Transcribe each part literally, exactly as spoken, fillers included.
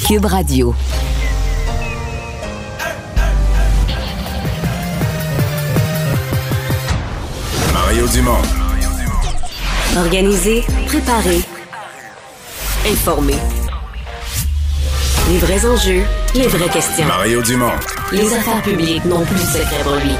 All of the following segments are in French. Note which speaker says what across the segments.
Speaker 1: Cube Radio.
Speaker 2: Mario Dumont.
Speaker 1: Organiser, préparer, informer. Les vrais enjeux, les vraies questions.
Speaker 2: Mario Dumont.
Speaker 1: Les affaires publiques n'ont plus de secret pour lui.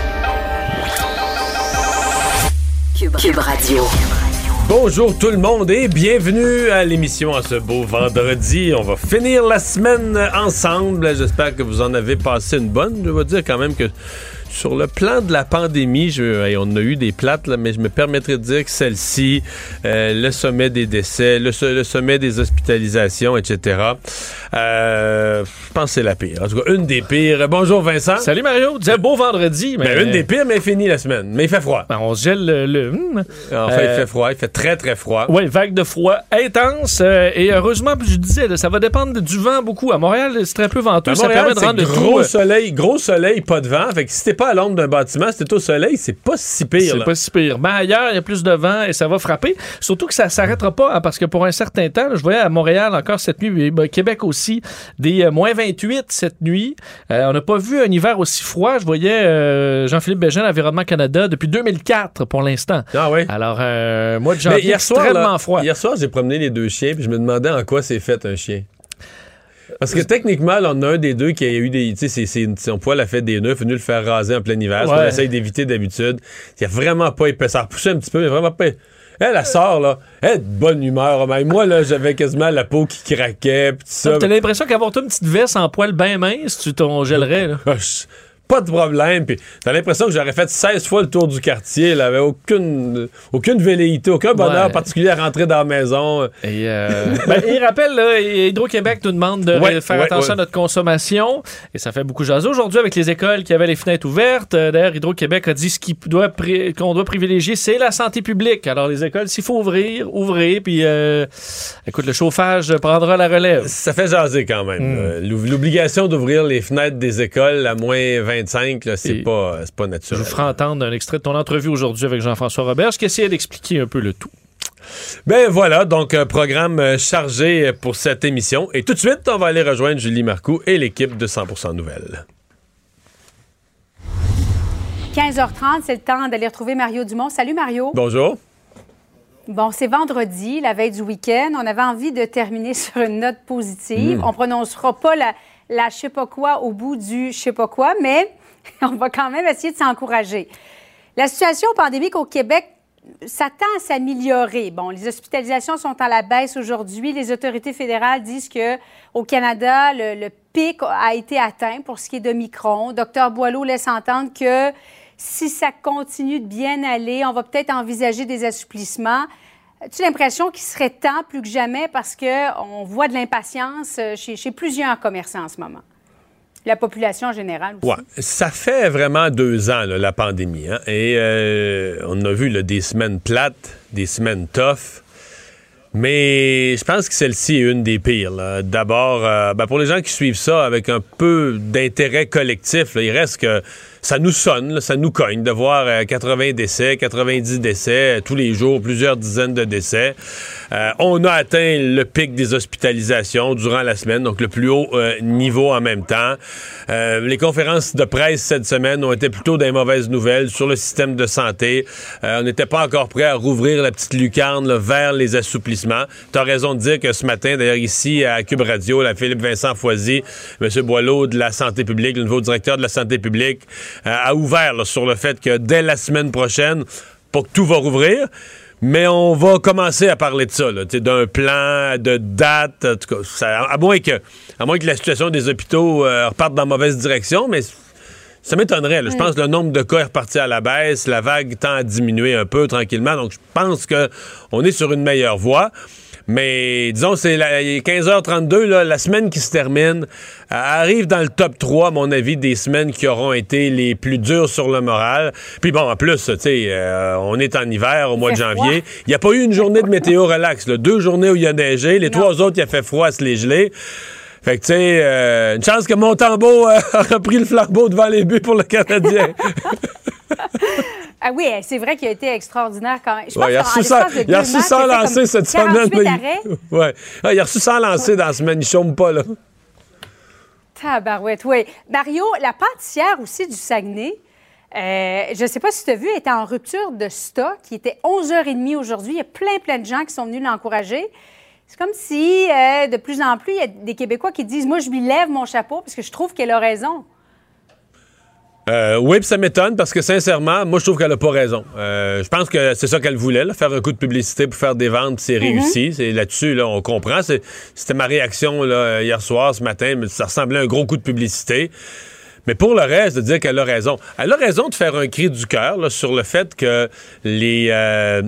Speaker 1: Cube, Cube Radio.
Speaker 3: Bonjour tout le monde et bienvenue à l'émission en ce beau vendredi. On va finir la semaine ensemble. J'espère que vous en avez passé une bonne. Je vais dire quand même que sur le plan de la pandémie, je, hey, on a eu des plates, là, mais je me permettrais de dire que celle-ci, euh, le sommet des décès, le, le sommet des hospitalisations, et cetera, euh, je pense que c'est la pire. En tout cas, une des pires. Bonjour Vincent.
Speaker 4: Salut Mario. Tu disais beau vendredi. Mais...
Speaker 3: Ben, une des pires, mais fini la semaine. Mais il fait froid.
Speaker 4: Ben, on se gèle le... le...
Speaker 3: En fait, euh... il fait froid. Il fait très, très froid.
Speaker 4: Oui, vague de froid intense. Euh, et heureusement, je disais, là, ça va dépendre du vent beaucoup. À Montréal, c'est très peu venteux.
Speaker 3: À
Speaker 4: ça
Speaker 3: Montréal,
Speaker 4: permet de rendre le
Speaker 3: gros
Speaker 4: tout...
Speaker 3: soleil, gros soleil, pas de vent. Fait que si t'es pas à l'ombre d'un bâtiment, si t'es au soleil, c'est pas si pire.
Speaker 4: C'est
Speaker 3: là.
Speaker 4: pas si pire. Mais ailleurs, il y a plus de vent et ça va frapper. Surtout que ça s'arrêtera pas, hein, parce que pour un certain temps, là, je voyais à Montréal encore cette nuit, ben, Québec aussi, des euh, moins vingt-huit cette nuit. Euh, on n'a pas vu un hiver aussi froid. Je voyais euh, Jean-Philippe Bégin, l'Environnement Canada, depuis deux mille quatre pour l'instant.
Speaker 3: Ah oui?
Speaker 4: Alors, euh, mois de janvier,
Speaker 3: hier soir,
Speaker 4: extrêmement
Speaker 3: là,
Speaker 4: froid.
Speaker 3: Hier soir, j'ai promené les deux chiens puis je me demandais en quoi c'est fait un chien. Parce que techniquement, là, on a un des deux qui a eu des. Tu sais, c'est, c'est, son poil a fait des nœuds, il a venu le faire raser en plein hiver. Ouais. Ce qu'on essaye d'éviter d'habitude. Il a vraiment pas épais. Ça a repoussé un petit peu, mais vraiment pas. Elle, elle sort, là. Elle est de bonne humeur. Mais moi, là, j'avais quasiment la peau qui craquait. Pis tout ça.
Speaker 4: T'as l'impression qu'avoir une petite veste en poil bien mince, tu t'en gèlerais, là.
Speaker 3: Pas de problème. Puis t'as l'impression que j'aurais fait seize fois le tour du quartier. Il avait aucune, aucune velléité, aucun bonheur ouais. particulier à rentrer dans la maison.
Speaker 4: Et euh... ben, il rappelle, là, Hydro-Québec nous demande de ouais, faire ouais, attention ouais. à notre consommation. Et ça fait beaucoup jaser aujourd'hui avec les écoles qui avaient les fenêtres ouvertes. D'ailleurs, Hydro-Québec a dit ce qu'il doit pri- qu'on doit privilégier, c'est la santé publique. Alors, les écoles, s'il faut ouvrir, ouvrez. Puis, euh, écoute, le chauffage prendra la relève.
Speaker 3: Ça fait jaser quand même. Mm. L'obligation d'ouvrir les fenêtres des écoles à moins vingt-cinq, là, c'est, pas, c'est pas naturel.
Speaker 4: Je vous ferai entendre un extrait de ton entrevue aujourd'hui avec Jean-François Roberge qui essayait d'expliquer un peu le tout.
Speaker 3: Ben voilà, donc un programme chargé pour cette émission. Et tout de suite, on va aller rejoindre Julie Marcoux et l'équipe de cent pour cent Nouvelles.
Speaker 5: quinze heures trente, c'est le temps d'aller retrouver Mario Dumont. Salut Mario.
Speaker 3: Bonjour.
Speaker 5: Bon, c'est vendredi, la veille du week-end. On avait envie de terminer sur une note positive. Mmh. On prononcera pas la... la je sais pas quoi au bout du je sais pas quoi, mais on va quand même essayer de s'encourager. La situation pandémique au Québec s'attend à s'améliorer. Bon, les hospitalisations sont à la baisse aujourd'hui. Les autorités fédérales disent qu'au Canada, le, le pic a été atteint pour ce qui est de Omicron. Docteur Boileau laisse entendre que si ça continue de bien aller, on va peut-être envisager des assouplissements. As-tu l'impression qu'il serait temps plus que jamais parce qu'on voit de l'impatience chez, chez plusieurs commerçants en ce moment? La population en général aussi.
Speaker 3: Ouais, ça fait vraiment deux ans, là, la pandémie. Hein? Et euh, on a vu là, des semaines plates, des semaines tough. Mais je pense que celle-ci est une des pires. Là. D'abord, euh, ben pour les gens qui suivent ça avec un peu d'intérêt collectif, là, il reste que ça nous sonne, là, ça nous cogne de voir euh, quatre-vingts décès, quatre-vingt-dix décès, euh, tous les jours, plusieurs dizaines de décès. Euh, on a atteint le pic des hospitalisations durant la semaine, donc le plus haut euh, niveau en même temps. Euh, les conférences de presse cette semaine ont été plutôt des mauvaises nouvelles sur le système de santé. Euh, on n'était pas encore prêt à rouvrir la petite lucarne là, vers les assouplissements. Tu as raison de dire que ce matin, d'ailleurs ici à Cube Radio, là, Philippe Vincent Foisy, M. Boileau de la santé publique, le nouveau directeur de la santé publique, euh, a ouvert là, sur le fait que dès la semaine prochaine, pas que tout va rouvrir, mais on va commencer à parler de ça, là, d'un plan, de date, en tout cas, ça, à, moins que, à moins que la situation des hôpitaux euh, reparte dans la mauvaise direction, mais ça m'étonnerait. Là. Je pense que le nombre de cas est reparti à la baisse, la vague tend à diminuer un peu tranquillement, donc je pense qu'on est sur une meilleure voie. Mais disons, c'est la, quinze heures trente-deux, là, la semaine qui se termine, euh, arrive dans le top trois, à mon avis, des semaines qui auront été les plus dures sur le moral. Puis bon, en plus, tu sais, euh, on est en hiver au mois de janvier. Il n'y a pas eu une journée de météo relax. Là. Deux journées où il y a neigé. Les non. trois autres, il a fait froid à se les geler. Fait que, tu sais, euh, une chance que Montembeault euh, a repris le flambeau devant les buts pour le Canadien.
Speaker 5: Ah oui, c'est vrai qu'il a été extraordinaire quand même. Je
Speaker 3: ouais,
Speaker 5: pense
Speaker 3: il a reçu cent lancés cette semaine. Ouais. Ah, il a reçu cent lancés dans la semaine. Il chôme pas, là.
Speaker 5: Tabarouette, oui. Mario, la pâtissière aussi du Saguenay, euh, je ne sais pas si tu as vu, elle était en rupture de stock. Il était onze heures trente aujourd'hui. Il y a plein, plein de gens qui sont venus l'encourager. C'est comme si, euh, de plus en plus, il y a des Québécois qui disent « Moi, je lui lève mon chapeau parce que je trouve qu'elle a raison. »
Speaker 3: Euh, oui, puis ça m'étonne parce que, sincèrement, moi, je trouve qu'elle n'a pas raison. Euh, je pense que c'est ça qu'elle voulait, là, faire un coup de publicité pour faire des ventes, puis c'est mm-hmm. réussi. C'est là-dessus, là, on comprend. C'est, c'était ma réaction là, hier soir, ce matin, mais ça ressemblait à un gros coup de publicité. Mais pour le reste, de dire qu'elle a raison. Elle a raison de faire un cri du cœur là, sur le fait que les, euh,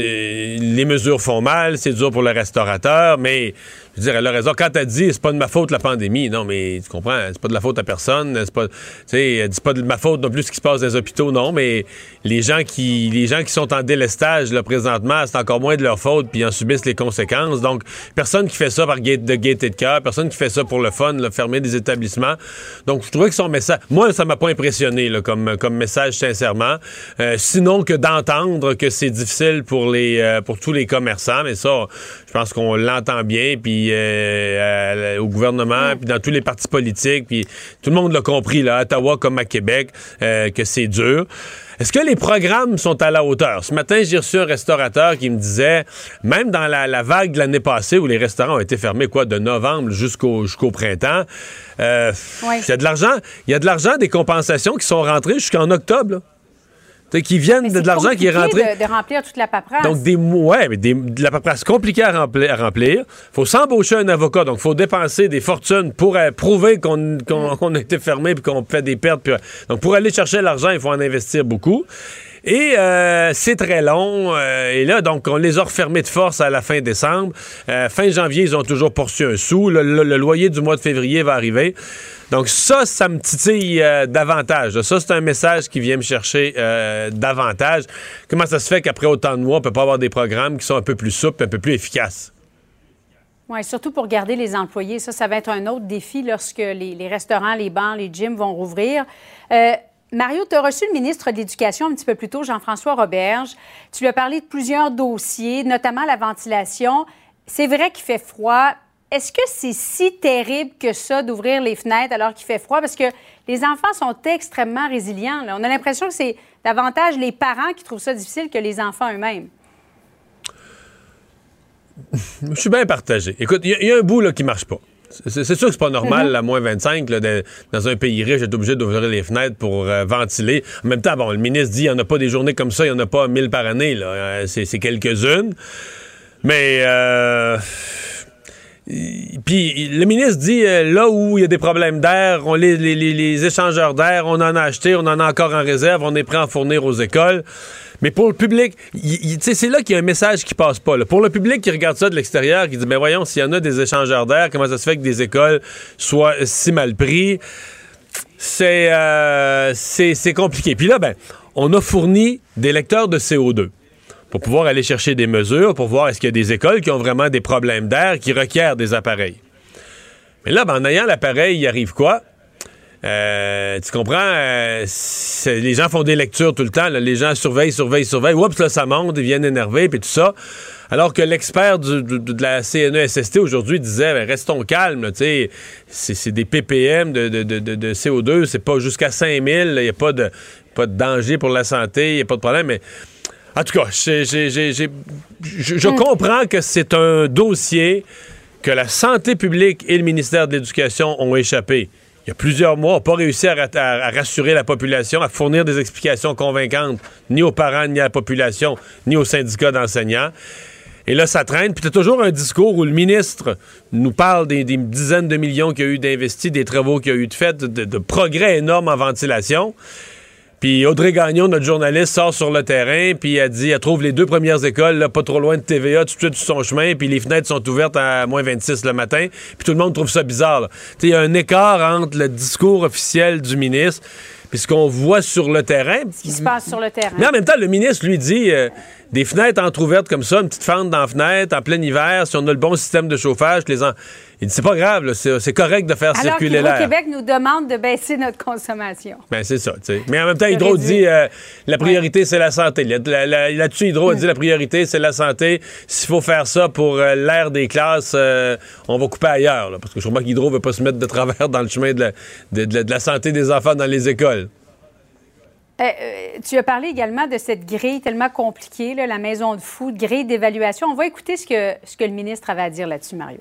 Speaker 3: les mesures font mal, c'est dur pour le restaurateur, mais je veux dire, elle a raison. Quand elle dit c'est pas de ma faute la pandémie, non, mais tu comprends, c'est pas de la faute à personne. C'est pas, tu sais, elle dit pas de ma faute non plus ce qui se passe dans les hôpitaux, non, mais les gens qui, les gens qui sont en délestage là, présentement, c'est encore moins de leur faute, puis ils en subissent les conséquences. Donc, personne qui fait ça par gate de gaieté de cœur, personne qui fait ça pour le fun, là, fermer des établissements. Donc, je trouvais que son message, moi, ça m'a pas impressionné là, comme, comme message, sincèrement. Euh, sinon que d'entendre que c'est difficile pour les, euh, pour tous les commerçants, mais ça, je pense qu'on l'entend bien, puis euh, au gouvernement, puis dans tous les partis politiques, puis tout le monde l'a compris, là, à Ottawa comme à Québec, euh, que c'est dur. Est-ce que les programmes sont à la hauteur? Ce matin, j'ai reçu un restaurateur qui me disait, même dans la, la vague de l'année passée où les restaurants ont été fermés, quoi, de novembre jusqu'au, jusqu'au printemps, euh, oui. il y a de l'argent, il y a de l'argent, des compensations qui sont rentrées jusqu'en octobre, là. T'sais, qui viennent de, de l'argent qui est rentré.
Speaker 5: De, de remplir toute la paperasse.
Speaker 3: Donc, des, ouais, mais des, de la paperasse compliquée à remplir. Il remplir. Faut s'embaucher un avocat. Donc, il faut dépenser des fortunes pour euh, prouver qu'on, qu'on, qu'on a été fermé puis qu'on fait des pertes. Puis, donc, pour aller chercher l'argent, il faut en investir beaucoup. Et euh, c'est très long. Euh, et là, donc, on les a refermés de force à la fin décembre. Euh, fin janvier, ils ont toujours poursu un sou. Le, le, le loyer du mois de février va arriver. Donc ça, ça me titille euh, davantage. Ça, c'est un message qui vient me chercher euh, davantage. Comment ça se fait qu'après autant de mois, on peut pas avoir des programmes qui sont un peu plus souples, un peu plus efficaces?
Speaker 5: Oui, surtout pour garder les employés. Ça, ça va être un autre défi lorsque les, les restaurants, les bars, les gyms vont rouvrir. Euh, Mario, tu as reçu le ministre de l'Éducation un petit peu plus tôt, Jean-François Roberge. Tu lui as parlé de plusieurs dossiers, notamment la ventilation. C'est vrai qu'il fait froid. Est-ce que c'est si terrible que ça d'ouvrir les fenêtres alors qu'il fait froid? Parce que les enfants sont extrêmement résilients, là. On a l'impression que c'est davantage les parents qui trouvent ça difficile que les enfants eux-mêmes.
Speaker 3: Je suis bien partagé. Écoute, il y, y a un bout là, qui marche pas. C'est, c'est sûr que c'est pas normal, mm-hmm. à moins vingt-cinq, là, de, dans un pays riche, d'être obligé d'ouvrir les fenêtres pour euh, ventiler. En même temps, bon, le ministre dit qu'il n'y en a pas des journées comme ça, il n'y en a pas mille par année. Là. Euh, c'est, c'est quelques-unes. Mais... Euh... Puis le ministre dit, euh, là où il y a des problèmes d'air, on les, les, les, les échangeurs d'air, on en a acheté, on en a encore en réserve, on est prêt à en fournir aux écoles. Mais pour le public, c'est là qu'il y a un message qui passe pas. Là. Pour le public qui regarde ça de l'extérieur, qui dit, ben voyons, s'il y en a des échangeurs d'air, comment ça se fait que des écoles soient si mal pris? C'est, euh, c'est, c'est compliqué. Puis là, ben, on a fourni des lecteurs de C O deux. Pour pouvoir aller chercher des mesures, pour voir est-ce qu'il y a des écoles qui ont vraiment des problèmes d'air qui requièrent des appareils. Mais là, ben, en ayant l'appareil, il arrive quoi? Euh, tu comprends? Euh, les gens font des lectures tout le temps. Là. Les gens surveillent, surveillent, surveillent. Oups, là, ça monte, ils viennent énervés, puis tout ça. Alors que l'expert du, de, de la C N E S S T aujourd'hui disait, ben, restons calmes, tu sais, c'est, c'est des p p m de, de, de, de C O deux, c'est pas jusqu'à cinq mille, il n'y a pas de, pas de danger pour la santé, il n'y a pas de problème, mais... En tout cas, j'ai, j'ai, j'ai, j'ai, je, je comprends que c'est un dossier que la santé publique et le ministère de l'Éducation ont échappé. Il y a plusieurs mois, n'ont pas réussi à, à, à rassurer la population, à fournir des explications convaincantes, ni aux parents, ni à la population, ni aux syndicats d'enseignants. Et là, ça traîne. Puis tu as toujours un discours où le ministre nous parle des, des dizaines de millions qu'il y a eu d'investis, des travaux qu'il y a eu de fait, de, de progrès énormes en ventilation. Puis Audrey Gagnon, notre journaliste, sort sur le terrain, puis elle dit, elle trouve les deux premières écoles, là, pas trop loin de T V A, tout de suite sur son chemin, puis les fenêtres sont ouvertes à moins vingt-six le matin, puis tout le monde trouve ça bizarre. Il y a un écart entre le discours officiel du ministre puis ce qu'on voit sur le terrain.
Speaker 5: Ce qui se passe sur le terrain.
Speaker 3: Mais en même temps, le ministre lui dit, euh, des fenêtres entrouvertes comme ça, une petite fente dans la fenêtre, en plein hiver, si on a le bon système de chauffage, les en... il dit, c'est pas grave, là, c'est, c'est correct de faire
Speaker 5: Alors
Speaker 3: circuler l'air.
Speaker 5: Alors Québec nous demande de baisser notre consommation.
Speaker 3: Ben c'est ça, tu sais. Mais en même temps, Hydro dit, euh, la priorité, ouais. c'est la santé. Là, là, là, là-dessus, Hydro a dit, la priorité, c'est la santé. S'il faut faire ça pour euh, l'air des classes, euh, on va couper ailleurs, là, parce que je crois qu'Hydro veut pas se mettre de travers dans le chemin de la, de, de, de la santé des enfants dans les écoles.
Speaker 5: Euh, tu as parlé également de cette grille tellement compliquée, là, la maison de fou, grille d'évaluation. On va écouter ce que, ce que le ministre avait à dire là-dessus, Mario.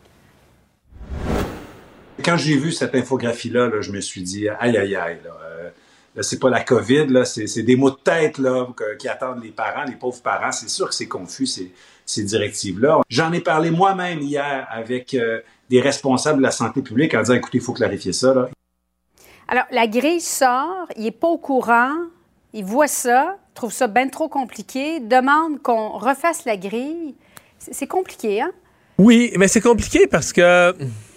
Speaker 6: Quand j'ai vu cette infographie-là, là, je me suis dit, aïe, aïe, aïe, là, euh, là c'est pas la COVID, là, c'est, c'est des mots de tête là, que, qui attendent les parents, les pauvres parents. C'est sûr que c'est confus, ces, ces directives-là. J'en ai parlé moi-même hier avec euh, des responsables de la santé publique en disant, écoutez, il faut clarifier ça, là. Alors, la grille sort, il n'est pas au courant, il voit ça, trouve ça bien trop compliqué, demande qu'on refasse la grille. C'est, c'est compliqué, hein? Oui, mais c'est compliqué parce que...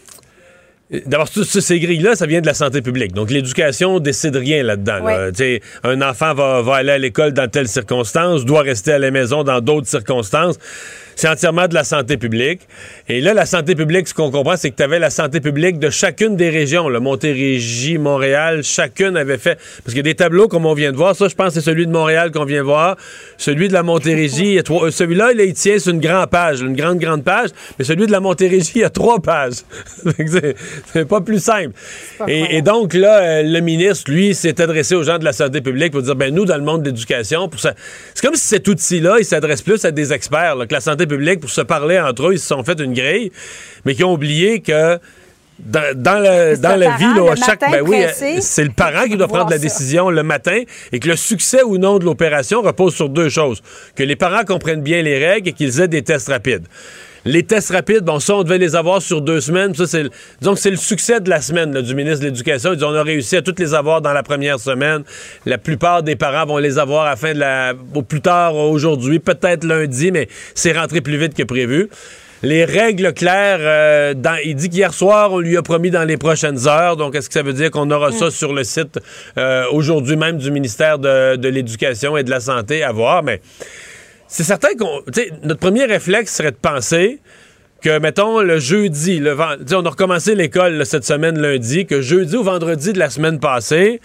Speaker 6: D'abord, toutes ces grilles-là, ça vient de la santé publique. Donc, l'éducation décide rien là-dedans. Là. Ouais. Un enfant va, va aller à l'école dans telle circonstance, doit rester à la maison dans d'autres circonstances. C'est entièrement de la santé publique. Et là, la santé publique, ce qu'on comprend, c'est que tu avais la santé publique de chacune des régions. Le Montérégie, Montréal, chacune avait fait... Parce qu'il y a des tableaux, comme on vient de voir. Ça, je pense, c'est celui de Montréal qu'on vient de voir. Celui de la Montérégie, il y a trois... celui-là, là, il tient sur une grande page, une grande, grande page. Mais celui de la Montérégie, il y a trois pages. c'est... c'est pas plus simple. Pas et, et donc, là, le ministre, lui, s'est adressé aux gens de la santé publique pour dire, ben nous, dans le monde de l'éducation, pour ça... c'est comme si cet outil-là, il s'adresse plus à des experts, là, que la santé publique, pour se parler entre eux, ils se sont fait une grille, mais qui ont oublié que dans, dans, le, dans la vie, là, à chaque, ben oui, c'est le parent qui doit prendre la décision le matin et que le succès ou non de l'opération repose sur deux choses. Que les parents comprennent bien les règles et qu'ils aient des tests rapides. Les tests rapides, bon, ça, on devait les avoir sur deux semaines. Ça, c'est, donc, c'est le succès de la semaine là, du ministre de l'Éducation. Ils disent, on a réussi à toutes les avoir dans la première semaine. La plupart des parents vont les avoir à la fin de la... au plus tard aujourd'hui, peut-être lundi, mais c'est rentré plus vite que prévu. Les règles claires, euh, dans, il dit qu'hier soir, on lui a promis dans les prochaines heures. Donc, est-ce que ça veut dire qu'on aura mmh. ça sur le site euh, aujourd'hui même du ministère de, de l'Éducation et de la Santé à voir? Mais c'est certain qu'on... Tu sais, notre premier réflexe serait de penser que, mettons, le jeudi, le vend... tu sais, on a recommencé l'école là, cette semaine lundi, que jeudi ou vendredi de la semaine passée...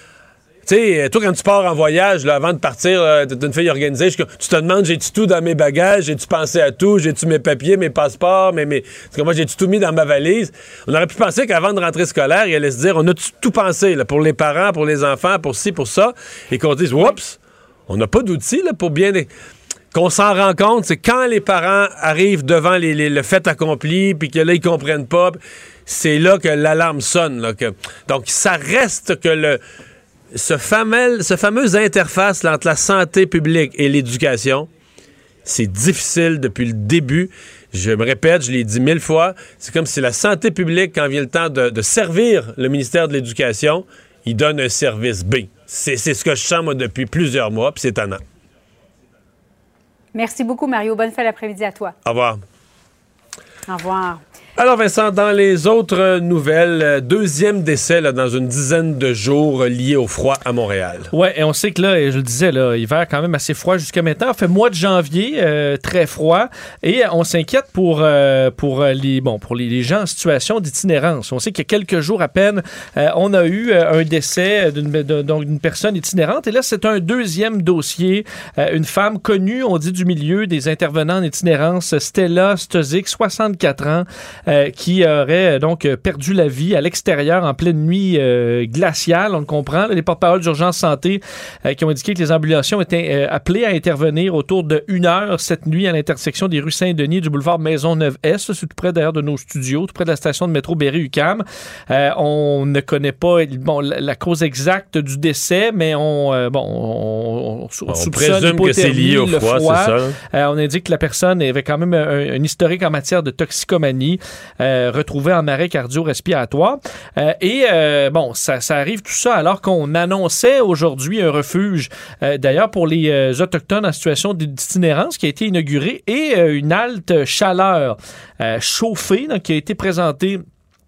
Speaker 6: Tu sais, toi, quand tu pars en voyage, là, avant de partir, euh, t'es une fille organisée, je, tu te demandes, j'ai-tu tout dans mes bagages, j'ai-tu pensé à tout, j'ai-tu mes papiers, mes passeports, mes, mes... Parce que moi, j'ai-tu tout mis dans ma valise? On aurait pu penser qu'avant de rentrer scolaire, il allait se dire, on a tout pensé, là, pour les parents, pour les enfants, pour ci, pour ça, et qu'on dise, oups, on n'a pas d'outils, là, pour bien... Qu'on s'en rend compte, c'est quand les parents arrivent devant les, les, le fait accompli, puis que là, ils comprennent pas, c'est là que l'alarme sonne, là. Que... Donc, ça reste que le... Ce fameux, ce fameux interface là, entre la santé publique et l'éducation, c'est difficile depuis le début. Je me répète, je l'ai dit mille fois, c'est comme si la santé publique, quand vient le temps de, de servir le ministère de l'Éducation, il donne un service B. C'est, c'est ce que je sens, moi, depuis plusieurs mois, puis c'est étonnant. Merci beaucoup, Mario. Bonne fin d'après-midi à toi. Au revoir. Au revoir. Alors, Vincent, dans les autres nouvelles, deuxième décès là, dans une dizaine de jours lié au froid à Montréal. Oui, et on sait que là, je le disais, là, hiver quand même assez froid jusqu'à maintenant. On fait mois de janvier, euh, très froid, et on s'inquiète pour, euh, pour, les, bon, pour les, les gens en situation d'itinérance. On sait qu'il y a quelques jours à peine, euh, on a eu euh, un décès d'une, de, donc, d'une personne itinérante, et là, c'est un deuxième dossier. Euh, une femme connue, on dit du milieu des intervenants en itinérance, Stella Stozik, soixante-quatre ans, Euh, qui aurait euh, donc perdu la vie à l'extérieur en pleine nuit euh, glaciale. On le comprend. Là, les porte-paroles d'urgence santé euh, qui ont indiqué que les ambulations étaient euh, appelées à intervenir autour de une heure cette nuit à l'intersection des rues Saint-Denis et du boulevard Maisonneuve-Est. C'est tout près d'ailleurs de nos studios, tout près de la station de métro Berry-U Q A M. Euh, on ne connaît pas bon, la, la cause exacte du décès, mais on, euh, bon, on, on, on, on présume que c'est lié au froid, froid. C'est ça. Euh, on indique que la personne avait quand même un, un historique en matière de toxicomanie. Euh, retrouvé en arrêt cardio-respiratoire. Euh, et euh, bon, ça, ça arrive tout ça alors qu'on annonçait aujourd'hui un refuge, euh, d'ailleurs pour les euh, Autochtones en situation d'itinérance qui a été inauguré et euh, une halte chaleur euh, chauffée donc, qui a été présentée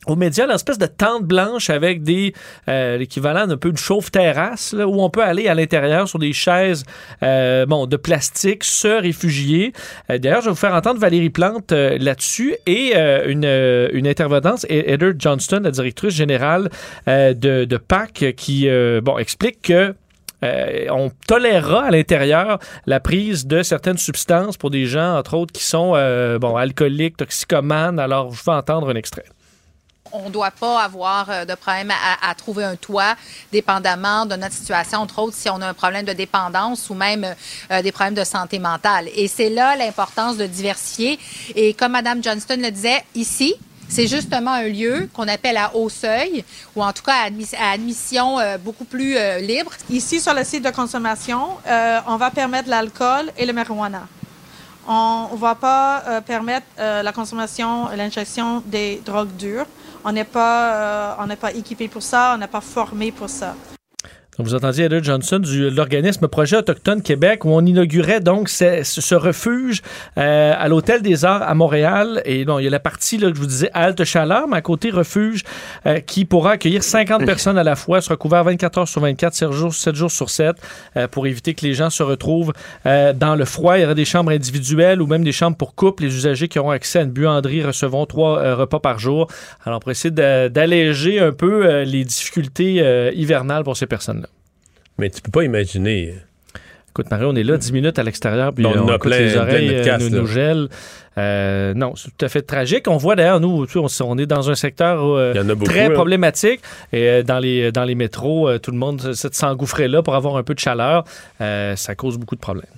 Speaker 4: aux médias l'espèce de tente blanche avec des euh, l'équivalent d'un peu de chauffe-terrasse là, où on peut aller à l'intérieur sur des chaises euh, bon, de plastique, se réfugier. Euh, d'ailleurs, je vais vous faire entendre Valérie Plante euh, là-dessus et euh, une, euh, une intervenante, Heather Johnston, la directrice générale euh, de, de P A C, qui euh, bon, explique que Euh, on tolérera à l'intérieur la prise de certaines substances pour des gens, entre autres, qui sont euh, bon, alcooliques, toxicomanes. Alors, je vais entendre un extrait.
Speaker 7: On ne doit pas avoir de problème à, à trouver un toit, dépendamment de notre situation, entre autres, si on a un problème de dépendance ou même euh, des problèmes de santé mentale. Et c'est là l'importance de diversifier. Et comme Mme Johnston le disait, ici, c'est justement un lieu qu'on appelle à haut seuil, ou en tout cas à, admis- à admission euh, beaucoup plus euh, libre.
Speaker 8: Ici, sur le site de consommation, euh, on va permettre l'alcool et le marijuana. On ne va pas euh, permettre euh, la consommation et l'injection des drogues dures. On n'est pas, euh, on n'est pas équipé pour ça, on n'est pas formé pour ça.
Speaker 4: Donc, vous entendiez Heather Johnson de l'organisme Projet Autochtone Québec où on inaugurait donc ce, ce refuge euh, à l'Hôtel des Arts à Montréal. Et bon, il y a la partie là, que je vous disais halte chaleur, mais à côté refuge euh, qui pourra accueillir cinquante personnes à la fois, sera couvert vingt-quatre heures sur vingt-quatre, sept jours, sept jours sur sept euh, pour éviter que les gens se retrouvent euh, dans le froid. Il y aura des chambres individuelles ou même des chambres pour couples. Les usagers qui auront accès à une buanderie recevront trois euh, repas par jour. Alors, pour essayer de, d'alléger un peu euh, les difficultés euh, hivernales pour ces personnes-là.
Speaker 3: Mais tu peux pas imaginer.
Speaker 4: Écoute, Marie, on est là dix minutes à l'extérieur, puis
Speaker 3: on,
Speaker 4: on,
Speaker 3: on
Speaker 4: a plein, les oreilles
Speaker 3: de casse,
Speaker 4: nous, nous gèlent. Euh, non, c'est tout à fait tragique. On voit d'ailleurs, nous, on, on est dans un secteur euh, beaucoup, très là. problématique. Et euh, dans les, dans les métros, euh, tout le monde essaie de s'engouffrer là pour avoir un peu de chaleur. Euh, ça cause beaucoup de problèmes.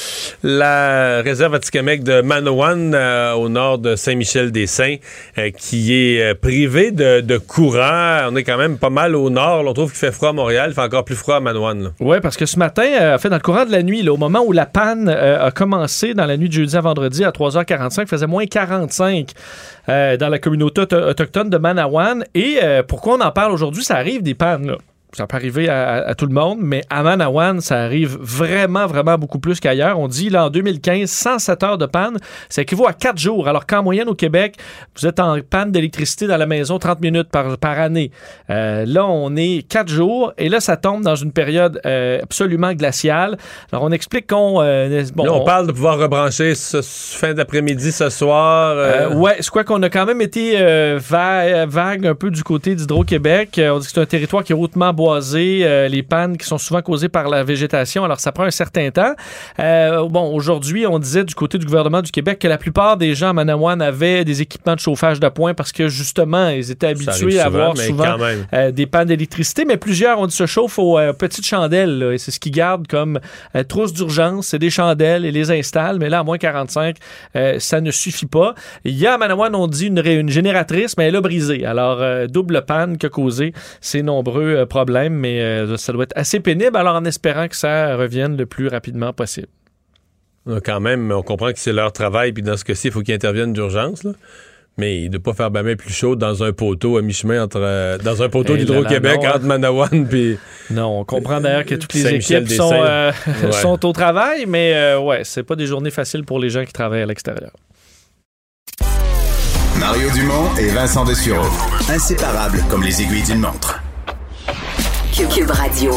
Speaker 3: La réserve Atikamekw de Manawan, euh, au nord de Saint-Michel-des-Saints, euh, qui est euh, privée de, de courant. On est quand même pas mal au nord. Là, on trouve qu'il fait froid à Montréal. Il fait encore plus froid à Manawan.
Speaker 4: Oui, parce que ce matin, euh, en fait, dans le courant de la nuit, là, au moment où la panne euh, a commencé, dans la nuit de jeudi à vendredi à trois heures quarante-cinq, il faisait moins quarante-cinq euh, dans la communauté auto- autochtone de Manawan. Et euh, pourquoi on en parle aujourd'hui? Ça arrive des pannes, là. Ça peut arriver à, à, à tout le monde, mais à Manawan, ça arrive vraiment, vraiment beaucoup plus qu'ailleurs. On dit, là, en deux mille quinze, cent sept heures de panne, ça équivaut à quatre jours. Alors qu'en moyenne, au Québec, vous êtes en panne d'électricité dans la maison trente minutes par, par année. Euh, là, on est quatre jours, et là, ça tombe dans une période euh, absolument glaciale. Alors, on explique qu'on... Euh, bon,
Speaker 3: là, on,
Speaker 4: on
Speaker 3: parle de pouvoir rebrancher ce, fin d'après-midi, ce soir. Euh...
Speaker 4: Euh, ouais, c'est quoi qu'on a quand même été euh, va- vague un peu du côté d'Hydro-Québec. Euh, on dit que c'est un territoire qui est hautement boisé, euh, les pannes qui sont souvent causées par la végétation, alors ça prend un certain temps. Euh, bon, aujourd'hui, on disait du côté du gouvernement du Québec que la plupart des gens à Manawan avaient des équipements de chauffage d'appoint parce que justement, ils étaient habitués à avoir souvent euh, des pannes d'électricité, mais plusieurs, on dit, se chauffent aux euh, petites chandelles, là, et c'est ce qu'ils gardent comme euh, trousse d'urgence, c'est des chandelles et les installent, mais là, à moins quarante-cinq, euh, ça ne suffit pas. Il y a à Manawan, on dit, une, une génératrice, mais elle a brisé. Alors, euh, double panne qui a causé ces nombreux euh, problèmes, mais euh, ça doit être assez pénible, alors en espérant que ça revienne le plus rapidement possible.
Speaker 3: Quand même, on comprend que c'est leur travail, puis dans ce cas-ci, il faut qu'ils interviennent d'urgence, là. Mais de ne pas faire bien plus chaud dans un poteau à mi-chemin entre euh, dans un poteau hey, d'Hydro-Québec là, entre Manawan puis...
Speaker 4: Non, on comprend d'ailleurs que toutes les équipes sont, euh, ouais. sont au travail, mais euh, ouais, c'est pas des journées faciles pour les gens qui travaillent à l'extérieur.
Speaker 2: Mario Dumont et Vincent Dessureau. Inséparables comme les aiguilles d'une montre.
Speaker 1: Cube Radio.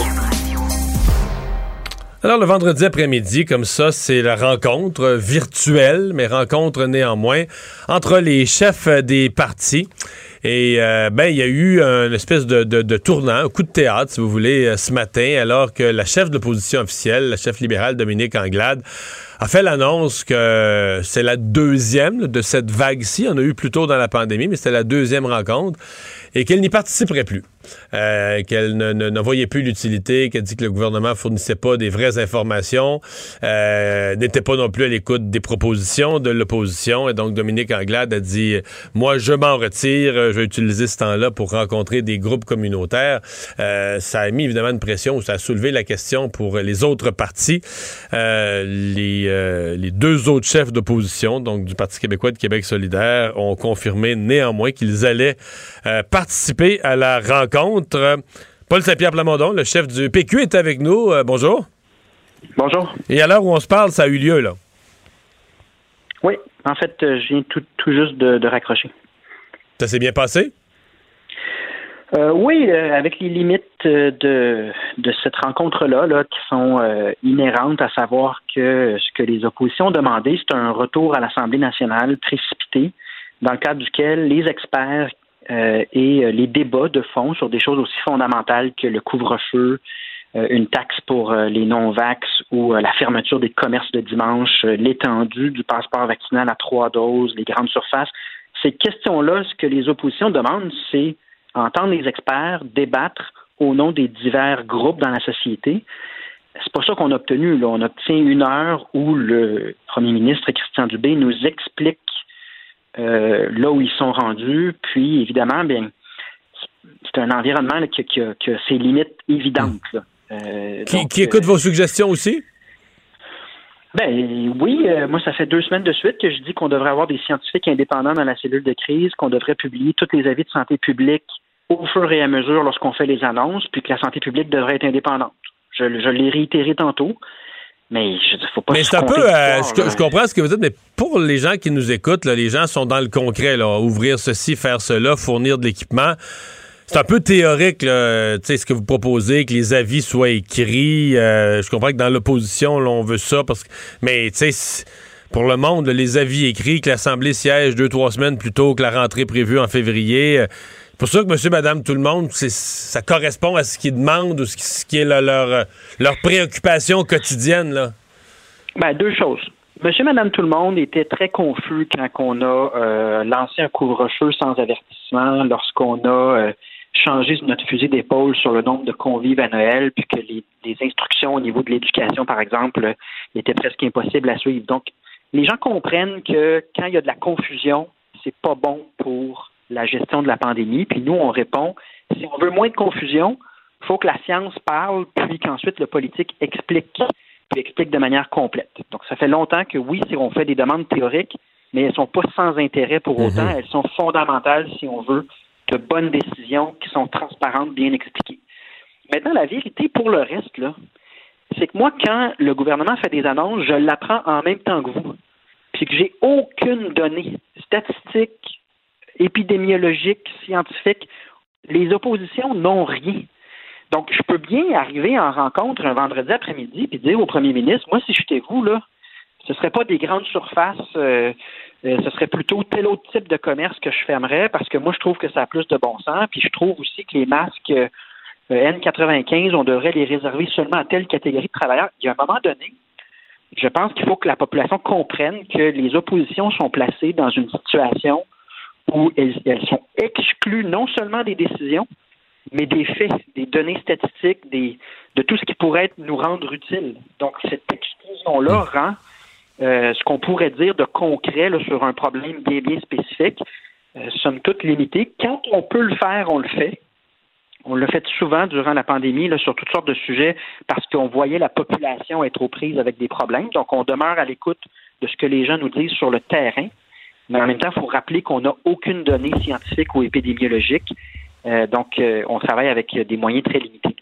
Speaker 3: Alors, le vendredi après-midi, comme ça, c'est la rencontre virtuelle, mais rencontre néanmoins, entre les chefs des partis. Et euh, ben, il y a eu une espèce de, de, de tournant, un coup de théâtre, si vous voulez, ce matin, alors que la chef de l'opposition officielle, la chef libérale Dominique Anglade, a fait l'annonce que c'est la deuxième de cette vague-ci. On a eu plus tôt dans la pandémie, mais c'était la deuxième rencontre. Et qu'elle n'y participerait plus. Euh, qu'elle ne, ne, ne voyait plus l'utilité, qu'elle dit que le gouvernement fournissait pas des vraies informations, euh, n'était pas non plus à l'écoute des propositions de l'opposition. Et donc, Dominique Anglade a dit « Moi, je m'en retire, je vais utiliser ce temps-là pour rencontrer des groupes communautaires. Euh, » Ça a mis évidemment une pression, ça a soulevé la question pour les autres partis. Euh, les, euh, les deux autres chefs d'opposition, donc du Parti québécois et de Québec solidaire, ont confirmé néanmoins qu'ils allaient euh, participer à la rencontre. Paul Saint-Pierre Plamondon, le chef du P Q, est avec nous. Euh, bonjour.
Speaker 9: Bonjour.
Speaker 3: Et à l'heure où on se parle, ça a eu lieu, là?
Speaker 9: Oui. En fait, je viens tout, tout juste de, de raccrocher.
Speaker 3: Ça s'est bien passé?
Speaker 9: Euh, oui, euh, avec les limites de, de cette rencontre-là, là, qui sont euh, inhérentes, à savoir que ce que les oppositions ont demandé, c'est un retour à l'Assemblée nationale précipité, dans le cadre duquel les experts euh, et les débats de fond sur des choses aussi fondamentales que le couvre-feu, euh, une taxe pour euh, les non-vax ou euh, la fermeture des commerces de dimanche, euh, l'étendue du passeport vaccinal à trois doses, les grandes surfaces. Ces questions-là, ce que les oppositions demandent, c'est entendre les experts débattre au nom des divers groupes dans la société. C'est pas ça qu'on a obtenu. Là. On obtient une heure où le premier ministre Christian Dubé nous explique euh, là où ils sont rendus. Puis, évidemment, bien, c'est un environnement là, qui, a, qui, a, qui a ses limites évidentes. Là. Euh,
Speaker 3: qui,
Speaker 9: donc,
Speaker 3: qui écoute
Speaker 9: euh,
Speaker 3: vos suggestions aussi?
Speaker 9: Ben oui, euh, moi, ça fait deux semaines de suite que je dis qu'on devrait avoir des scientifiques indépendants dans la cellule de crise, qu'on devrait publier tous les avis de santé publique au fur et à mesure lorsqu'on fait les annonces, puis que la santé publique devrait être indépendante. Je, je l'ai réitéré tantôt, mais il ne faut pas...
Speaker 3: Mais c'est un peu... Euh, je, je comprends ce que vous dites, mais pour les gens qui nous écoutent, là, les gens sont dans le concret, là, ouvrir ceci, faire cela, fournir de l'équipement. C'est un peu théorique, là, ce que vous proposez, que les avis soient écrits. Euh, je comprends que dans l'opposition, là, on veut ça, parce que... mais tu sais, pour le monde, là, les avis écrits, que l'Assemblée siège deux, trois semaines plus tôt que la rentrée prévue en février... Euh, c'est pour ça que monsieur, madame, tout le monde, c'est, ça correspond à ce qu'ils demandent ou ce qui, ce qui est là, leur, leur préoccupation quotidienne, là.
Speaker 9: Ben, deux choses. Monsieur, madame, tout le monde était très confus quand on a euh, lancé un couvre-feu sans avertissement, lorsqu'on a euh, changé notre fusil d'épaule sur le nombre de convives à Noël, puis que les, les instructions au niveau de l'éducation, par exemple, étaient presque impossibles à suivre. Donc, les gens comprennent que quand il y a de la confusion, c'est pas bon pour la gestion de la pandémie. Puis nous, on répond, si on veut moins de confusion, il faut que la science parle, puis qu'ensuite le politique explique, puis explique de manière complète. Donc, ça fait longtemps que oui, on fait des demandes théoriques, mais elles ne sont pas sans intérêt pour autant. Mm-hmm. Elles sont fondamentales, si on veut, de bonnes décisions qui sont transparentes, bien expliquées. Maintenant, la vérité pour le reste, là, c'est que moi, quand le gouvernement fait des annonces, je l'apprends en même temps que vous. Puis que j'ai aucune donnée statistique, épidémiologique, scientifique. Les oppositions n'ont rien. Donc, je peux bien arriver en rencontre un vendredi après-midi et dire au premier ministre, moi, si j'étais vous, là, ce ne serait pas des grandes surfaces, euh, euh, ce serait plutôt tel autre type de commerce que je fermerais parce que moi, je trouve que ça a plus de bon sens. Puis je trouve aussi que les masques euh, N quatre-vingt-quinze, on devrait les réserver seulement à telle catégorie de travailleurs. Il y a un moment donné, je pense qu'il faut que la population comprenne que les oppositions sont placées dans une situation où elles, elles sont exclues non seulement des décisions, mais des faits, des données statistiques, des, de tout ce qui pourrait être, nous rendre utile. Donc, cette exclusion-là rend euh, ce qu'on pourrait dire de concret là, sur un problème bien, bien spécifique, euh, somme toute limité. Quand on peut le faire, on le fait. On l'a fait souvent durant la pandémie là, sur toutes sortes de sujets parce qu'on voyait la population être aux prises avec des problèmes. Donc, on demeure à l'écoute de ce que les gens nous disent sur le terrain. Mais en même temps, il faut rappeler qu'on n'a aucune donnée scientifique ou épidémiologique. Euh, donc, euh, on travaille avec des moyens très limités.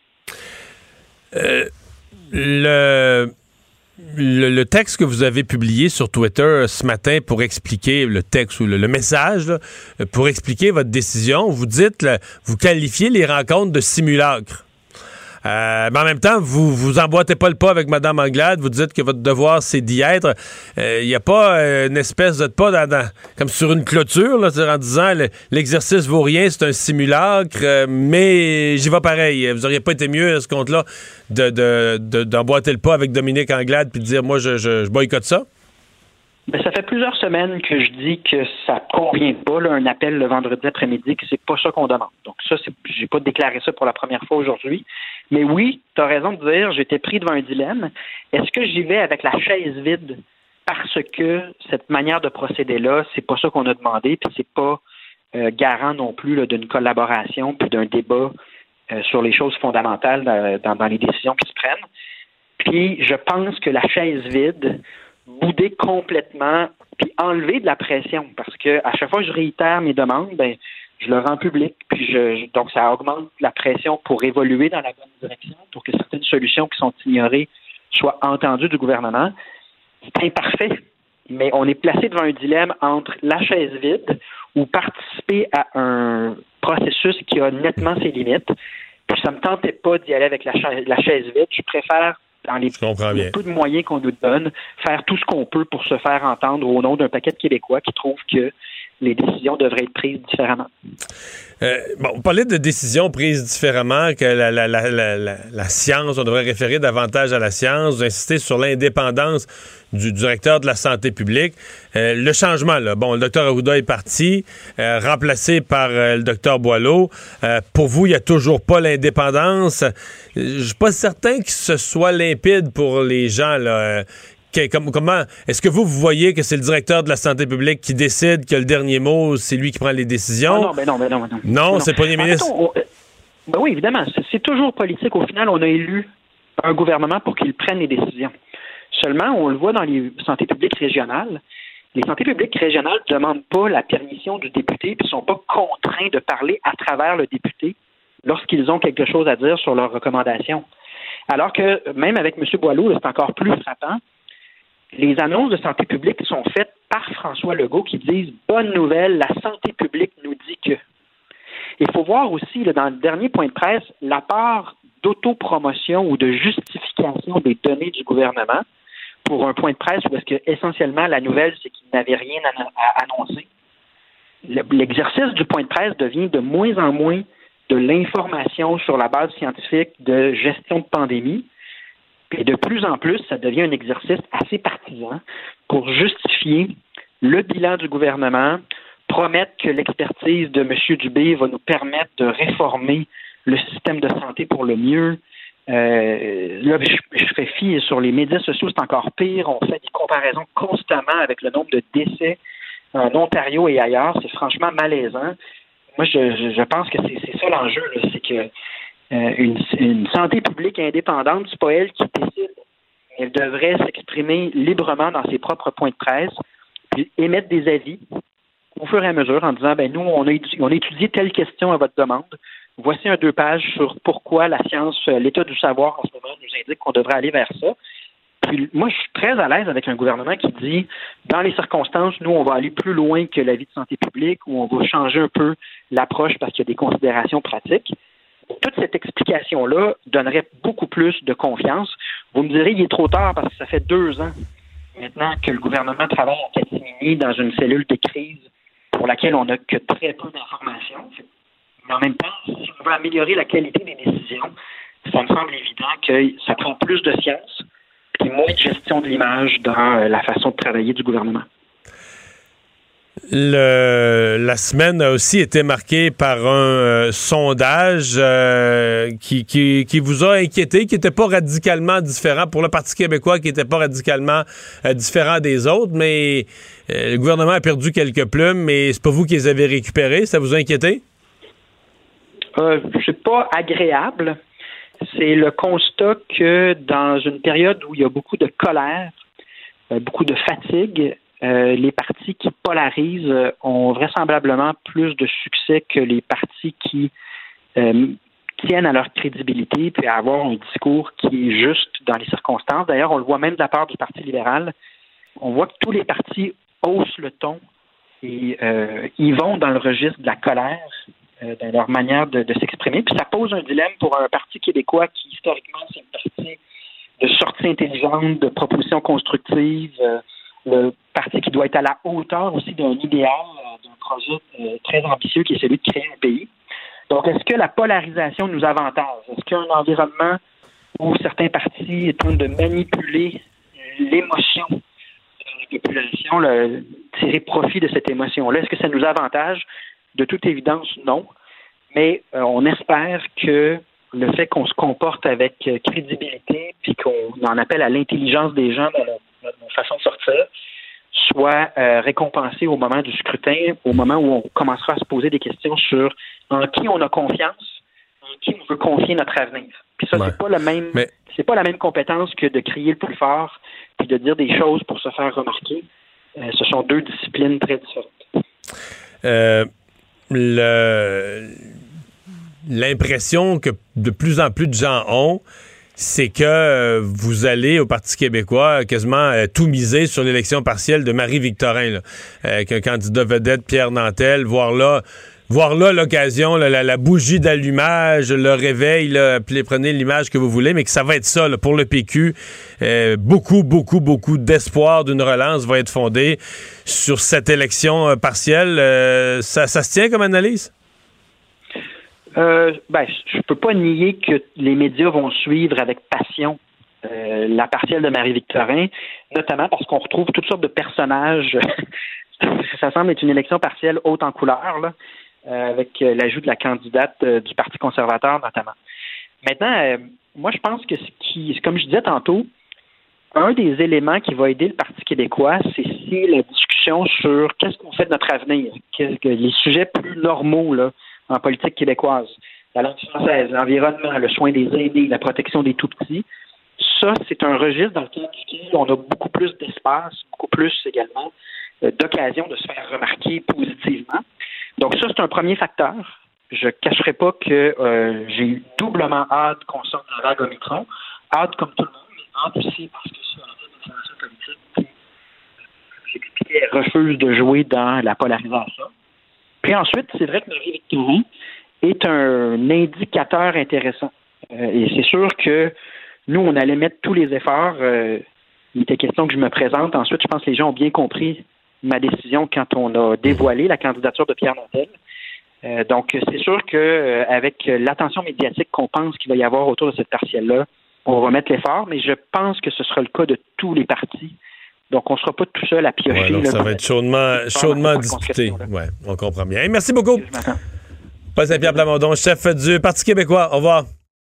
Speaker 3: Euh, le, le, le texte que vous avez publié sur Twitter ce matin pour expliquer le texte ou le, le message, là, pour expliquer votre décision, vous dites, là, vous qualifiez les rencontres de simulacres. Euh, mais en même temps, vous vous emboîtez pas le pas avec Mme Anglade, vous dites que votre devoir, c'est d'y être. Il euh, n'y a pas euh, une espèce de pas dans, dans, comme sur une clôture, là, en disant le, l'exercice vaut rien, c'est un simulacre, euh, mais j'y vais pareil. Vous auriez pas été mieux à ce compte-là de, de, de, d'emboîter le pas avec Dominique Anglade puis de dire, moi, je, je, je boycotte ça?
Speaker 9: Ben, ça fait plusieurs semaines que je dis que ça ne convient pas, là, un appel le vendredi après-midi, que c'est pas ça qu'on demande. Donc ça, c'est, j'ai pas déclaré ça pour la première fois aujourd'hui. Mais oui, tu as raison de dire, j'étais pris devant un dilemme. Est-ce que j'y vais avec la chaise vide parce que cette manière de procéder-là, c'est pas ça qu'on a demandé, puis c'est pas euh, garant non plus là, d'une collaboration puis d'un débat euh, sur les choses fondamentales dans, dans, dans les décisions qui se prennent. Puis je pense que la chaise vide, bouder complètement, puis enlever de la pression, parce que à chaque fois que je réitère mes demandes, ben je le rends public, puis je, je donc ça augmente la pression pour évoluer dans la bonne direction, pour que certaines solutions qui sont ignorées soient entendues du gouvernement. C'est imparfait, mais on est placé devant un dilemme entre la chaise vide, ou participer à un processus qui a nettement ses limites. Puis ça me tentait pas d'y aller avec la chaise, la chaise vide. Je préfère, dans les, les peu de moyens qu'on nous donne, faire tout ce qu'on peut pour se faire entendre au nom d'un paquet de Québécois qui trouvent que les décisions devraient être prises différemment.
Speaker 3: Euh, bon, on parlait de décisions prises différemment, que la, la, la, la, la, la science, on devrait référer davantage à la science, insister sur l'indépendance du directeur de la santé publique. Euh, le changement, là, bon, le docteur Arruda est parti, euh, remplacé par euh, le docteur Boileau. Euh, pour vous, il n'y a toujours pas l'indépendance. Je suis pas certain que ce soit limpide pour les gens, là. Euh, Comment, est-ce que vous, vous voyez que c'est le directeur de la santé publique qui décide, que le dernier mot, c'est lui qui prend les décisions?
Speaker 9: Ah non, ben non, ben non, ben non.
Speaker 3: Non,
Speaker 9: non.
Speaker 3: c'est le premier ministre.
Speaker 9: On, ben oui, évidemment, c'est, c'est toujours politique. Au final, on a élu un gouvernement pour qu'il prenne les décisions. Seulement, on le voit dans les santé publiques régionales, les santé publiques régionales ne demandent pas la permission du député puis ne sont pas contraints de parler à travers le député lorsqu'ils ont quelque chose à dire sur leurs recommandations. Alors que, même avec M. Boileau, là, c'est encore plus frappant. Les annonces de santé publique sont faites par François Legault qui disent « Bonne nouvelle, la santé publique nous dit que ». Il faut voir aussi, là, dans le dernier point de presse, la part d'autopromotion ou de justification des données du gouvernement pour un point de presse où est-ce que, essentiellement, la nouvelle, c'est qu'il n'avait rien à, à annoncer. L'exercice du point de presse devient de moins en moins de l'information sur la base scientifique de gestion de pandémie. Et de plus en plus, ça devient un exercice assez partisan pour justifier le bilan du gouvernement, promettre que l'expertise de M. Dubé va nous permettre de réformer le système de santé pour le mieux. Euh, là, je, je fais fi sur les médias sociaux, c'est encore pire. On fait des comparaisons constamment avec le nombre de décès en Ontario et ailleurs. C'est franchement malaisant. Moi, je, je, je pense que c'est, c'est ça l'enjeu, là, c'est que Euh, une, une santé publique indépendante, c'est pas elle qui décide. Elle devrait s'exprimer librement dans ses propres points de presse, puis émettre des avis au fur et à mesure en disant, ben nous, on a, on a étudié telle question à votre demande. Voici un deux pages sur pourquoi la science, l'état du savoir en ce moment nous indique qu'on devrait aller vers ça. Puis moi, je suis très à l'aise avec un gouvernement qui dit, dans les circonstances, nous, on va aller plus loin que l'avis de santé publique, ou on va changer un peu l'approche parce qu'il y a des considérations pratiques. Toute cette explication-là donnerait beaucoup plus de confiance. Vous me direz, il est trop tard parce que ça fait deux ans maintenant que le gouvernement travaille en catimini dans une cellule de crise pour laquelle on n'a que très peu d'informations. Mais en même temps, si on veut améliorer la qualité des décisions, ça me semble évident que ça prend plus de science et moins de gestion de l'image dans la façon de travailler du gouvernement.
Speaker 3: Le, la semaine a aussi été marquée par un euh, sondage euh, qui, qui, qui vous a inquiété, qui n'était pas radicalement différent pour le Parti québécois, qui n'était pas radicalement euh, différent des autres, mais euh, le gouvernement a perdu quelques plumes, mais c'est pas vous qui les avez récupérées. Ça vous a inquiété?
Speaker 9: Euh, c'est pas agréable. C'est le constat que dans une période où il y a beaucoup de colère, euh, beaucoup de fatigue, Euh, les partis qui polarisent euh, ont vraisemblablement plus de succès que les partis qui euh, tiennent à leur crédibilité puis à avoir un discours qui est juste dans les circonstances. D'ailleurs, on le voit même de la part du Parti libéral. On voit que tous les partis haussent le ton et euh, ils vont dans le registre de la colère euh, dans leur manière de, de s'exprimer. Puis ça pose un dilemme pour un parti québécois qui, historiquement, c'est un parti de sortie intelligente, de propositions constructives, euh, le parti qui doit être à la hauteur aussi d'un idéal, d'un projet euh, très ambitieux qui est celui de créer un pays. Donc, est-ce que la polarisation nous avantage? Est-ce qu'il y a un environnement où certains partis tentent de manipuler l'émotion de la population, le, tirer profit de cette émotion-là? Est-ce que ça nous avantage? De toute évidence, non. Mais euh, on espère que le fait qu'on se comporte avec euh, crédibilité puis qu'on en appelle à l'intelligence des gens dans notre, notre façon de sortir soit euh, récompensé au moment du scrutin, au moment où on commencera à se poser des questions sur en qui on a confiance, en qui on veut confier notre avenir. Puis ça, ouais. c'est pas le même, Mais... c'est pas la même compétence que de crier le plus fort puis de dire des choses pour se faire remarquer. Euh, ce sont deux disciplines très différentes.
Speaker 3: Euh, le... L'impression que de plus en plus de gens ont, c'est que euh, vous allez au Parti québécois quasiment euh, tout miser sur l'élection partielle de Marie-Victorin, là, euh, avec un candidat vedette, Pierre Nantel, voir là... Voir là l'occasion, là, la, la bougie d'allumage, le réveil, là, prenez l'image que vous voulez, mais que ça va être ça là, pour le P Q. Euh, beaucoup, beaucoup, beaucoup d'espoir d'une relance va être fondé sur cette élection euh, partielle. Euh, ça, ça se tient comme analyse?
Speaker 9: Euh, ben, je peux pas nier que les médias vont suivre avec passion euh, la partielle de Marie-Victorin, notamment parce qu'on retrouve toutes sortes de personnages. Ça semble être une élection partielle haute en couleur, là. Euh, avec euh, l'ajout de la candidate euh, du Parti conservateur, notamment. Maintenant, euh, moi, je pense que ce qui, comme je disais tantôt, un des éléments qui va aider le Parti québécois, c'est si la discussion sur qu'est-ce qu'on fait de notre avenir, que, les sujets plus normaux là, en politique québécoise, la langue française, l'environnement, le soin des aînés, la protection des tout-petits, ça, c'est un registre dans lequel on a beaucoup plus d'espace, beaucoup plus également euh, d'occasion de se faire remarquer positivement. Donc ça, c'est un premier facteur. Je ne cacherai pas que euh, j'ai eu doublement hâte qu'on sorte de la vague Omicron. Hâte comme tout le monde, mais hâte aussi parce que sur la démonstration politique qui, j'expliquais, refuse de jouer dans la polarisation. Puis ensuite, c'est vrai que Marie-Victorin est un indicateur intéressant. Euh, et c'est sûr que nous, on allait mettre tous les efforts. Euh, il était question que je me présente. Ensuite, je pense que les gens ont bien compris ma décision quand on a dévoilé la candidature de Pierre Nantel. Euh, donc, c'est sûr qu'avec euh, l'attention médiatique qu'on pense qu'il va y avoir autour de cette partielle-là, on va mettre l'effort, mais je pense que ce sera le cas de tous les partis. Donc, on ne sera pas tout seul à piocher.
Speaker 3: Ouais, donc
Speaker 9: là,
Speaker 3: ça va être chaudement, chaudement discuté. Oui, on comprend bien. Hey, merci beaucoup. Paul Saint-Pierre Plamondon, chef du Parti québécois. Au revoir.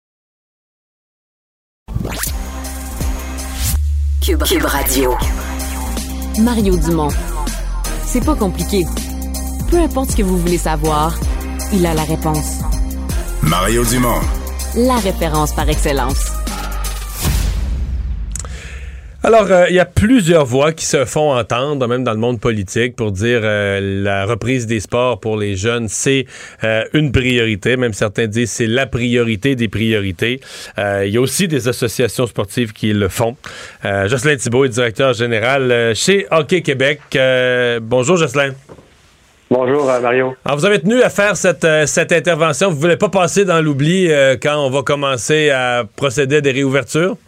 Speaker 1: Cube, Cube Radio. Mario Dumont. C'est pas compliqué. Peu importe ce que vous voulez savoir, il a la réponse.
Speaker 2: Mario Dumont.
Speaker 1: La référence par excellence.
Speaker 3: Alors, il euh, y a plusieurs voix qui se font entendre, même dans le monde politique, pour dire euh, la reprise des sports pour les jeunes, c'est euh, une priorité. Même certains disent c'est la priorité des priorités. Il euh, y a aussi des associations sportives qui le font. Euh, Jocelyn Thibault est directeur général euh, chez Hockey Québec. Euh, bonjour, Jocelyn.
Speaker 10: Bonjour, euh, Mario.
Speaker 3: Alors, vous avez tenu à faire cette, euh, cette intervention. Vous ne voulez pas passer dans l'oubli euh, quand on va commencer à procéder à des réouvertures?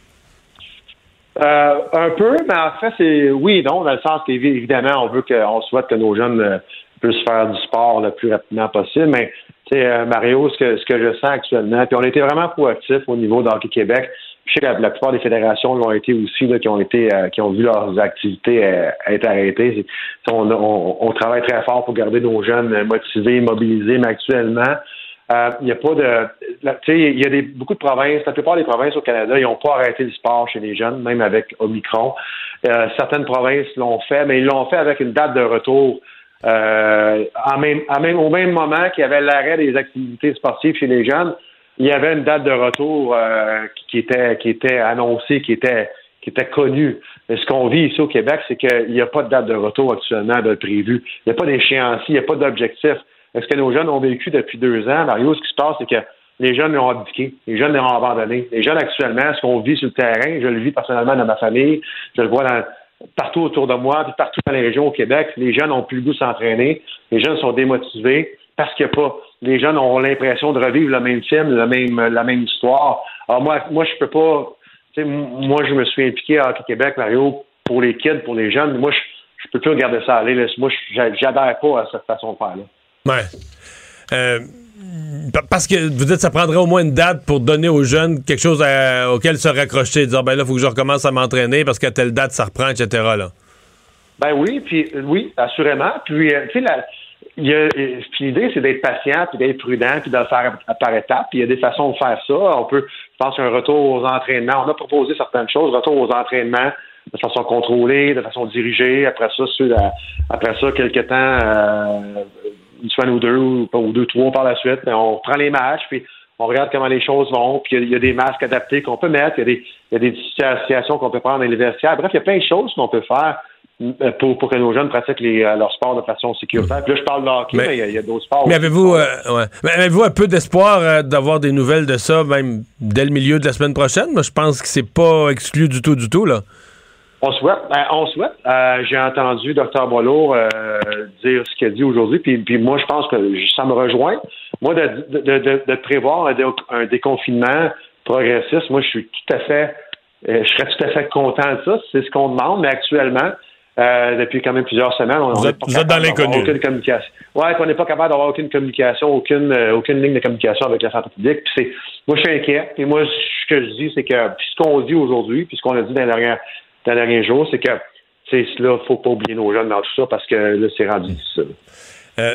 Speaker 10: Euh, un peu, mais en fait, c'est oui et non, dans le sens qu'évidemment, on veut qu'on souhaite que nos jeunes euh, puissent faire du sport le plus rapidement possible. Mais, tu sais, euh, Mario, ce que, ce que je sens actuellement, puis on a été vraiment proactifs au niveau d'Hockey Québec. Je sais que la, la plupart des fédérations l'ont été aussi, là, qui ont été, euh, qui ont vu leurs activités euh, être arrêtées. On, on, on travaille très fort pour garder nos jeunes motivés, mobilisés, mais actuellement, il euh, n'y a pas de... Tu sais, il y a des, beaucoup de provinces, la plupart des provinces au Canada, ils n'ont pas arrêté le sport chez les jeunes, même avec Omicron. Euh, certaines provinces l'ont fait, mais ils l'ont fait avec une date de retour. Euh, en même, en même, au même moment qu'il y avait l'arrêt des activités sportives chez les jeunes, il y avait une date de retour euh, qui était qui était annoncée, qui était qui était connue. Mais ce qu'on vit ici au Québec, c'est qu'il n'y a pas de date de retour actuellement de prévu. Il n'y a pas d'échéancier, il n'y a pas d'objectif. Ce que nos jeunes ont vécu depuis deux ans, Mario, ce qui se passe, c'est que les jeunes ont abdiqué, les jeunes ont abandonné. Les jeunes actuellement, ce qu'on vit sur le terrain, je le vis personnellement dans ma famille, je le vois dans, partout autour de moi, puis partout dans les régions au Québec, les jeunes n'ont plus le goût de s'entraîner, les jeunes sont démotivés parce qu'il n'y a pas. Les jeunes ont l'impression de revivre le même film, la même, la même histoire. Alors moi, moi je peux pas, tu sais, moi je me suis impliqué à Hockey Québec, Mario, pour les kids, pour les jeunes, moi je, je peux plus regarder ça aller. Là. Moi, j'adhère pas à cette façon de faire là.
Speaker 3: Ouais. Euh, parce que vous dites que ça prendrait au moins une date pour donner aux jeunes quelque chose à, auquel se raccrocher, dire ben là, il faut que je recommence à m'entraîner parce qu'à telle date, ça reprend, et cetera. Là.
Speaker 10: Ben oui, puis oui, assurément. Puis, euh, tu sais, la, y a, puis l'idée, c'est d'être patient, puis d'être prudent, puis de le faire par étapes. Puis il y a des façons de faire ça. On peut, je pense, un retour aux entraînements. On a proposé certaines choses, retour aux entraînements de façon contrôlée, de façon dirigée. Après ça, sur, après ça, quelques temps. Euh, une semaine ou deux, ou, ou deux, trois par la suite. On prend les matchs, puis on regarde comment les choses vont, puis il y, y a des masques adaptés qu'on peut mettre, il y a des, il y a des situations qu'on peut prendre dans les vestiaires. Bref, il y a plein de choses qu'on peut faire pour, pour que nos jeunes pratiquent les, leur sport de façon sécuritaire. Puis là, je parle de hockey, mais il y, y a d'autres sports.
Speaker 3: Mais avez-vous, euh, ouais. mais avez-vous un peu d'espoir euh, d'avoir des nouvelles de ça, même dès le milieu de la semaine prochaine? Moi, je pense que c'est pas exclu du tout, du tout, là.
Speaker 10: On souhaite. Ben, on souhaite. Euh, j'ai entendu Dr Boileau euh, dire ce qu'il a dit aujourd'hui, puis, puis moi, je pense que ça me rejoint. Moi, de, de, de, de prévoir un, un déconfinement progressiste, moi, je suis tout à fait, euh, je serais tout à fait content de ça. C'est ce qu'on demande, mais actuellement, Euh, depuis quand même plusieurs semaines, on n'est pas
Speaker 3: vous êtes dans l'inconnu.
Speaker 10: Aucune communication. Ouais, on n'est pas capable d'avoir aucune communication, aucune euh, aucune ligne de communication avec la santé publique. Puis c'est, moi, je suis inquiet. Puis moi, ce que je dis, c'est que puis ce qu'on dit aujourd'hui, puis ce qu'on a dit dans les derniers, dans les derniers jours, c'est que c'est là, faut pas oublier nos jeunes dans tout ça parce que là, c'est rendu difficile.
Speaker 3: Euh,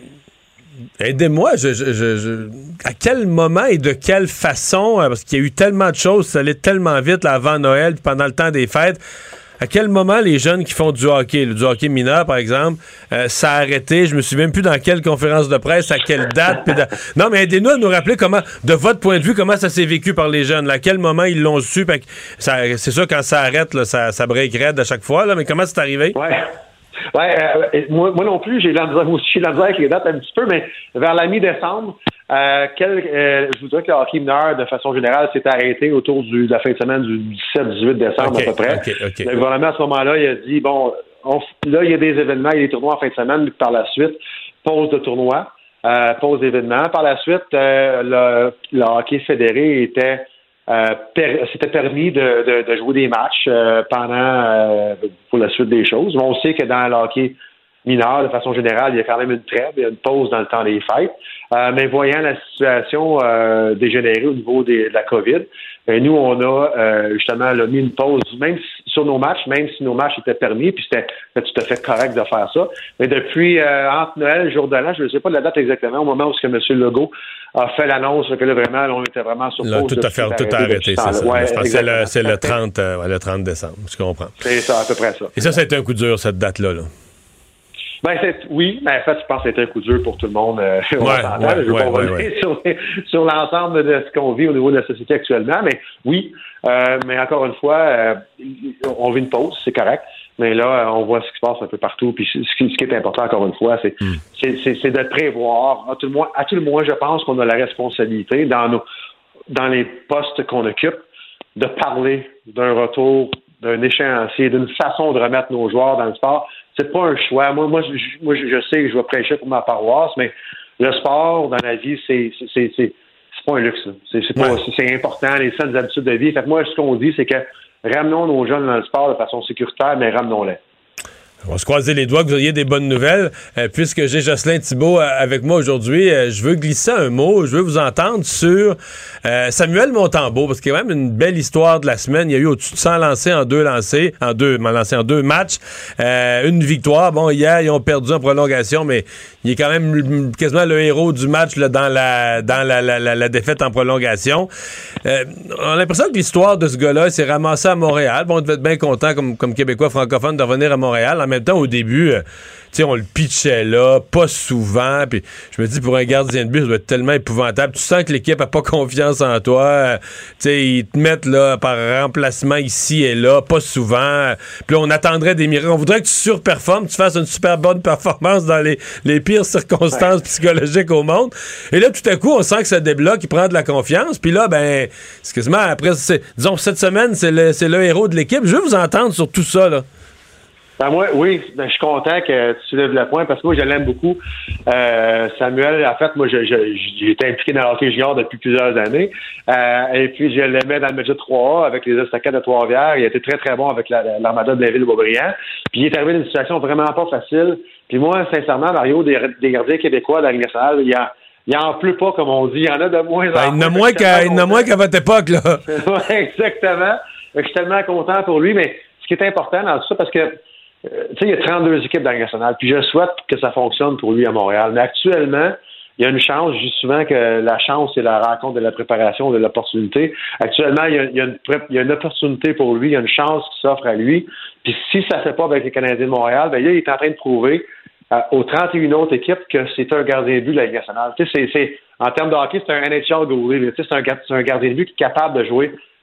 Speaker 3: aidez-moi, je, je, je, je, à quel moment et de quelle façon, parce qu'il y a eu tellement de choses, ça allait tellement vite là, avant Noël, puis pendant le temps des fêtes. À quel moment les jeunes qui font du hockey, du hockey mineur, par exemple, euh, ça a arrêté? Je me souviens même plus dans quelle conférence de presse, à quelle date. De... Non, mais aidez-nous à nous rappeler comment, de votre point de vue, comment ça s'est vécu par les jeunes. Là, à quel moment ils l'ont su? Ça, c'est sûr, quand ça arrête, là, ça, ça break raide à chaque fois, là, mais comment c'est arrivé?
Speaker 10: Ouais. Ouais, euh, moi, moi non plus, j'ai la misère aussi, la misère avec les dates un petit peu, mais vers la mi-décembre, euh, quel, euh, je vous dirais que le hockey mineur, de façon générale, s'est arrêté autour du, de la fin de semaine du dix-sept dix-huit décembre okay, à peu près.
Speaker 3: Okay, okay.
Speaker 10: Le gouvernement, à ce moment-là, il a dit, bon, on, là, il y a des événements, il y a des tournois en fin de semaine, mais par la suite, pause de tournoi, euh, pause d'événements. Par la suite, euh, le, le hockey fédéré était... Euh, per, c'était permis de, de, de jouer des matchs euh, pendant euh, pour la suite des choses. On sait que dans le hockey mineur, de façon générale, il y a quand même une trêve, il y a une pause dans le temps des fêtes. Euh, mais voyant la situation euh, dégénérer au niveau des, de la COVID, ben, nous, on a euh, justement là, mis une pause, même sur nos matchs, même si nos matchs étaient permis, puis c'était, c'était tout à fait correct de faire ça. Mais depuis euh, entre Noël et jour de l'an, je ne sais pas de la date exactement, au moment où ce que M. Legault a fait l'annonce que là, vraiment, là, on était vraiment sur
Speaker 3: là,
Speaker 10: pause.
Speaker 3: Tout, à fait, tout a arrêté, c'est ça. Ouais, je pense que c'est le, c'est le trente, euh, ouais, le trente décembre, je comprends.
Speaker 10: C'est ça, à peu près ça.
Speaker 3: Et ça, ça a été un coup dur, cette date-là, là.
Speaker 10: Ben, c'est, oui, mais en fait, je pense que c'était un coup dur pour tout le monde. Euh,
Speaker 3: ouais,
Speaker 10: on
Speaker 3: ouais,
Speaker 10: je veux
Speaker 3: ouais,
Speaker 10: pas revenir
Speaker 3: ouais, ouais.
Speaker 10: sur, sur l'ensemble de ce qu'on vit au niveau de la société actuellement, mais oui, euh, mais encore une fois, euh, on vit une pause, c'est correct, mais là, on voit ce qui se passe un peu partout, puis ce qui, ce qui est important, encore une fois, c'est, mm. c'est, c'est, c'est de prévoir. À tout le moins, à tout le moins, je pense qu'on a la responsabilité, dans nos, dans les postes qu'on occupe, de parler d'un retour, d'un échéancier, d'une façon de remettre nos joueurs dans le sport. C'est pas un choix. Moi, moi, je, moi, je sais que je vais prêcher pour ma paroisse, mais le sport dans la vie, c'est, c'est, c'est, c'est, c'est pas un luxe. C'est, c'est, pas, ouais. c'est, c'est important, les saines habitudes de vie. Fait que moi, ce qu'on dit, c'est que ramenons nos jeunes dans le sport de façon sécuritaire, mais ramenons-les.
Speaker 3: On va se croiser les doigts que vous ayez des bonnes nouvelles. Euh, puisque j'ai Jocelyn Thibault euh, avec moi aujourd'hui, euh, je veux glisser un mot, je veux vous entendre sur euh, Samuel Montembeault, parce qu'il y a quand même une belle histoire de la semaine. Il y a eu au-dessus de cent lancés en deux lancés, en deux, lancés en deux matchs. Euh, une victoire. Bon, hier, ils ont perdu en prolongation, mais il est quand même quasiment le héros du match là, dans la dans la, la, la, la défaite en prolongation. Euh, on a l'impression que l'histoire de ce gars-là s'est ramassée à Montréal. Bon, on devait être bien content comme, comme Québécois francophones de revenir à Montréal. En même temps, au début, euh, tu sais, on le pitchait là, pas souvent. Puis je me dis, pour un gardien de but, ça doit être tellement épouvantable. Tu sens que l'équipe a pas confiance en toi. Euh, tu sais, ils te mettent là par remplacement ici et là, pas souvent. Puis là, on attendrait des miracles. On voudrait que tu surperformes, tu fasses une super bonne performance dans les, les pires circonstances ouais. psychologiques au monde. Et là, tout à coup, on sent que ça débloque, il prend de la confiance. Puis là, ben, excuse-moi, après, c'est, disons, cette semaine, c'est le, c'est le héros de l'équipe. Je veux vous entendre sur tout ça, là.
Speaker 10: Ben moi, oui, ben, je suis content que tu soulèves le point parce que moi, je l'aime beaucoup. Euh, Samuel, en fait, moi, je, je, j'étais impliqué dans le hockey junior depuis plusieurs années. Euh, et puis, je l'aimais dans le Midget trois A avec les Estacades de Trois-Rivières. Il a été très, très bon avec la, l'Armada de Blainville-Beaubriand. Puis, il est arrivé dans une situation vraiment pas facile. Puis moi, sincèrement, Mario, des, des gardiens québécois de la Ligue nationale, il y a Il en pleut pas, comme on dit. Il y en a de moins en
Speaker 3: ben,
Speaker 10: moins.
Speaker 3: Il y en a moins qu'à, il y en a moins qu'à votre époque, là.
Speaker 10: Oui, exactement. Je suis tellement content pour lui. Mais ce qui est important dans tout ça, parce que Euh, tu sais, il y a trente-deux équipes dans la Ligue nationale, puis je souhaite que ça fonctionne pour lui à Montréal. Mais actuellement, il y a une chance, je dis souvent que la chance, c'est la rencontre de la préparation, de l'opportunité. Actuellement, il y a, il y a, une, il y a une opportunité pour lui, il y a une chance qui s'offre à lui. Puis si ça ne se fait pas avec les Canadiens de Montréal, ben là, il est en train de prouver euh, aux trente et une autres équipes que c'est un gardien de but de la Ligue nationale. Tu sais, c'est, c'est, en termes de hockey, c'est un N H L goalie. Tu sais, c'est un, c'est un gardien de but qui est capable de jouer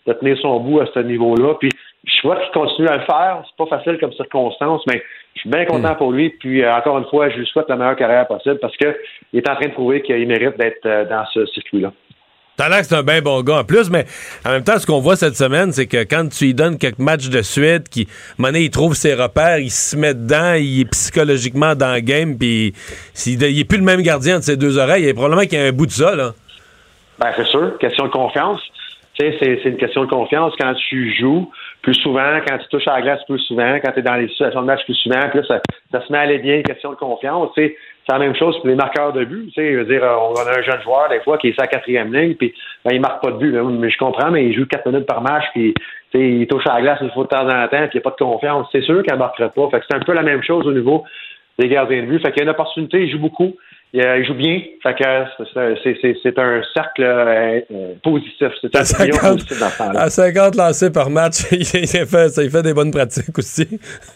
Speaker 10: de tenir son bout à ce niveau-là. Puis je vois qu'il continue à le faire. C'est pas facile comme circonstance, mais je suis bien content pour lui. Puis euh, encore une fois, je lui souhaite la meilleure carrière possible parce qu'il est en train de prouver qu'il mérite d'être euh, dans ce circuit-là.
Speaker 3: T'as l'air que c'est un bien bon gars en plus, mais en même temps, ce qu'on voit cette semaine, c'est que quand tu lui donnes quelques matchs de suite, qui, Mané, il trouve ses repères, il se met dedans, il est psychologiquement dans le game, puis il, il est plus le même gardien de ses deux oreilles. Il y a probablement qu'il y a un bout de ça, là.
Speaker 10: Ben, c'est sûr. Question de confiance. Tu sais, c'est, c'est une question de confiance. Quand tu joues plus souvent, quand tu touches à la glace plus souvent, quand tu es dans les situations de match plus souvent, puis là, ça, ça se met à aller bien, question de confiance. Tu sais, c'est la même chose pour les marqueurs de but. Tu sais, je veux dire, on a un jeune joueur, des fois, qui est sa quatrième ligne, puis ben, il marque pas de but. Mais je comprends, mais il joue quatre minutes par match, puis tu sais, il touche à la glace une fois de temps en temps, puis il n'y a pas de confiance. C'est sûr qu'elle ne marquerait pas. Fait que c'est un peu la même chose au niveau des gardiens de but. Fait qu'il y a une opportunité, il joue beaucoup. Il, euh, il joue bien. Fait que c'est, c'est, c'est, c'est un cercle euh, positif. C'est un
Speaker 3: à cinquante,
Speaker 10: positif dans ce temps-là.
Speaker 3: À cinquante lancés par match, il fait, ça, il fait des bonnes pratiques aussi.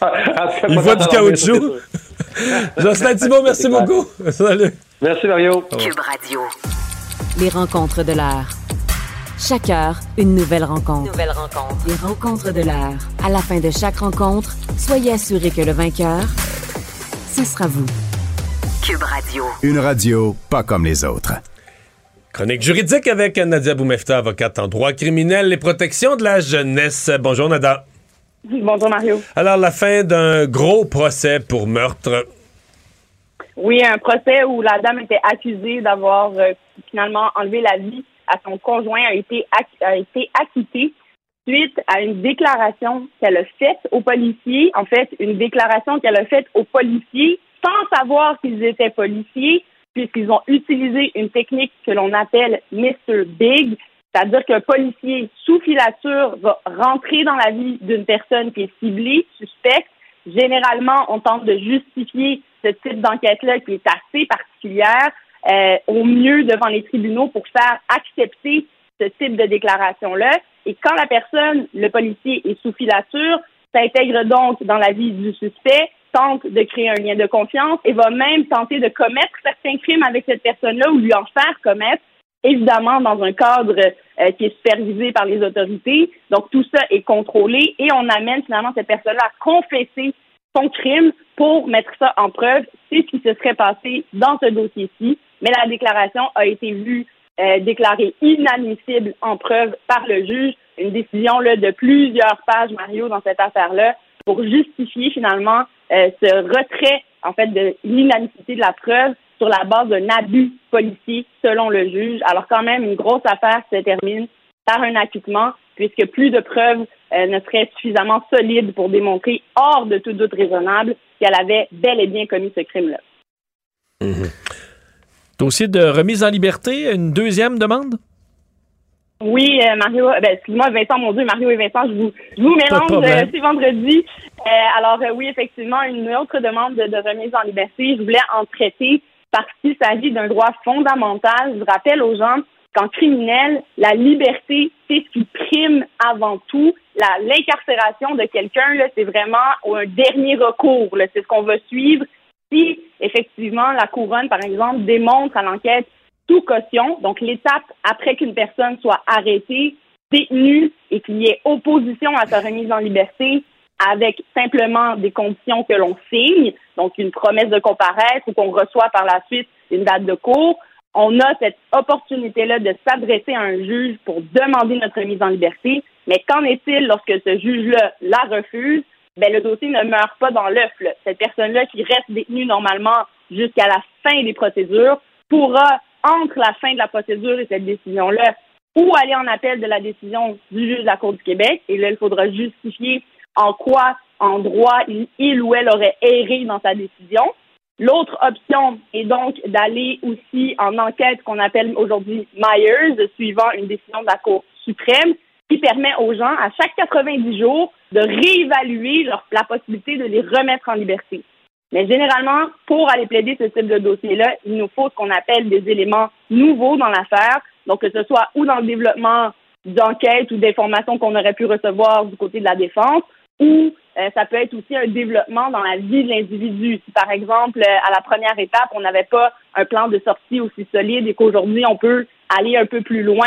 Speaker 3: Il voit du caoutchouc. Jocelyn Thibault, merci beaucoup. Salut.
Speaker 10: Merci, Mario.
Speaker 1: Cube Radio. Les rencontres de l'heure. Chaque heure, une nouvelle rencontre. Nouvelle rencontre. Les rencontres de l'heure. À la fin de chaque rencontre, soyez assurés que le vainqueur, ce sera vous. Cube Radio.
Speaker 2: Une radio pas comme les autres.
Speaker 3: Chronique juridique avec Nadia Boumefta, avocate en droit criminel et protection de la jeunesse. Bonjour, Nadia.
Speaker 11: Bonjour, Mario.
Speaker 3: Alors, la fin d'un gros procès pour meurtre.
Speaker 11: Oui, un procès où la dame était accusée d'avoir euh, finalement enlevé la vie à son conjoint a été, acqu- a été acquittée suite à une déclaration qu'elle a faite aux policiers. En fait, une déclaration qu'elle a faite aux policiers sans savoir qu'ils étaient policiers, puisqu'ils ont utilisé une technique que l'on appelle mister Big, c'est-à-dire qu'un policier sous filature va rentrer dans la vie d'une personne qui est ciblée, suspecte. Généralement, on tente de justifier ce type d'enquête-là qui est assez particulière, euh, au mieux devant les tribunaux pour faire accepter ce type de déclaration-là. Et quand la personne, le policier, est sous filature, s'intègre donc dans la vie du suspect, tente de créer un lien de confiance et va même tenter de commettre certains crimes avec cette personne-là ou lui en faire commettre, évidemment dans un cadre euh, qui est supervisé par les autorités. Donc tout ça est contrôlé et on amène finalement cette personne-là à confesser son crime pour mettre ça en preuve. C'est ce qui se serait passé dans ce dossier-ci, mais la déclaration a été vue euh, déclarée inadmissible en preuve par le juge. Une décision là, de plusieurs pages, Mario, dans cette affaire-là, pour justifier finalement euh, ce retrait, en fait, de l'inadmissibilité de la preuve sur la base d'un abus policier, selon le juge. Alors quand même, une grosse affaire se termine par un acquittement, puisque plus de preuves euh, ne seraient suffisamment solides pour démontrer, hors de tout doute raisonnable, qu'elle avait bel et bien commis ce crime-là.
Speaker 4: Mmh. Dossier de remise en liberté, une deuxième demande?
Speaker 11: Oui, euh, Mario, ben, excuse-moi, Vincent, mon Dieu, Mario et Vincent, je vous, je vous mélange, euh, c'est vendredi. Euh, alors, euh, oui, effectivement, une autre demande de, de remise en liberté. Je voulais en traiter parce qu'il s'agit d'un droit fondamental. Je rappelle aux gens qu'en criminel, la liberté, c'est ce qui prime avant tout. La, l'incarcération de quelqu'un, là, c'est vraiment un dernier recours. Là, c'est ce qu'on va suivre si, effectivement, la couronne, par exemple, démontre à l'enquête sous caution, donc l'étape après qu'une personne soit arrêtée, détenue et qu'il y ait opposition à sa remise en liberté avec simplement des conditions que l'on signe, donc une promesse de comparaître ou qu'on reçoit par la suite une date de cour, on a cette opportunité-là de s'adresser à un juge pour demander notre remise en liberté. Mais qu'en est-il lorsque ce juge-là la refuse? Ben, le dossier ne meurt pas dans l'œuf. Là. Cette personne-là qui reste détenue normalement jusqu'à la fin des procédures pourra, entre la fin de la procédure et cette décision-là, ou aller en appel de la décision du juge de la Cour du Québec. Et là, il faudra justifier en quoi, en droit, il, il ou elle aurait erré dans sa décision. L'autre option est donc d'aller aussi en enquête qu'on appelle aujourd'hui Myers, suivant une décision de la Cour suprême, qui permet aux gens, à chaque quatre-vingt-dix jours, de réévaluer leur, la possibilité de les remettre en liberté. Mais généralement, pour aller plaider ce type de dossier-là, il nous faut ce qu'on appelle des éléments nouveaux dans l'affaire. Donc, que ce soit ou dans le développement d'enquêtes ou d'informations qu'on aurait pu recevoir du côté de la défense, ou euh, ça peut être aussi un développement dans la vie de l'individu. Si, par exemple, à la première étape, on n'avait pas un plan de sortie aussi solide et qu'aujourd'hui, on peut aller un peu plus loin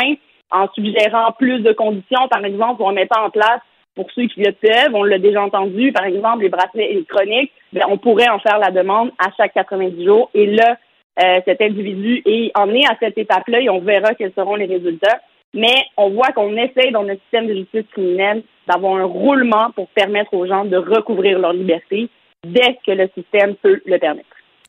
Speaker 11: en suggérant plus de conditions, par exemple, ou en mettant en place, pour ceux qui le peuvent, on l'a déjà entendu, par exemple, les bracelets électroniques, bien, on pourrait en faire la demande à chaque quatre-vingt-dix jours. Et là, euh, cet individu est emmené à cette étape-là et on verra quels seront les résultats. Mais on voit qu'on essaye dans notre système de justice criminelle d'avoir un roulement pour permettre aux gens de recouvrir leur liberté dès que le système peut le permettre.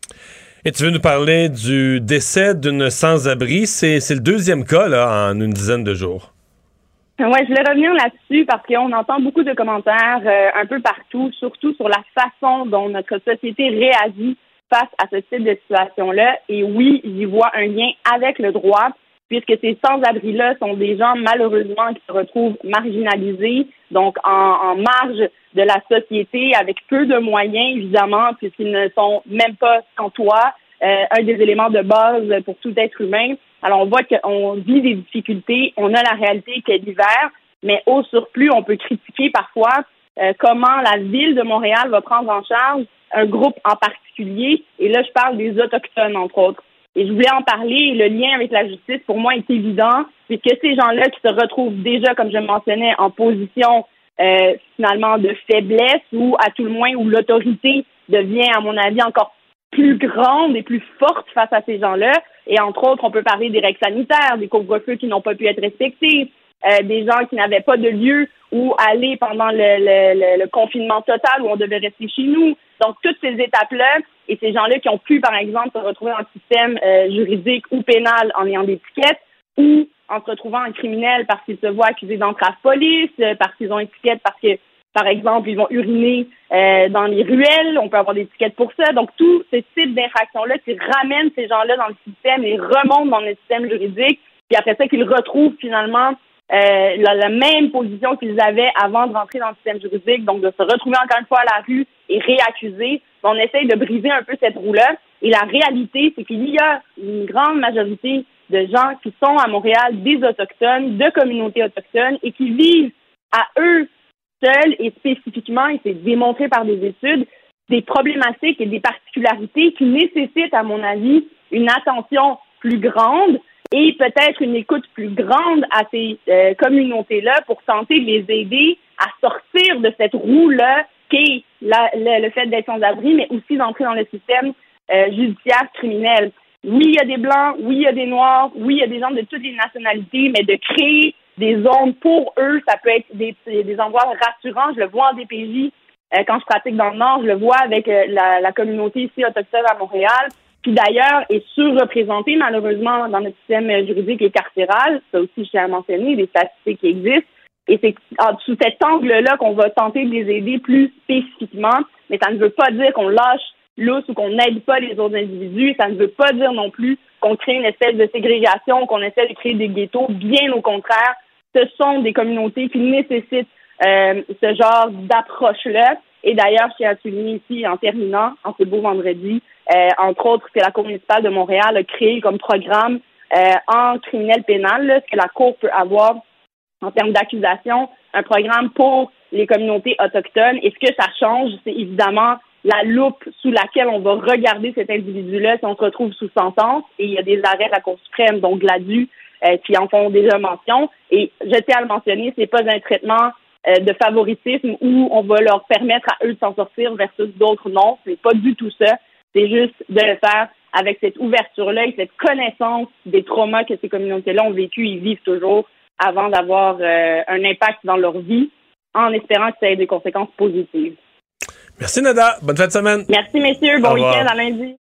Speaker 3: Et tu veux nous parler du décès d'une sans-abri. C'est, c'est le deuxième cas là, en une dizaine de jours.
Speaker 11: Oui, je voulais revenir là-dessus parce qu'on entend beaucoup de commentaires euh, un peu partout, surtout sur la façon dont notre société réagit face à ce type de situation-là. Et oui, j'y vois un lien avec le droit, puisque ces sans-abri-là sont des gens, malheureusement, qui se retrouvent marginalisés, donc en, en marge de la société, avec peu de moyens, évidemment, puisqu'ils ne sont même pas sans toit, euh, un des éléments de base pour tout être humain. Alors, on voit qu'on vit des difficultés, on a la réalité qu'est l'hiver, mais au surplus, on peut critiquer parfois euh, comment la Ville de Montréal va prendre en charge un groupe en particulier, et là, je parle des Autochtones, entre autres. Et je voulais en parler, le lien avec la justice, pour moi, est évident, puisque ces gens-là qui se retrouvent déjà, comme je mentionnais, en position euh, finalement de faiblesse, ou à tout le moins où l'autorité devient, à mon avis, encore plus grande et plus forte face à ces gens-là. Et entre autres, on peut parler des règles sanitaires, des couvre-feux qui n'ont pas pu être respectés, euh, des gens qui n'avaient pas de lieu où aller pendant le, le, le, le confinement total, où on devait rester chez nous. Donc, toutes ces étapes-là, et ces gens-là qui ont pu, par exemple, se retrouver dans le système euh, juridique ou pénal en ayant des étiquettes, ou en se retrouvant en criminel parce qu'ils se voient accusés d'entrave police, euh, parce qu'ils ont une étiquette, parce que, par exemple, ils vont uriner euh, dans les ruelles, on peut avoir des étiquettes pour ça. Donc, tout ce type d'infractions-là qui ramènent ces gens-là dans le système et remontent dans le système juridique, puis après ça, qu'ils retrouvent finalement euh, la, la même position qu'ils avaient avant de rentrer dans le système juridique, donc de se retrouver encore une fois à la rue et réaccusés. On essaye de briser un peu cette roue-là. Et la réalité, c'est qu'il y a une grande majorité de gens qui sont à Montréal, des Autochtones, de communautés autochtones, et qui vivent à eux seuls et spécifiquement, et c'est démontré par des études, des problématiques et des particularités qui nécessitent, à mon avis, une attention plus grande et peut-être une écoute plus grande à ces euh, communautés-là pour tenter de les aider à sortir de cette roue-là qu'est la, le, le fait d'être sans-abri, mais aussi d'entrer dans le système euh, judiciaire criminel. Oui, il y a des Blancs, oui, il y a des Noirs, oui, il y a des gens de toutes les nationalités, mais de créer des zones pour eux, ça peut être des, des endroits rassurants. Je le vois en D P J euh, quand je pratique dans le Nord, je le vois avec euh, la, la communauté ici autochtone à Montréal, qui d'ailleurs est surreprésentée malheureusement dans notre système juridique et carcéral. Ça aussi, je tiens à mentionner, des statistiques qui existent. Et c'est sous cet angle-là qu'on va tenter de les aider plus spécifiquement, mais ça ne veut pas dire qu'on lâche lousse ou qu'on n'aide pas les autres individus. Ça ne veut pas dire non plus qu'on crée une espèce de ségrégation, qu'on essaie de créer des ghettos. Bien au contraire, ce sont des communautés qui nécessitent euh, ce genre d'approche-là. Et d'ailleurs, je tiens à souligner ici, en terminant, en ce beau vendredi, euh, entre autres, que la Cour municipale de Montréal a créé comme programme euh, en criminel pénal, là, ce que la Cour peut avoir en termes d'accusation, un programme pour les communautés autochtones. Et ce que ça change, c'est évidemment la loupe sous laquelle on va regarder cet individu-là si on se retrouve sous sentence. Et il y a des arrêts de la Cour suprême, donc Gladu, euh, qui en font déjà mention. Et je tiens à le mentionner, c'est pas un traitement euh, de favoritisme où on va leur permettre à eux de s'en sortir versus d'autres non. C'est pas du tout ça. C'est juste de le faire avec cette ouverture-là et cette connaissance des traumas que ces communautés-là ont vécu et vivent toujours avant d'avoir euh, un impact dans leur vie, en espérant que ça ait des conséquences positives.
Speaker 3: Merci, Nada. Bonne fin de semaine.
Speaker 11: Merci, messieurs. Bon week-end à lundi.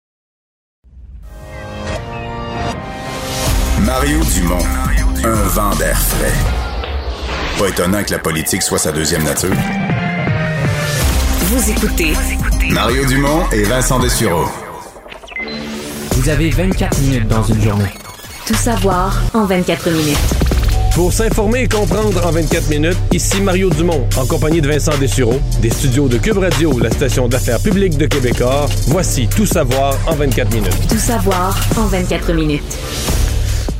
Speaker 2: Mario Dumont, un vent d'air frais. Pas étonnant que la politique soit sa deuxième nature.
Speaker 1: Vous écoutez
Speaker 2: Mario Dumont et Vincent Dessureau.
Speaker 12: Vous avez vingt-quatre minutes dans une journée.
Speaker 1: Tout savoir en vingt-quatre minutes.
Speaker 3: Pour s'informer et comprendre en vingt-quatre minutes, ici Mario Dumont, en compagnie de Vincent Dessureau, des studios de Cube Radio, la station d'affaires publique de Québécois. Voici Tout savoir en vingt-quatre minutes.
Speaker 1: Tout savoir en vingt-quatre minutes.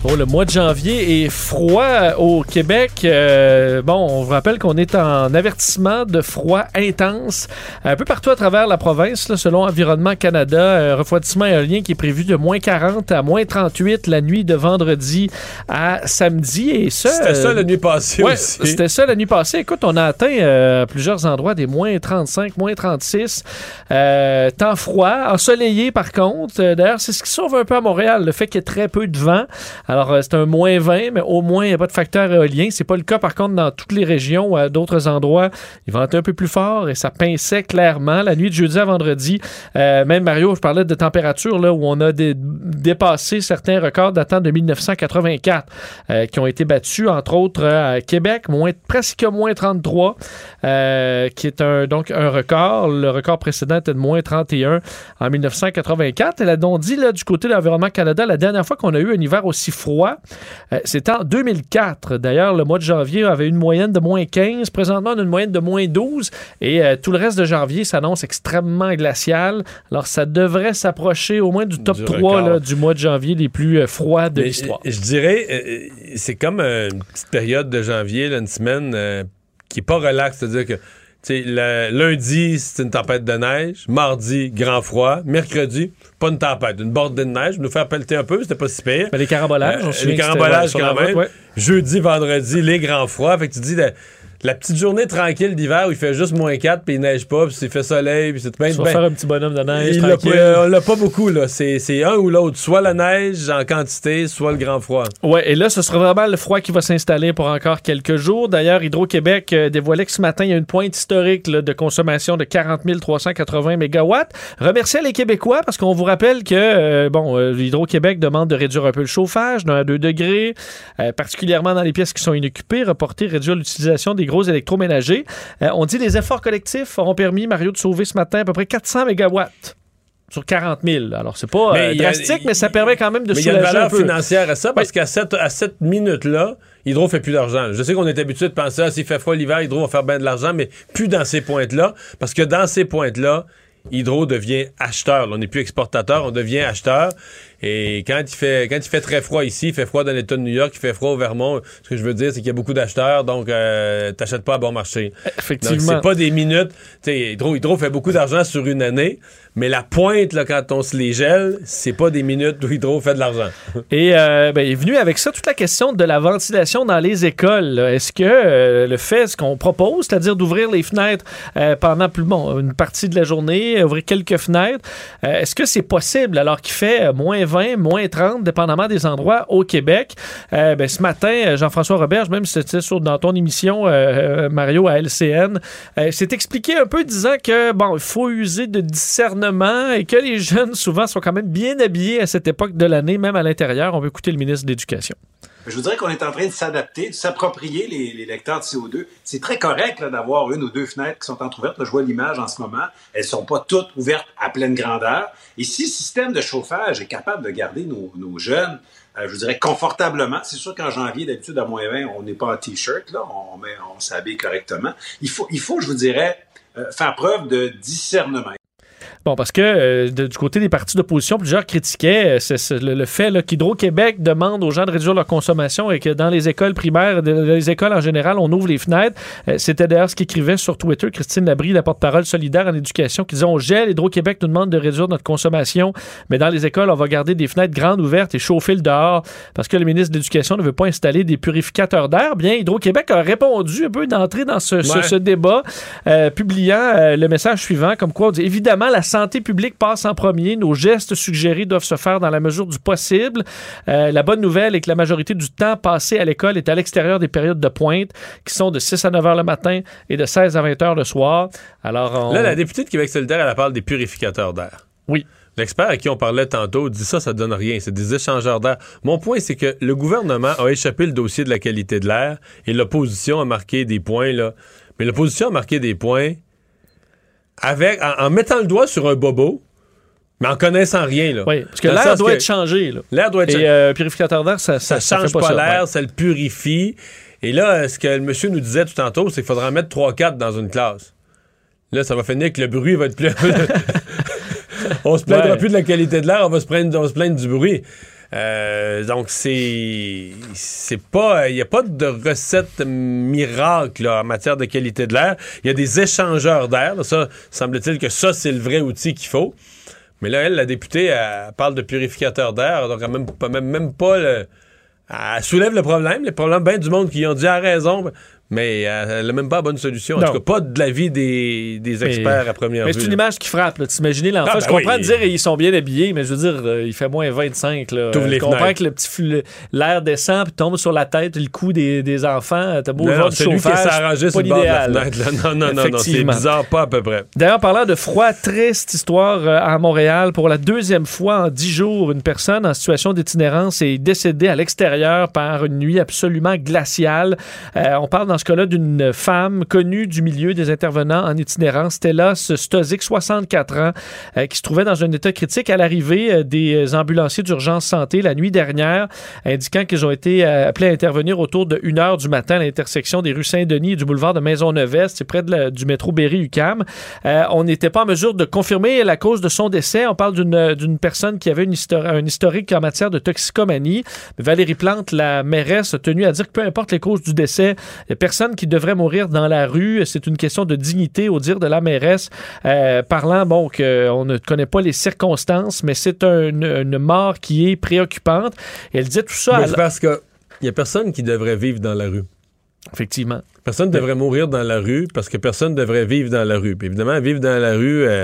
Speaker 4: Oh, le mois de janvier est froid au Québec. Euh, bon, on vous rappelle qu'on est en avertissement de froid intense un peu partout à travers la province, là, selon Environnement Canada. Euh, refroidissement éolien qui est prévu de moins quarante à moins trente-huit la nuit de vendredi à samedi. Et ça,
Speaker 3: c'était ça la nuit passée
Speaker 4: ouais,
Speaker 3: aussi.
Speaker 4: C'était ça la nuit passée. Écoute, on a atteint euh, à plusieurs endroits des moins trente-cinq, moins trente-six. Euh, temps froid, ensoleillé par contre. Euh, d'ailleurs, c'est ce qui sauve un peu à Montréal, le fait qu'il y ait très peu de vent. Alors, euh, c'est un moins vingt, mais au moins, il n'y a pas de facteur éolien. C'est pas le cas, par contre, dans toutes les régions ou à d'autres endroits. Il ventait un peu plus fort et ça pinçait clairement. La nuit de jeudi à vendredi, euh, même Mario, je parlais de température là, où on a dé- dépassé certains records datant de dix-neuf cent quatre-vingt-quatre euh, qui ont été battus, entre autres, euh, à Québec, moins, presque moins trente-trois, euh, qui est un, donc un record. Le record précédent était de moins trente et un en dix-neuf cent quatre-vingt-quatre. Elle a donc dit, là, du côté de l'Environnement Canada, la dernière fois qu'on a eu un hiver aussi froid, euh, c'était en deux mille quatre. D'ailleurs, le mois de janvier avait une moyenne de moins quinze. Présentement, on a une moyenne de moins douze. Et euh, tout le reste de janvier s'annonce extrêmement glacial. Alors, ça devrait s'approcher au moins du top du trois là, du mois de janvier les plus euh, froids de
Speaker 3: Mais
Speaker 4: l'histoire.
Speaker 3: Je, je dirais, euh, c'est comme euh, une petite période de janvier, là, une semaine euh, qui n'est pas relaxe. C'est-à-dire que t'sais, le, lundi, c'est une tempête de neige. Mardi, grand froid. Mercredi, pas une tempête, une bordée de neige. Nous faire pelleter un peu, c'était pas si pire.
Speaker 4: Mais les carambolages,
Speaker 3: euh, Les carambolages quand même.
Speaker 4: Ouais.
Speaker 3: Jeudi, vendredi, les grands froids. Fait que tu dis... La, La petite journée tranquille d'hiver où il fait juste moins quatre puis il neige pas puis il fait soleil puis c'est bien.
Speaker 4: Tu vas ben, faire un petit bonhomme de neige
Speaker 3: il
Speaker 4: tranquille.
Speaker 3: L'a, on l'a pas beaucoup là. C'est, c'est un ou l'autre. Soit la neige en quantité, soit le grand froid.
Speaker 4: Ouais, et là, ce sera vraiment le froid qui va s'installer pour encore quelques jours. D'ailleurs, Hydro-Québec euh, dévoilait que ce matin, il y a une pointe historique là, de consommation de quarante mille trois cent quatre-vingts mégawatts. Remercier les Québécois parce qu'on vous rappelle que euh, bon, euh, Hydro-Québec demande de réduire un peu le chauffage d'un à deux degrés, euh, particulièrement dans les pièces qui sont inoccupées, reporter, réduire l'utilisation des gros électroménagers. Euh, on dit les efforts collectifs auront permis, Mario, de sauver ce matin à peu près quatre cents mégawatts sur quarante mille. Alors, c'est pas euh, drastique, a, mais ça permet quand même de
Speaker 3: mais
Speaker 4: soulager un peu.
Speaker 3: Il y a une valeur financière à ça, parce oui. qu'à cette, à cette minute-là, Hydro fait plus d'argent. Je sais qu'on est habitué de penser, ah, s'il fait froid l'hiver, Hydro va faire bien de l'argent, mais plus dans ces pointes-là, parce que dans ces pointes-là, Hydro devient acheteur. Là, on n'est plus exportateur, on devient acheteur. Et quand il fait quand il fait très froid ici, il fait froid dans l'État de New York, il fait froid au Vermont, ce que je veux dire, c'est qu'il y a beaucoup d'acheteurs, donc euh, t'achètes pas à bon marché.
Speaker 4: Effectivement.
Speaker 3: Donc, c'est pas des minutes. T'sais, Hydro, Hydro fait beaucoup d'argent sur une année, mais la pointe, là, quand on se les gèle, c'est pas des minutes où Hydro fait de l'argent.
Speaker 4: Et euh, ben, est venu avec ça toute la question de la ventilation dans les écoles. Là. Est-ce que euh, le fait, ce qu'on propose, c'est-à-dire d'ouvrir les fenêtres euh, pendant plus bon, une partie de la journée, ouvrir quelques fenêtres, euh, est-ce que c'est possible alors qu'il fait euh, moins vingt, moins trente, dépendamment des endroits au Québec? Euh, ben, ce matin, Jean-François Roberge, même si c'était sur, dans ton émission, euh, Mario, à L C N, euh, s'est expliqué un peu disant que bon, il faut user de discernement et que les jeunes, souvent, sont quand même bien habillés à cette époque de l'année, même à l'intérieur. On peut écouter le ministre de l'Éducation.
Speaker 6: Je vous dirais qu'on est en train de s'adapter, de s'approprier les, les lecteurs de C O deux. C'est très correct là, d'avoir une ou deux fenêtres qui sont entrouvertes. Là, je vois l'image en ce moment. Elles ne sont pas toutes ouvertes à pleine grandeur. Et si le système de chauffage est capable de garder nos, nos jeunes, euh, je vous dirais, confortablement, c'est sûr qu'en janvier, d'habitude, à moins vingt, on n'est pas en T-shirt, là, on, met, on s'habille correctement. Il faut, il faut, je vous dirais, euh, faire preuve de discernement.
Speaker 4: Bon, parce que euh, de, du côté des partis d'opposition, plusieurs critiquaient euh, c'est, c'est le, le fait là, qu'Hydro-Québec demande aux gens de réduire leur consommation et que dans les écoles primaires, dans les écoles en général, on ouvre les fenêtres. Euh, c'était d'ailleurs ce qu'écrivait sur Twitter Christine Labrie, la porte-parole solidaire en éducation, qui disait on gèle, Hydro-Québec nous demande de réduire notre consommation, mais dans les écoles, on va garder des fenêtres grandes ouvertes et chauffer le dehors parce que le ministre de l'Éducation ne veut pas installer des purificateurs d'air. Bien, Hydro-Québec a répondu un peu d'entrée dans ce, ouais. ce, ce débat, euh, publiant euh, le message suivant, comme quoi on dit évidemment la santé publique passe en premier. Nos gestes suggérés doivent se faire dans la mesure du possible. Euh, la bonne nouvelle est que la majorité du temps passé à l'école est à l'extérieur des périodes de pointe, qui sont de six à neuf heures le matin et de seize à vingt heures le soir. Alors, on...
Speaker 3: Là, la députée de Québec solidaire, elle parle des purificateurs d'air.
Speaker 4: Oui.
Speaker 3: L'expert à qui on parlait tantôt dit ça, ça donne rien. C'est des échangeurs d'air. Mon point, c'est que le gouvernement a échappé le dossier de la qualité de l'air et l'opposition a marqué des points, là. Mais l'opposition a marqué des points avec, en, en mettant le doigt sur un bobo, mais en connaissant rien. Là.
Speaker 4: Oui, parce que l'air doit que être changé. Là.
Speaker 3: L'air doit être changé.
Speaker 4: Et euh, purificateur d'air, ça, ça,
Speaker 3: ça change
Speaker 4: ça fait
Speaker 3: pas,
Speaker 4: pas
Speaker 3: l'air,
Speaker 4: ça,
Speaker 3: ça le purifie. Et là, ce que le monsieur nous disait tout tantôt, c'est qu'il faudra en mettre trois quatre dans une classe. Là, ça va finir que le bruit va être plus... on se plaindra ouais. plus de la qualité de l'air, on va se plaindre, on va se plaindre du bruit. Euh, donc, c'est, c'est pas, il n'y a pas de recette miracle là, en matière de qualité de l'air. Il y a des échangeurs d'air. Là, ça, semble-t-il que ça, c'est le vrai outil qu'il faut. Mais là, elle, la députée, elle parle de purificateur d'air. Donc, elle même, même, même pas le... Elle soulève le problème. Les problèmes, bien du monde qui ont dit à raison... Mais elle n'a même pas la bonne solution. En non. tout cas, pas de l'avis des, des experts mais, à première
Speaker 4: mais
Speaker 3: vue.
Speaker 4: Mais c'est une image qui frappe. Là. T'imagines l'enfant. Ah, ben je comprends oui. de dire ils sont bien habillés, mais je veux dire, euh, il fait moins vingt-cinq. Là.
Speaker 3: T'ouvres les
Speaker 4: je comprends
Speaker 3: fenêtres.
Speaker 4: que le petit flou, l'air descend puis tombe sur la tête, le cou des, des enfants. T'as beau
Speaker 3: non,
Speaker 4: voir
Speaker 3: non,
Speaker 4: du
Speaker 3: celui
Speaker 4: chauffage,
Speaker 3: qui s'est arrangé sur le bord de la fenêtre. Là. Non, non, non, non, c'est bizarre, pas à peu près.
Speaker 4: D'ailleurs, parlant de froid, triste histoire euh, à Montréal. Pour la deuxième fois en dix jours, une personne en situation d'itinérance est décédée à l'extérieur par une nuit absolument glaciale. Euh, on parle dans ce cas-là d'une femme connue du milieu des intervenants en itinérance, Stella Stozik, soixante-quatre ans, euh, qui se trouvait dans un état critique à l'arrivée euh, des ambulanciers d'urgence santé la nuit dernière, indiquant qu'ils ont été euh, appelés à intervenir autour de une heure du matin à l'intersection des rues Saint-Denis et du boulevard de Maisonneuve-Est, c'est près de la, du métro Berry-U Q A M. Euh, on n'était pas en mesure de confirmer la cause de son décès. On parle d'une, d'une personne qui avait une histori- un historique en matière de toxicomanie. Valérie Plante, la mairesse, a tenu à dire que peu importe les causes du décès, il y a personne qui devrait mourir dans la rue. C'est une question de dignité, au dire de la mairesse, euh, parlant, bon, qu'on ne connaît pas les circonstances, mais c'est un, une mort qui est préoccupante. Et elle dit tout ça...
Speaker 3: Mais c'est parce qu'il n'y a personne qui devrait vivre dans la rue.
Speaker 4: Effectivement.
Speaker 3: Personne ne devrait mourir dans la rue parce que personne ne devrait vivre dans la rue. Puis évidemment, vivre dans la rue, euh,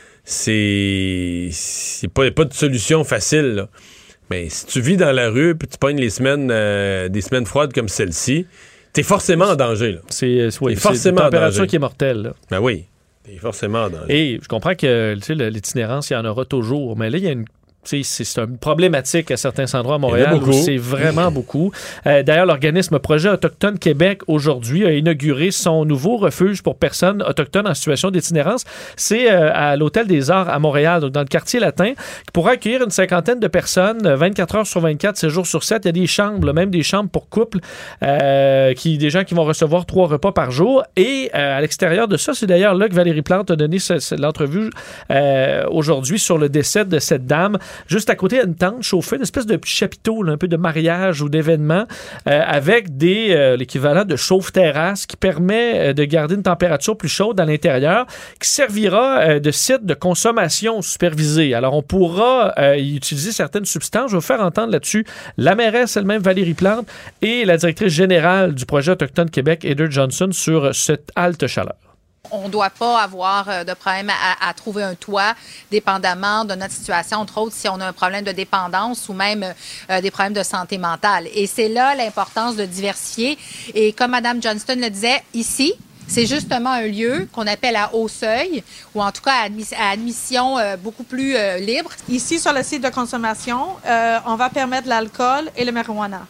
Speaker 3: c'est... c'est pas, pas de solution facile, là. Mais si tu vis dans la rue puis tu pognes les semaines, euh, des semaines froides comme celle-ci, t'es forcément en danger. Là.
Speaker 4: C'est, oui, c'est forcément une température qui est mortelle. Là.
Speaker 3: Ben oui, t'es forcément en danger.
Speaker 4: Et je comprends que tu sais, l'itinérance, il y en aura toujours. Mais là, il y a une C'est, c'est une problématique à certains endroits à Montréal où c'est vraiment beaucoup. Euh, d'ailleurs, l'organisme Projet Autochtone Québec, aujourd'hui, a inauguré son nouveau refuge pour personnes autochtones en situation d'itinérance. C'est euh, à l'Hôtel des Arts à Montréal, donc dans le quartier latin, qui pourra accueillir une cinquantaine de personnes, vingt-quatre heures sur vingt-quatre, sept jours sur sept. Il y a des chambres, même des chambres pour couples, euh, qui, des gens qui vont recevoir trois repas par jour. Et euh, à l'extérieur de ça, c'est d'ailleurs là que Valérie Plante a donné ce, ce, l'entrevue euh, aujourd'hui sur le décès de cette dame. Juste à côté, il y a une tente chauffée, une espèce de petit chapiteau, là, un peu de mariage ou d'événement, euh, avec des, euh, l'équivalent de chauffe-terrasse qui permet euh, de garder une température plus chaude à l'intérieur, qui servira euh, de site de consommation supervisée. Alors, on pourra euh, y utiliser certaines substances. Je vais vous faire entendre là-dessus la mairesse elle-même, Valérie Plante, et la directrice générale du projet Autochtone Québec, Heather Johnson, sur cette halte chaleur.
Speaker 7: On ne doit pas avoir de problème à, à trouver un toit, dépendamment de notre situation, entre autres si on a un problème de dépendance ou même euh, des problèmes de santé mentale. Et c'est là l'importance de diversifier. Et comme Mme Johnston le disait, ici, c'est justement un lieu qu'on appelle à haut seuil, ou en tout cas à, admis- à admission euh, beaucoup plus euh, libre.
Speaker 8: Ici, sur le site de consommation, euh, on va permettre l'alcool et le marijuana.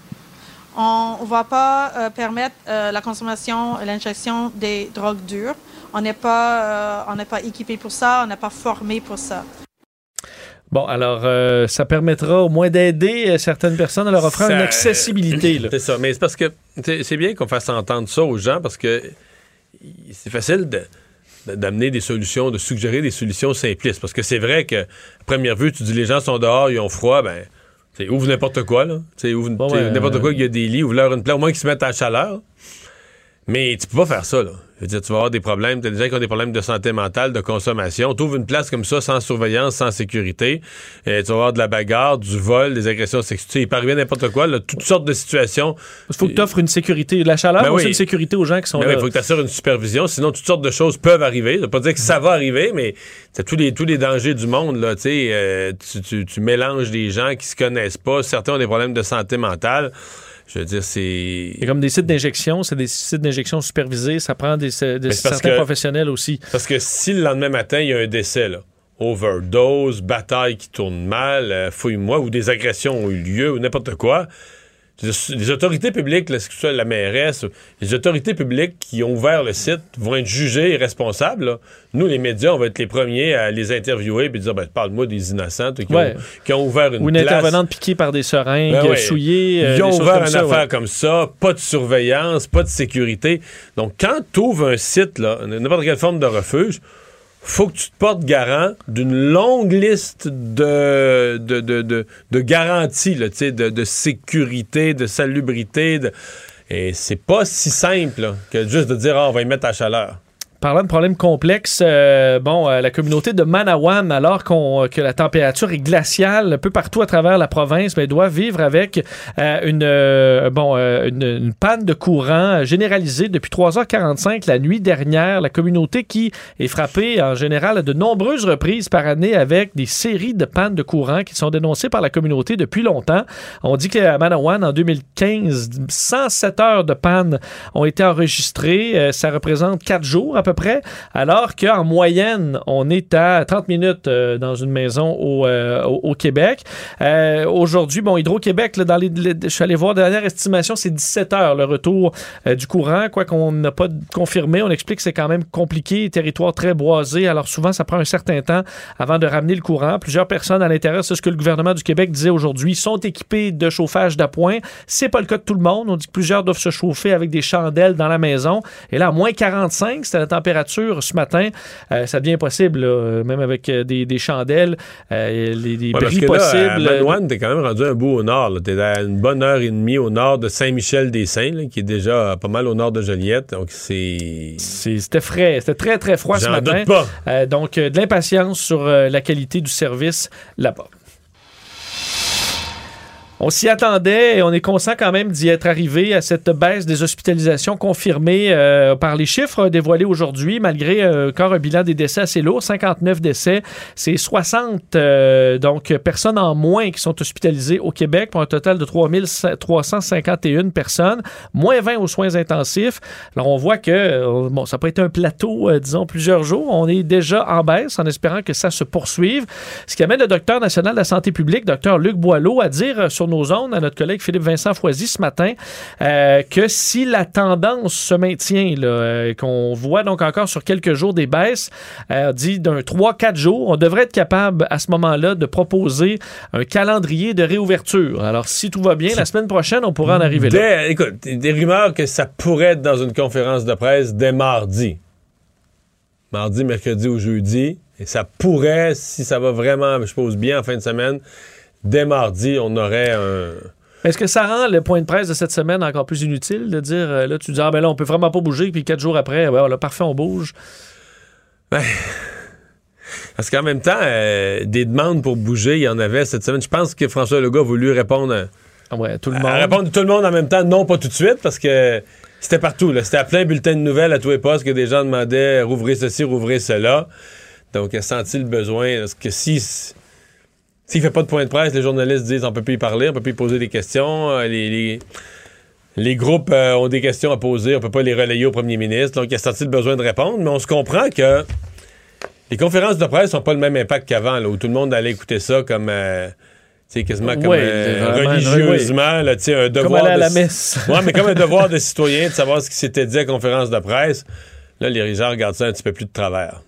Speaker 8: On ne va pas euh, permettre euh, la consommation et l'injection des drogues dures. On n'est pas, euh, on n'est pas équipé pour ça, on n'est pas formé pour ça.
Speaker 4: Bon, alors, euh, ça permettra au moins d'aider certaines personnes en leur offrant ça, une accessibilité. Là.
Speaker 3: C'est ça, mais c'est parce que c'est, c'est bien qu'on fasse entendre ça aux gens parce que c'est facile de, de, d'amener des solutions, de suggérer des solutions simplistes. Parce que c'est vrai que, à première vue, tu dis les gens sont dehors, ils ont froid, ben, ouvre n'importe quoi, là. Ouvre bon, ouais, n'importe euh... quoi, il y a des lits, ouvre-leur une place, au moins qu'ils se mettent à la chaleur. Mais tu peux pas faire ça, là. Je veux dire, tu vas avoir des problèmes. T'as des gens qui ont des problèmes de santé mentale, de consommation. Tu ouvres une place comme ça, sans surveillance, sans sécurité. Et tu vas avoir de la bagarre, du vol, des agressions sexuelles. Il peut arriver n'importe quoi, là, toutes sortes de situations.
Speaker 4: Il faut que tu offres une sécurité. La chaleur, ben oui. aussi une sécurité aux gens qui sont
Speaker 3: ben
Speaker 4: là.
Speaker 3: Il oui, faut que tu assures une supervision. Sinon, toutes sortes de choses peuvent arriver. Ça veut pas dire que ça va arriver, mais c'est tous les, tous les dangers du monde, là. Tu sais, euh, tu, tu, tu mélanges des gens qui se connaissent pas. Certains ont des problèmes de santé mentale. Je veux dire, c'est...
Speaker 4: C'est comme des sites d'injection, c'est des sites d'injection supervisés, ça prend des, des certains que, professionnels aussi.
Speaker 3: Parce que si le lendemain matin, il y a un décès, là, overdose, bataille qui tourne mal, euh, fouille-moi, ou des agressions ont eu lieu, ou n'importe quoi, les autorités publiques, là, que ce soit la mairesse, les autorités publiques qui ont ouvert le site vont être jugées et responsables. Là. Nous, les médias, on va être les premiers à les interviewer et dire ben, parle-moi des innocents qui,
Speaker 4: ouais.
Speaker 3: ont, qui ont ouvert une
Speaker 4: Ou une
Speaker 3: place.
Speaker 4: intervenante piquée par des seringues, ben ouais. souillées.
Speaker 3: Euh, Ils ont ouvert une
Speaker 4: ça,
Speaker 3: affaire
Speaker 4: ouais.
Speaker 3: comme ça, pas de surveillance, pas de sécurité. Donc, quand tu ouvres un site, là, n'importe quelle forme de refuge, faut que tu te portes garant d'une longue liste de, de, de, de, de garanties, là, de, de sécurité, de salubrité. De... Et c'est pas si simple là, que juste de dire ah, on va y mettre à chaleur.
Speaker 4: Parlant de problèmes complexes, euh, bon, euh, la communauté de Manawan, alors qu'on, que la température est glaciale un peu partout à travers la province, ben, doit vivre avec euh, une, euh, bon, euh, une, une panne de courant généralisée depuis trois heures quarante-cinq la nuit dernière. La communauté qui est frappée en général à de nombreuses reprises par année avec des séries de pannes de courant qui sont dénoncées par la communauté depuis longtemps. On dit qu'à Manawan, en deux mille quinze, cent sept heures de panne ont été enregistrées. Euh, ça représente quatre jours à peu près, alors qu'en moyenne, on est à trente minutes euh, dans une maison au, euh, au, au Québec. Euh, aujourd'hui, bon, Hydro-Québec, là, dans les, les, je suis allé voir, dernière estimation, c'est dix-sept heures le retour euh, du courant, quoi qu'on n'a pas confirmé. On explique que c'est quand même compliqué, territoire très boisé, alors souvent, ça prend un certain temps avant de ramener le courant. Plusieurs personnes à l'intérieur, c'est ce que le gouvernement du Québec disait aujourd'hui, sont équipés de chauffage d'appoint. C'est pas le cas de tout le monde. On dit que plusieurs doivent se chauffer avec des chandelles dans la maison. Et là, à moins quarante-cinq, c'était la température ce matin, euh, ça devient impossible, là, même avec euh, des, des chandelles, euh, les, les
Speaker 3: ouais,
Speaker 4: bris
Speaker 3: là,
Speaker 4: possibles.
Speaker 3: À Manawan, t'es quand même rendu un bout au nord. T'es à une bonne heure et demie au nord de Saint-Michel-des-Saints, là, qui est déjà pas mal au nord de Joliette. Donc, c'est...
Speaker 4: c'est c'était frais. C'était très, très froid
Speaker 3: J'en
Speaker 4: ce matin.
Speaker 3: doute pas.
Speaker 4: Euh, donc, euh, de l'impatience sur euh, la qualité du service là-bas. On s'y attendait et on est conscient quand même d'y être arrivé à cette baisse des hospitalisations confirmées euh, par les chiffres dévoilés aujourd'hui, malgré euh, encore un bilan des décès assez lourd, cinquante-neuf décès. C'est soixante euh, donc, personnes en moins qui sont hospitalisées au Québec pour un total de trois mille trois cent cinquante et une personnes, moins vingt aux soins intensifs. Alors on voit que euh, bon, ça n'a pas été un plateau, euh, disons, plusieurs jours. On est déjà en baisse en espérant que ça se poursuive. Ce qui amène le docteur national de la santé publique, docteur Luc Boileau, à dire euh, sur nos ondes à notre collègue Philippe-Vincent Foisy ce matin euh, que si la tendance se maintient, là, euh, qu'on voit donc encore sur quelques jours des baisses, euh, dit d'un trois à quatre jours, on devrait être capable à ce moment-là de proposer un calendrier de réouverture. Alors si tout va bien, la semaine prochaine, on pourra en arriver
Speaker 3: dès,
Speaker 4: là.
Speaker 3: Écoute, des rumeurs que ça pourrait être dans une conférence de presse dès mardi. Mardi, mercredi ou jeudi. Et ça pourrait, si ça va vraiment, je suppose bien, en fin de semaine, dès mardi, on aurait un...
Speaker 4: Est-ce que ça rend le point de presse de cette semaine encore plus inutile de dire, euh, là, tu dis, ah ben là, on peut vraiment pas bouger, puis quatre jours après, ouais, là, parfait, on bouge?
Speaker 3: Ben... Parce qu'en même temps, euh, des demandes pour bouger, il y en avait cette semaine. Je pense que François Legault a voulu répondre à,
Speaker 4: ouais, tout le monde.
Speaker 3: à répondre tout le monde en même temps. Non, pas tout de suite, parce que c'était partout. Là. C'était à plein bulletin de nouvelles à tous les postes que des gens demandaient rouvrir ceci, rouvrir cela. Donc, il a senti le besoin. Parce que si... S'il ne fait pas de point de presse, les journalistes disent on peut plus y parler, on peut plus y poser des questions. Les, les, les groupes euh, ont des questions à poser, on peut pas les relayer au premier ministre. Donc, il a senti le besoin de répondre. Mais on se comprend que les conférences de presse n'ont pas le même impact qu'avant, là, où tout le monde allait écouter ça comme... Euh, c'est quasiment comme
Speaker 4: ouais,
Speaker 3: euh,
Speaker 4: vraiment,
Speaker 3: religieusement, là, un devoir...
Speaker 4: Comme aller à
Speaker 3: de,
Speaker 4: la messe.
Speaker 3: Ouais, mais comme un devoir de citoyen de savoir ce qui s'était dit à la conférence de presse. Là, les gens regardent ça un petit peu plus de travers.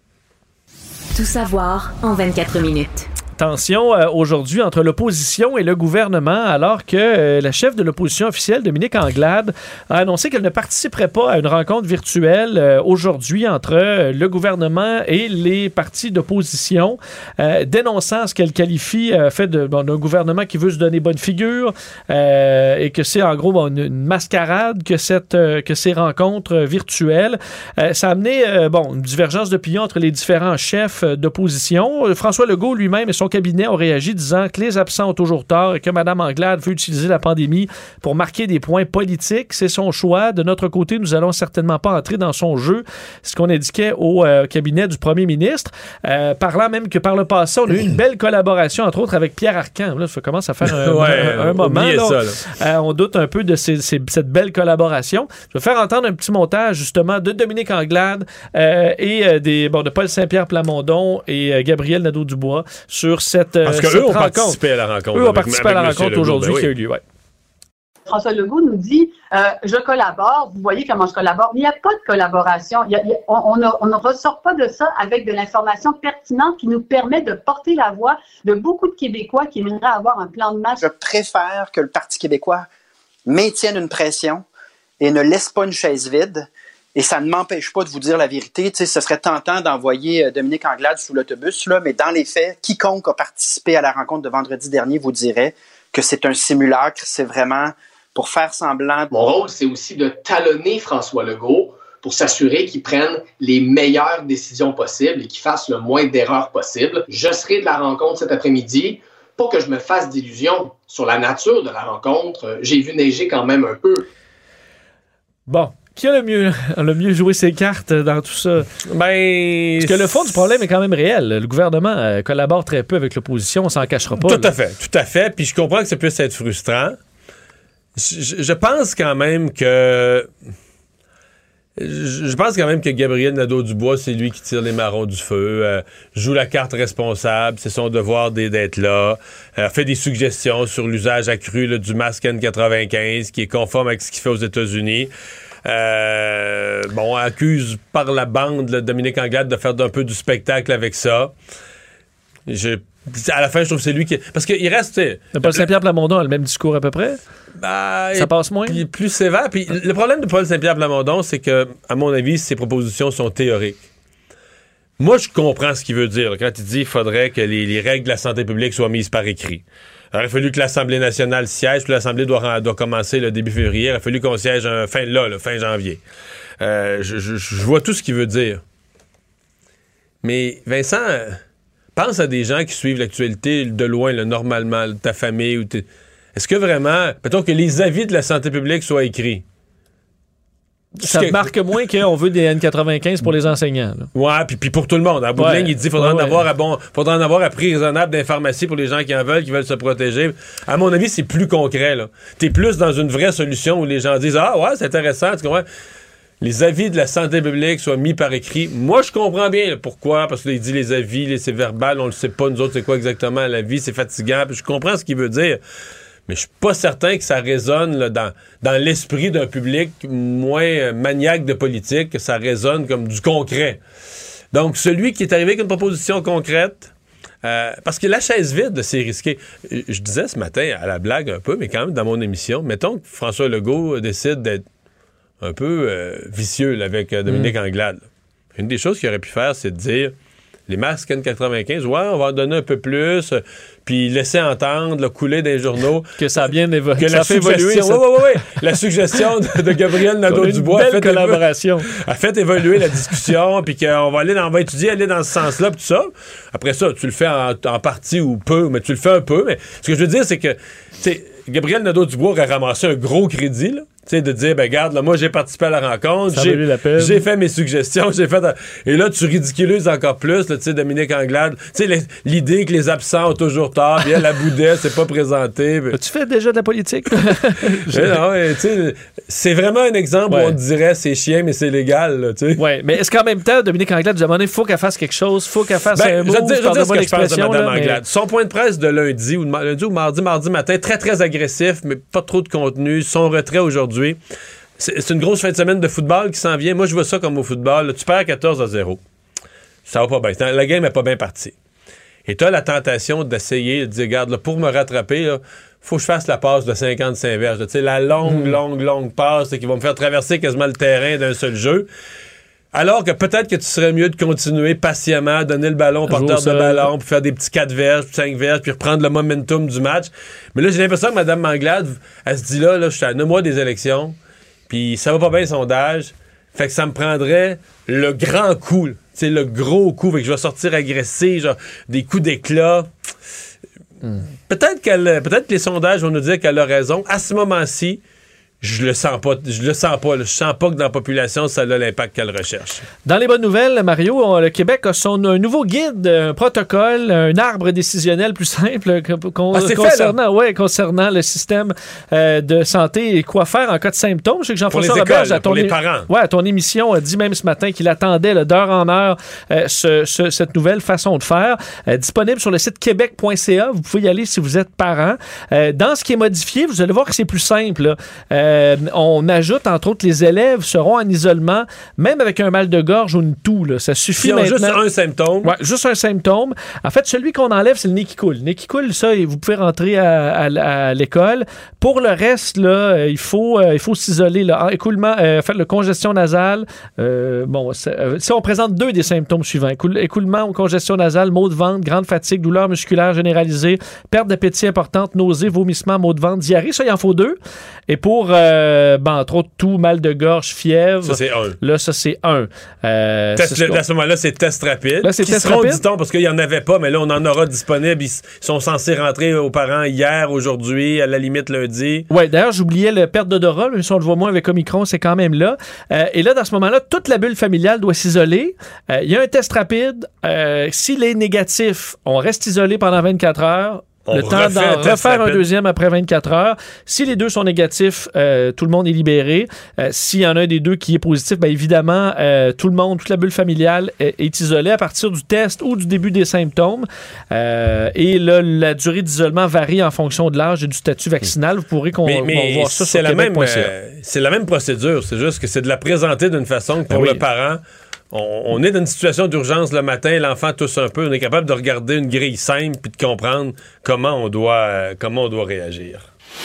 Speaker 1: Tout savoir en vingt-quatre minutes.
Speaker 4: Tension euh, aujourd'hui entre l'opposition et le gouvernement, alors que euh, la chef de l'opposition officielle, Dominique Anglade, a annoncé qu'elle ne participerait pas à une rencontre virtuelle euh, aujourd'hui entre euh, le gouvernement et les partis d'opposition, euh, dénonçant ce qu'elle qualifie euh, fait de, bon, d'un gouvernement qui veut se donner bonne figure euh, et que c'est en gros bon, une, une mascarade que, cette, euh, que ces rencontres virtuelles. Euh, ça a amené euh, bon, une divergence d'opinion entre les différents chefs d'opposition. François Legault lui-même et son cabinet ont réagi disant que les absents ont toujours tort et que Mme Anglade veut utiliser la pandémie pour marquer des points politiques. C'est son choix. De notre côté, nous allons certainement pas entrer dans son jeu. C'est ce qu'on indiquait au euh, cabinet du premier ministre. Euh, parlant même que par le passé, on a eu une belle collaboration, entre autres, avec Pierre Arcan. Là, ça commence à faire un,
Speaker 3: ouais,
Speaker 4: un, un moment. Là,
Speaker 3: ça,
Speaker 4: là. Euh, on doute un peu de ces, ces, cette belle collaboration. Je vais faire entendre un petit montage, justement, de Dominique Anglade euh, et euh, des, bon, de Paul Saint-Pierre Plamondon et euh, Gabriel Nadeau-Dubois sur cette
Speaker 3: Parce
Speaker 4: cette
Speaker 3: qu'eux ont
Speaker 4: rencontre.
Speaker 3: participé à la rencontre.
Speaker 4: Eux ont participé à la rencontre Legault, aujourd'hui ben oui. qui a eu lieu. Ouais.
Speaker 13: François Legault nous dit euh, je collabore, vous voyez comment je collabore. Mais il n'y a pas de collaboration. Il y a, il y a, on, on ne ressort pas de ça avec de l'information pertinente qui nous permet de porter la voix de beaucoup de Québécois qui aimeraient avoir un plan de match.
Speaker 14: Je préfère que le Parti québécois maintienne une pression et ne laisse pas une chaise vide et ça ne m'empêche pas de vous dire la vérité. Tu sais, ce serait tentant d'envoyer Dominique Anglade sous l'autobus, là, mais dans les faits, quiconque a participé à la rencontre de vendredi dernier vous dirait que c'est un simulacre, c'est vraiment pour faire semblant.
Speaker 15: Mon rôle, c'est aussi de talonner François Legault pour s'assurer qu'il prenne les meilleures décisions possibles et qu'il fasse le moins d'erreurs possible. Je serai de la rencontre cet après-midi. Pas que je me fasse d'illusions sur la nature de la rencontre. J'ai vu neiger quand même un peu.
Speaker 4: Bon. Qui a le mieux, le mieux joué ses cartes dans tout ça?
Speaker 3: Ben,
Speaker 4: parce que le fond du problème est quand même réel. Le gouvernement euh, collabore très peu avec l'opposition, on s'en cachera pas.
Speaker 3: Tout
Speaker 4: là.
Speaker 3: à fait, tout à fait. Puis je comprends que ça puisse être frustrant. Je, je pense quand même que... Je pense quand même que Gabriel Nadeau-Dubois, c'est lui qui tire les marrons du feu, euh, joue la carte responsable, c'est son devoir d'être là, euh, fait des suggestions sur l'usage accru là, du masque N quatre-vingt-quinze, qui est conforme avec ce qu'il fait aux États-Unis. Euh, bon, accuse par la bande là, Dominique Anglade de faire un peu du spectacle avec ça. Je... À la fin, je trouve que c'est lui qui... Parce qu'il reste...
Speaker 4: Paul Saint-Pierre Plamondon a le même discours à peu près?
Speaker 3: Ben,
Speaker 4: ça passe moins?
Speaker 3: Puis plus sévère. Puis le problème de Paul Saint-Pierre Plamondon, c'est que, à mon avis, ses propositions sont théoriques. Moi, je comprends ce qu'il veut dire. Là, quand il dit qu'il faudrait que les, les règles de la santé publique soient mises par écrit. Alors, il a fallu que l'Assemblée nationale siège, puis l'Assemblée doit, doit commencer le début février. Il a fallu qu'on siège un, fin, là, là, fin janvier. Euh, je, je, je vois tout ce qu'il veut dire. Mais, Vincent... Pense à des gens qui suivent l'actualité de loin, là, normalement, ta famille. Ou t'es... Est-ce que vraiment, mettons que les avis de la santé publique soient écrits?
Speaker 4: Ça que... marque moins qu'on veut des N quatre-vingt-quinze pour les enseignants. Là.
Speaker 3: Ouais, puis, puis pour tout le monde. En bout ouais. de ligne, il dit qu'il faudra, ouais, en avoir ouais. à bon, faudra en avoir à prix raisonnable dans les pharmacies pour les gens qui en veulent, qui veulent se protéger. À mon avis, c'est plus concret. Là. T'es plus dans une vraie solution où les gens disent « Ah ouais, c'est intéressant, tu comprends? » Les avis de la santé publique soient mis par écrit. Moi, je comprends bien là, pourquoi, parce qu'il dit les avis, les, c'est verbal, on le sait pas, nous autres, c'est quoi exactement l'avis, c'est fatigant, puis je comprends ce qu'il veut dire, mais je suis pas certain que ça résonne là, dans, dans l'esprit d'un public moins maniaque de politique, que ça résonne comme du concret. Donc, celui qui est arrivé avec une proposition concrète, euh, parce que la chaise vide, c'est risqué. Je disais ce matin, à la blague un peu, mais quand même dans mon émission, mettons que François Legault décide d'être un peu euh, vicieux là, avec euh, Dominique mmh. Anglade. Une des choses qu'il aurait pu faire, c'est de dire les masques N quatre-vingt-quinze, ouais, on va en donner un peu plus, euh, puis laisser entendre, là, couler dans les journaux.
Speaker 4: Que ça a bien évolué.
Speaker 3: Que
Speaker 4: ça
Speaker 3: la
Speaker 4: fait évoluer.
Speaker 3: Cette... Oui, oui, oui. La suggestion de, de Gabriel Nadeau-Dubois
Speaker 4: a fait collaboration.
Speaker 3: Évo... a fait évoluer la discussion, puis qu'on va, aller dans, on va étudier, aller dans ce sens-là, puis tout ça. Après ça, tu le fais en, en partie ou peu, mais tu le fais un peu. Mais ce que je veux dire, c'est que Gabriel Nadeau-Dubois aurait ramassé un gros crédit, là. Tu sais, de dire, ben, regarde, là, moi, j'ai participé à la rencontre, j'ai, j'ai fait mes suggestions, j'ai fait... Et là, tu ridiculises encore plus, tu sais, Dominique Anglade. Tu sais, l'idée que les absents ont toujours tort, bien, la Boudet s'est pas présentée. Pis...
Speaker 4: Tu fais déjà de la politique?
Speaker 3: mais non, mais, tu sais, c'est vraiment un exemple ouais. où on dirait, c'est chien, mais c'est légal, tu sais.
Speaker 4: Oui, mais est-ce qu'en même temps, Dominique Anglade, il faut qu'elle fasse quelque chose, faut qu'elle fasse
Speaker 3: ben,
Speaker 4: un mot,
Speaker 3: je dis, je dis ce que je pense de Mme
Speaker 4: là,
Speaker 3: Anglade.
Speaker 4: Mais...
Speaker 3: Son point de presse de lundi ou, de, lundi ou mardi, mardi matin, très, très agressif, mais pas trop de contenu. Son retrait aujourd'hui. C'est, c'est une grosse fin de semaine de football qui s'en vient. Moi, je vois ça comme au football. Là, tu perds quatorze à zéro. Ça va pas bien. La game n'est pas bien partie. Et tu as la tentation d'essayer de dire, regarde, là, pour me rattraper, il faut que je fasse la passe de cinquante-cinq verges. Tu sais, la longue, mmh. longue, longue passe qui va me faire traverser quasiment le terrain d'un seul jeu. Alors que peut-être que tu serais mieux de continuer patiemment, donner le ballon, porteur de ballon, puis faire des petits quatre verges, puis cinq verges, puis reprendre le momentum du match. Mais là, j'ai l'impression que Mme Anglade, elle se dit là, là je suis à neuf mois des élections, puis ça va pas bien le sondage, fait que ça me prendrait le grand coup, c'est le gros coup, fait que je vais sortir agressé, genre des coups d'éclat. Hmm. Peut-être qu'elle, peut-être que les sondages vont nous dire qu'elle a raison. À ce moment-ci, je le sens pas. Je le sens pas. Là. Je sens pas que dans la population, ça a l'impact qu'elle recherche.
Speaker 4: Dans les bonnes nouvelles, Mario, on, le Québec a son un nouveau guide, un protocole, un arbre décisionnel plus simple con,
Speaker 3: ah, c'est
Speaker 4: concernant,
Speaker 3: fait,
Speaker 4: ouais, concernant le système euh, de santé et quoi faire en cas de symptômes. Je sais que Jean-François
Speaker 3: pour les
Speaker 4: Roberge,
Speaker 3: écoles,
Speaker 4: à ton
Speaker 3: pour les parents.
Speaker 4: Ouais, à ton émission, a dit même ce matin qu'il attendait là, d'heure en heure euh, ce, ce, cette nouvelle façon de faire. Euh, disponible sur le site québec point c a. Vous pouvez y aller si vous êtes parent. Euh, dans ce qui est modifié, vous allez voir que c'est plus simple. Là. Euh, Euh, on ajoute, entre autres, les élèves seront en isolement, même avec un mal de gorge ou une toux. Là. Ça suffit
Speaker 3: Ils ont
Speaker 4: maintenant.
Speaker 3: juste un symptôme.
Speaker 4: Ouais, juste un symptôme. En fait, celui qu'on enlève, c'est le nez qui coule. Le nez qui coule, ça, vous pouvez rentrer à, à, à l'école. Pour le reste, là, il faut, euh, il faut s'isoler. Là. Écoulement, euh, fait, le congestion nasale. Euh, bon, euh, si on présente deux des symptômes suivants, Écoule, écoulement ou congestion nasale, maux de ventre, grande fatigue, douleur musculaire généralisée, perte d'appétit importante, nausées, vomissements, maux de ventre, diarrhée, ça, il en faut deux. Et pour, euh, ben, entre autres, tout, mal de gorge, fièvre.
Speaker 3: Ça, c'est un.
Speaker 4: Là, ça, c'est un. Euh,
Speaker 3: test,
Speaker 4: c'est
Speaker 3: le, à ce moment-là, c'est test rapide.
Speaker 4: Là, c'est
Speaker 3: qui
Speaker 4: test
Speaker 3: seront,
Speaker 4: rapide.
Speaker 3: dit-on, parce qu'il n'y en avait pas, mais là, on en aura disponible. Ils sont censés rentrer aux parents hier, aujourd'hui, à la limite lundi.
Speaker 4: Oui, d'ailleurs, j'oubliais le perte d'odorat, même si on le voit moins avec Omicron, c'est quand même là. Euh, et là, dans ce moment-là, toute la bulle familiale doit s'isoler. Euh, Il y a un test rapide. Euh, s'il est négatif, on reste isolé pendant vingt-quatre heures.
Speaker 3: On
Speaker 4: le temps d'en refaire un deuxième après vingt-quatre heures. Si les deux sont négatifs, euh, tout le monde est libéré. Euh, s'il y en a un des deux qui est positif, bien évidemment, euh, tout le monde, toute la bulle familiale est, est isolée à partir du test ou du début des symptômes. Euh, et là, la durée d'isolement varie en fonction de l'âge et du statut vaccinal. Vous pourrez qu'on,
Speaker 3: mais, mais
Speaker 4: voir ça
Speaker 3: c'est
Speaker 4: sur
Speaker 3: la
Speaker 4: québec point c a.
Speaker 3: même, euh, c'est la même procédure. C'est juste que c'est de la présenter d'une façon que pour
Speaker 4: ben oui.
Speaker 3: le parent... On, on est dans une situation d'urgence le matin, l'enfant tousse un peu, on est capable de regarder une grille simple puis de comprendre comment on doit, euh, comment on doit réagir.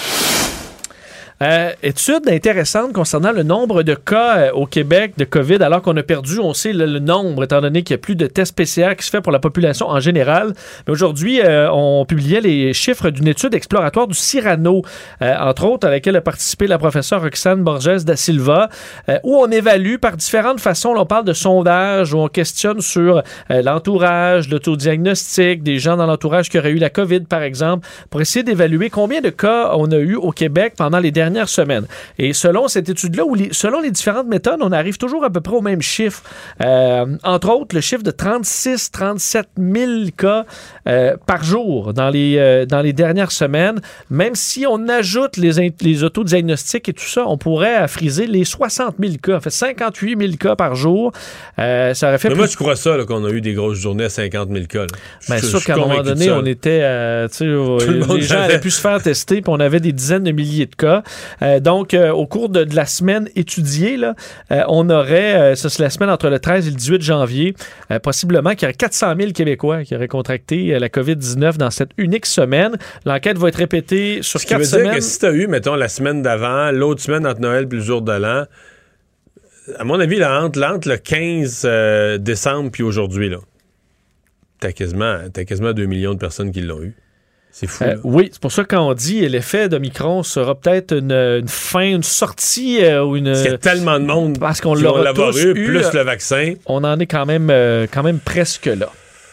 Speaker 4: Euh, étude intéressante concernant le nombre de cas euh, au Québec de COVID, alors qu'on a perdu, on sait le, le nombre, étant donné qu'il n'y a plus de tests P C R qui se fait pour la population en général. Mais aujourd'hui, euh, on publiait les chiffres d'une étude exploratoire du Cyrano, euh, entre autres, à laquelle a participé la professeure Roxane Borges da Silva, euh, où on évalue par différentes façons. Là, on parle de sondage, où on questionne sur euh, l'entourage, l'autodiagnostic, des gens dans l'entourage qui auraient eu la COVID, par exemple, pour essayer d'évaluer combien de cas on a eu au Québec pendant les dernières semaines. Et selon cette étude-là, où les, selon les différentes méthodes, on arrive toujours à peu près au même chiffre. Euh, entre autres, le chiffre de trente-six à trente-sept mille cas euh, par jour dans les, euh, dans les dernières semaines. Même si on ajoute les, les autodiagnostics et tout ça, on pourrait friser les soixante mille cas. Ça fait cinquante-huit mille cas par jour. Euh, ça aurait fait
Speaker 3: Mais
Speaker 4: plus...
Speaker 3: moi, je crois ça, là, qu'on a eu des grosses journées à cinquante mille cas.
Speaker 4: Bien sûr qu'à un moment donné, on était... Euh, les gens avaient pu se faire tester, puis on avait des dizaines de milliers de cas. Euh, donc, euh, au cours de, de la semaine étudiée, là, euh, on aurait, euh, ça c'est la semaine entre le treize et le dix-huit janvier, euh, possiblement qu'il y aurait quatre cent mille Québécois qui auraient contracté euh, la covid dix-neuf dans cette unique semaine. L'enquête va être répétée sur
Speaker 3: Ce
Speaker 4: quatre
Speaker 3: qui veut
Speaker 4: semaines.
Speaker 3: dire que si tu as eu, mettons, la semaine d'avant, l'autre semaine entre Noël et le jour de l'an, à mon avis, là, entre, entre le quinze euh, décembre puis aujourd'hui, là, t'as quasiment, t'as quasiment deux millions de personnes qui l'ont eu. C'est fou.
Speaker 4: Euh, oui, c'est pour ça que quand on dit l'effet d'Omicron sera peut-être une, une fin, une sortie euh, ou une.
Speaker 3: Parce qu'il y a tellement de monde
Speaker 4: parce qu'on
Speaker 3: qui
Speaker 4: l'aura
Speaker 3: vont l'avoir
Speaker 4: tous
Speaker 3: eu,
Speaker 4: eu,
Speaker 3: plus le vaccin.
Speaker 4: On en est quand même, euh, quand même presque là.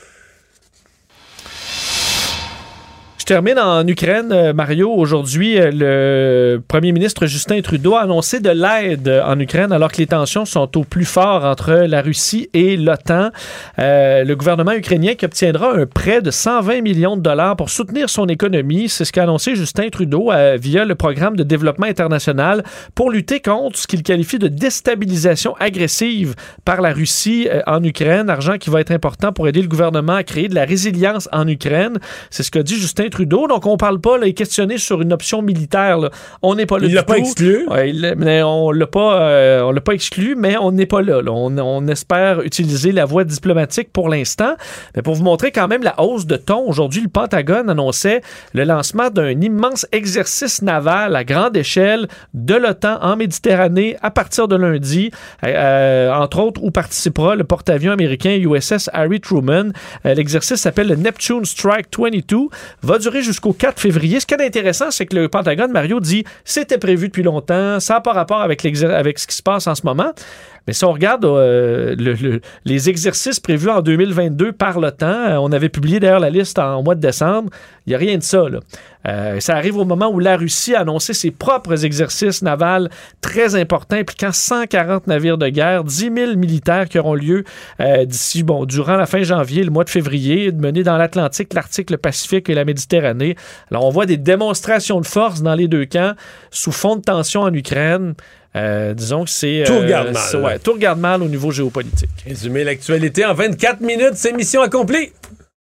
Speaker 4: Je termine en Ukraine, euh, Mario. Aujourd'hui, euh, le premier ministre Justin Trudeau a annoncé de l'aide en Ukraine alors que les tensions sont au plus fort entre la Russie et l'OTAN. Euh, le gouvernement ukrainien qui obtiendra un prêt de cent vingt millions de dollars pour soutenir son économie. C'est ce qu'a annoncé Justin Trudeau euh, via le programme de développement international pour lutter contre ce qu'il qualifie de déstabilisation agressive par la Russie euh, en Ukraine. Argent qui va être important pour aider le gouvernement à créer de la résilience en Ukraine. C'est ce qu'a dit Justin Trudeau. Trudeau, donc on ne parle pas, là, il est questionné sur une option militaire. Là. On n'est pas là.
Speaker 3: Il l'a pas exclu.
Speaker 4: Ouais, il, mais on l'a pas, euh, on l'a pas exclu, mais on n'est pas là. là. On, on espère utiliser la voie diplomatique pour l'instant. Mais pour vous montrer quand même la hausse de ton, aujourd'hui, le Pentagone annonçait le lancement d'un immense exercice naval à grande échelle de l'OTAN en Méditerranée à partir de lundi, euh, entre autres, où participera le porte-avions américain U S S Harry Truman. Euh, l'exercice s'appelle le Neptune Strike vingt-deux, va durer jusqu'au quatre février. Ce qui est intéressant, c'est que le Pentagone, Mario, dit c'était prévu depuis longtemps, ça n'a pas rapport avec, avec ce qui se passe en ce moment. Mais si on regarde euh, le, le, les exercices prévus en deux mille vingt-deux par l'OTAN, euh, on avait publié d'ailleurs la liste en mois de décembre, il n'y a rien de ça. Là. Euh, ça arrive au moment où la Russie a annoncé ses propres exercices navals très importants, impliquant cent quarante navires de guerre, dix mille militaires qui auront lieu euh, d'ici, bon, durant la fin janvier, le mois de février, menés dans l'Atlantique, l'Arctique, le Pacifique et la Méditerranée. Alors, on voit des démonstrations de force dans les deux camps, sous fond de tension en Ukraine. Euh, disons que c'est...
Speaker 3: Tout
Speaker 4: euh,
Speaker 3: regarde mal.
Speaker 4: Ouais, tout regarde mal au niveau géopolitique.
Speaker 3: Résumer l'actualité en vingt-quatre minutes, c'est mission accomplie.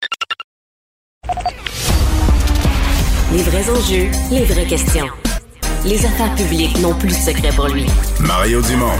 Speaker 1: Les vrais enjeux, les vraies questions. Les affaires publiques n'ont plus de secret pour lui.
Speaker 2: Mario Dumont.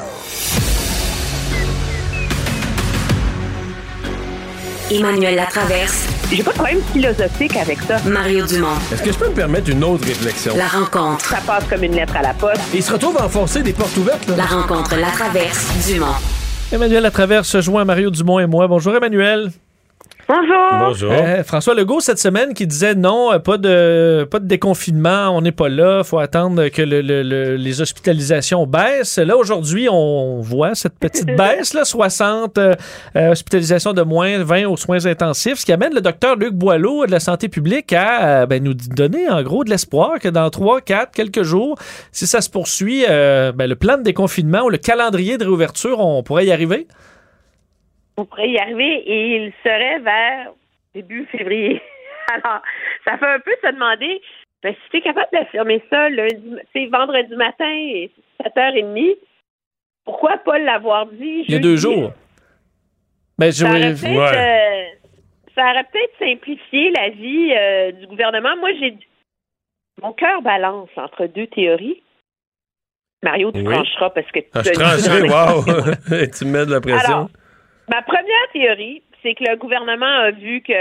Speaker 1: Emmanuel Latraverse.
Speaker 16: J'ai pas de problème philosophique avec ça.
Speaker 1: Mario Dumont.
Speaker 3: Est-ce que je peux me permettre une autre réflexion?
Speaker 1: La rencontre.
Speaker 16: Ça passe comme une lettre à la poste.
Speaker 3: Et il se retrouve à enfoncer des portes ouvertes, là.
Speaker 1: La rencontre Latraverse Dumont.
Speaker 4: Emmanuel Latraverse se joint à Mario Dumont et moi. Bonjour Emmanuel.
Speaker 16: Bonjour.
Speaker 3: Bonjour.
Speaker 4: Euh, François Legault, cette semaine, qui disait non, pas de, pas de déconfinement, on n'est pas là, il faut attendre que le, le, le, les hospitalisations baissent. Là, aujourd'hui, on voit cette petite baisse, là, soixante euh, hospitalisations de moins, vingt aux soins intensifs, ce qui amène le docteur Luc Boileau de la santé publique à euh, ben, nous donner en gros de l'espoir que dans trois, quatre, quelques jours, si ça se poursuit, euh, ben, le plan de déconfinement ou le calendrier de réouverture, on pourrait y arriver?
Speaker 16: On pourrait y arriver et il serait vers début février. Alors, ça fait un peu se demander, ben, si tu es capable d'affirmer ça lundi, c'est vendredi matin et sept heures trente, pourquoi pas l'avoir dit jeudi?
Speaker 4: Il y a deux jours. Ben, je...
Speaker 16: ça, aurait peut-être,
Speaker 4: ouais.
Speaker 16: euh, ça aurait peut-être simplifié la vie euh, du gouvernement. Moi, j'ai mon cœur balance entre deux théories. Mario, tu
Speaker 3: oui.
Speaker 16: trancheras parce que tu
Speaker 3: ah, je trancherai, wow! Tu me mets de la pression.
Speaker 16: Alors, ma première théorie, c'est que le gouvernement a vu que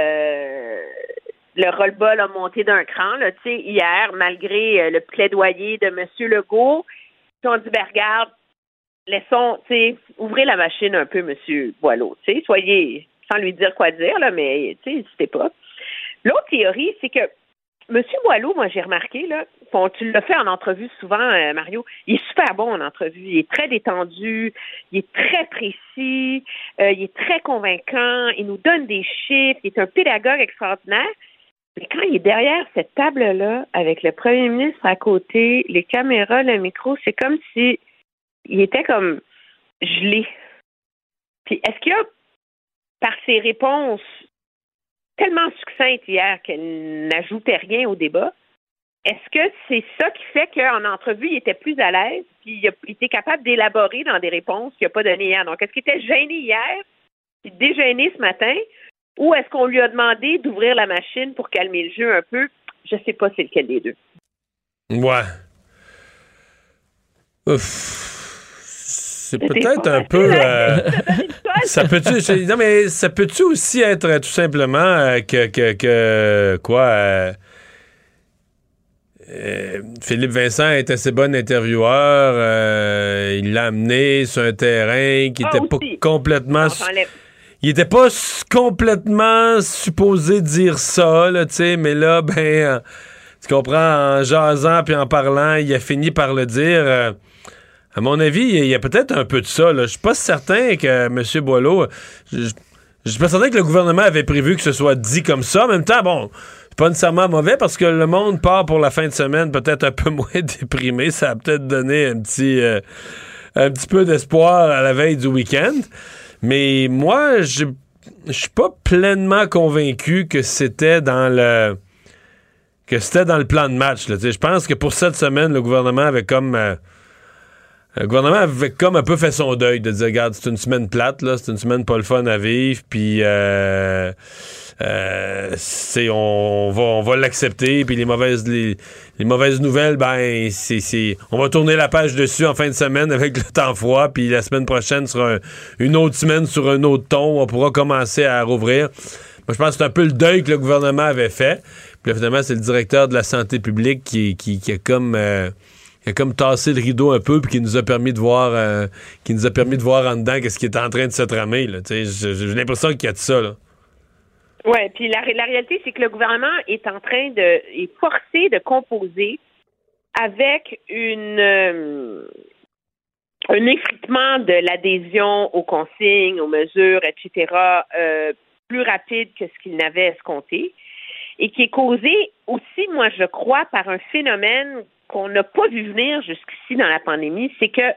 Speaker 16: le roll-ball a monté d'un cran. Là, hier, malgré le plaidoyer de M. Legault, ils ont dit, ben, regarde, laissons, ouvrez la machine un peu, M. Boileau. Soyez, sans lui dire quoi dire, là, mais n'hésitez pas. L'autre théorie, c'est que M. Boileau, moi, j'ai remarqué, là, bon, tu l'as fait en entrevue souvent, euh, Mario, il est super bon en entrevue. Il est très détendu, il est très précis, euh, il est très convaincant, il nous donne des chiffres, il est un pédagogue extraordinaire. Mais quand il est derrière cette table-là, avec le premier ministre à côté, les caméras, le micro, c'est comme si il était comme gelé. Puis est-ce qu'il y a, par ses réponses tellement succincte hier qu'elle n'ajoutait rien au débat. Est-ce que c'est ça qui fait qu'en entrevue, il était plus à l'aise puis il, a, il était capable d'élaborer dans des réponses qu'il n'a pas données hier? Donc, est-ce qu'il était gêné hier puis dégêné ce matin ou est-ce qu'on lui a demandé d'ouvrir la machine pour calmer le jeu un peu? Je ne sais pas c'est lequel des deux.
Speaker 3: Ouais. Ouf. C'est peut-être un peu... Euh, ça peut-tu... Non, mais ça peut-tu aussi être tout simplement euh, que, que, que... Quoi... Euh, euh, Philippe Vincent est assez bon intervieweur. Euh, il l'a amené sur un terrain qui n'était ah, pas complètement... Il était pas complètement supposé dire ça, là, tu sais, mais là, ben... Euh, tu comprends, en jasant puis en parlant, il a fini par le dire... Euh, À mon avis, il y a peut-être un peu de ça. Je suis pas certain que M. Boileau... Je suis pas certain que le gouvernement avait prévu que ce soit dit comme ça. En même temps, bon, c'est pas nécessairement mauvais parce que le monde part pour la fin de semaine peut-être un peu moins déprimé. Ça a peut-être donné un petit, euh, un petit peu d'espoir à la veille du week-end. Mais moi, je suis pas pleinement convaincu que c'était dans le... que c'était dans le plan de match. Je pense que pour cette semaine, le gouvernement avait comme... Euh, Le gouvernement avait comme un peu fait son deuil de dire, regarde, c'est une semaine plate, là, c'est une semaine pas le fun à vivre, puis euh, euh, c'est, on va, on va l'accepter, puis les mauvaises, les, les mauvaises nouvelles, ben, c'est, c'est, on va tourner la page dessus en fin de semaine avec le temps froid, puis la semaine prochaine sera un, une autre semaine sur un autre ton, on pourra commencer à rouvrir. Moi, je pense que c'est un peu le deuil que le gouvernement avait fait, puis là, finalement, c'est le directeur de la santé publique qui, qui, qui a comme... Euh, Il a comme tassé le rideau un peu puis qui nous a permis de voir euh, qui nous a permis de voir en dedans qu'est-ce qui est en train de se tramer. Là. J'ai, j'ai l'impression qu'il y a de ça. Là.
Speaker 16: Oui, puis la, la réalité, c'est que le gouvernement est en train de est forcé de composer avec une euh, un effritement de l'adhésion aux consignes, aux mesures, et cetera, euh, plus rapide que ce qu'il n'avait escompté, et qui est causé aussi, moi, je crois, par un phénomène qu'on n'a pas vu venir jusqu'ici dans la pandémie, c'est que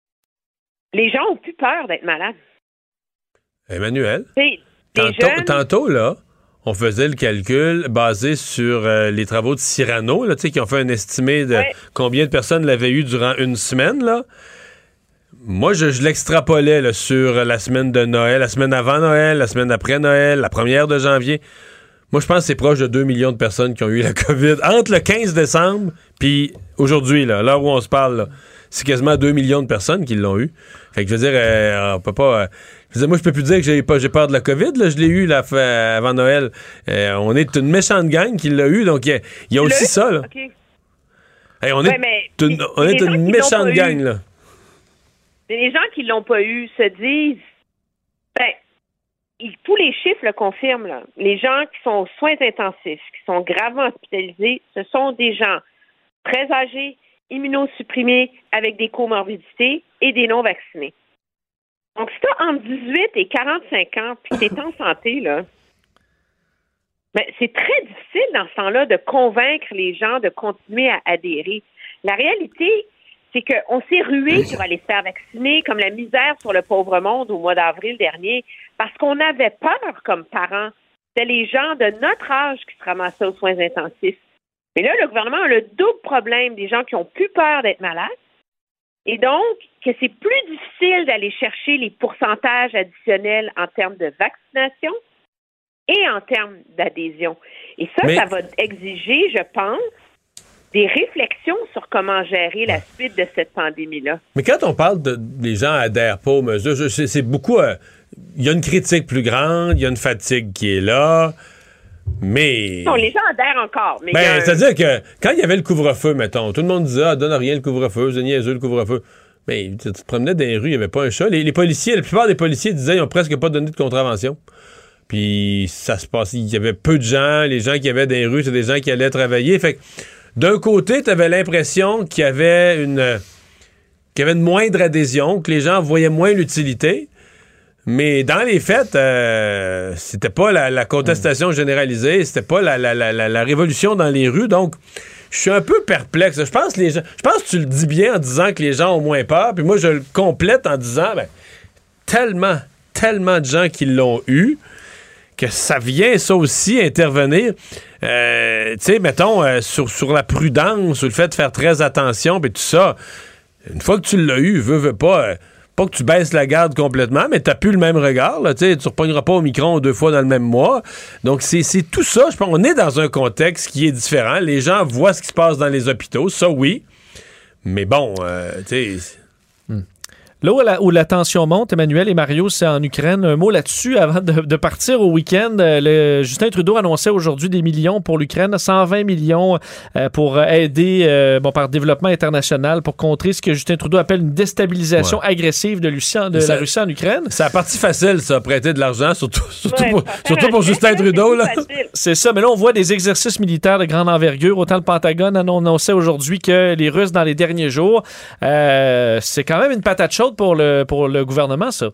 Speaker 16: les gens ont plus peur d'être malades.
Speaker 3: Emmanuel,
Speaker 16: les
Speaker 3: tantôt,
Speaker 16: jeunes...
Speaker 3: tantôt, là, on faisait le calcul basé sur euh, les travaux de Cyrano, là, qui ont fait un estimé de ouais. combien de personnes l'avaient eu durant une semaine. Là. Moi, je, je l'extrapolais là, sur la semaine de Noël, la semaine avant Noël, la semaine après Noël, la première de janvier. Moi, je pense que c'est proche de deux millions de personnes qui ont eu la COVID. Entre le quinze décembre puis aujourd'hui, là, l'heure où on se parle, là, c'est quasiment deux millions de personnes qui l'ont eu. Fait que je veux dire, euh, on peut pas... Euh, je veux dire, moi, je peux plus dire que j'ai pas j'ai peur de la COVID. Là, je l'ai eu là, avant Noël. Euh, on est une méchante gang qui l'a eu, donc il y, y a aussi ça. Là.
Speaker 16: Okay.
Speaker 3: Hey, on
Speaker 16: ouais,
Speaker 3: est
Speaker 16: mais,
Speaker 3: une,
Speaker 16: mais,
Speaker 3: on est une méchante gang.
Speaker 16: Eu,
Speaker 3: là.
Speaker 16: Les gens qui l'ont pas eu se disent... Ben, ils, tous les chiffres le confirment. Là. Les gens qui sont aux soins intensifs, qui sont gravement hospitalisés, ce sont des gens très âgés, immunosupprimés, avec des comorbidités et des non-vaccinés. Donc, si tu as entre dix-huit et quarante-cinq ans, puis tu es en santé, là, ben, c'est très difficile dans ce temps-là de convaincre les gens de continuer à adhérer. La réalité, c'est qu'on s'est rué pour aller se faire vacciner comme la misère sur le pauvre monde au mois d'avril dernier parce qu'on avait peur comme parents. C'était les gens de notre âge qui se ramassaient aux soins intensifs. Mais là, le gouvernement a le double problème des gens qui ont plus peur d'être malades et donc que c'est plus difficile d'aller chercher les pourcentages additionnels en termes de vaccination et en termes d'adhésion. Et ça, Mais... ça va exiger, je pense, des réflexions sur comment gérer la suite de cette pandémie-là.
Speaker 3: Mais quand on parle de les gens adhèrent pas aux mesures, je, c'est, c'est beaucoup... Il euh, y a une critique plus grande, il y a une fatigue qui est là, mais...
Speaker 16: Non, les gens adhèrent encore. Mais
Speaker 3: ben,
Speaker 16: un...
Speaker 3: c'est-à-dire que quand il y avait le couvre-feu, mettons, tout le monde disait « Ah, donne rien le couvre-feu, c'est niaiseux le couvre-feu ». Mais tu te promenais dans les rues, il n'y avait pas un chat. Les, les policiers, la plupart des policiers disaient qu'ils n'ont presque pas donné de contravention. Puis ça se passait, il y avait peu de gens, les gens qui avaient dans les rues, c'est des gens qui allaient travailler. Fait que d'un côté, tu avais l'impression qu'il y avait une qu'il y avait une moindre adhésion, que les gens voyaient moins l'utilité. Mais dans les faits, euh, c'était pas la, la contestation généralisée, c'était pas la, la, la, la, la révolution dans les rues. Donc, je suis un peu perplexe. Je pense que les gens, je pense que tu le dis bien en disant que les gens ont moins peur. Puis moi, je le complète en disant, ben, tellement, tellement de gens qui l'ont eu, que ça vient, ça aussi, intervenir, euh, tu sais, mettons, euh, sur, sur la prudence, sur le fait de faire très attention, puis tout ça. Une fois que tu l'as eu, veux, veux pas, euh, pas que tu baisses la garde complètement, mais t'as plus le même regard, là, tu sais, tu repogneras pas au micron deux fois dans le même mois. Donc, c'est, c'est tout ça. Je pense qu'on est dans un contexte qui est différent. Les gens voient ce qui se passe dans les hôpitaux, ça, oui. Mais bon, euh, tu sais...
Speaker 4: Là où la, où la tension monte, Emmanuel et Mario, c'est en Ukraine. Un mot là-dessus avant de, de partir au week-end. Le, Justin Trudeau annonçait aujourd'hui des millions pour l'Ukraine, cent vingt millions euh, pour aider euh, bon, par développement international pour contrer ce que Justin Trudeau appelle une déstabilisation ouais. agressive de, Lucien, de ça, la Russie en Ukraine.
Speaker 3: C'est la partie facile, ça, prêter de l'argent, surtout, surtout, ouais, pour, surtout pour Justin Trudeau. Là.
Speaker 4: C'est ça, mais là, on voit des exercices militaires de grande envergure. Autant le Pentagone annonçait aujourd'hui que les Russes, dans les derniers jours, euh, c'est quand même une patate chaude pour le, pour le gouvernement, ça.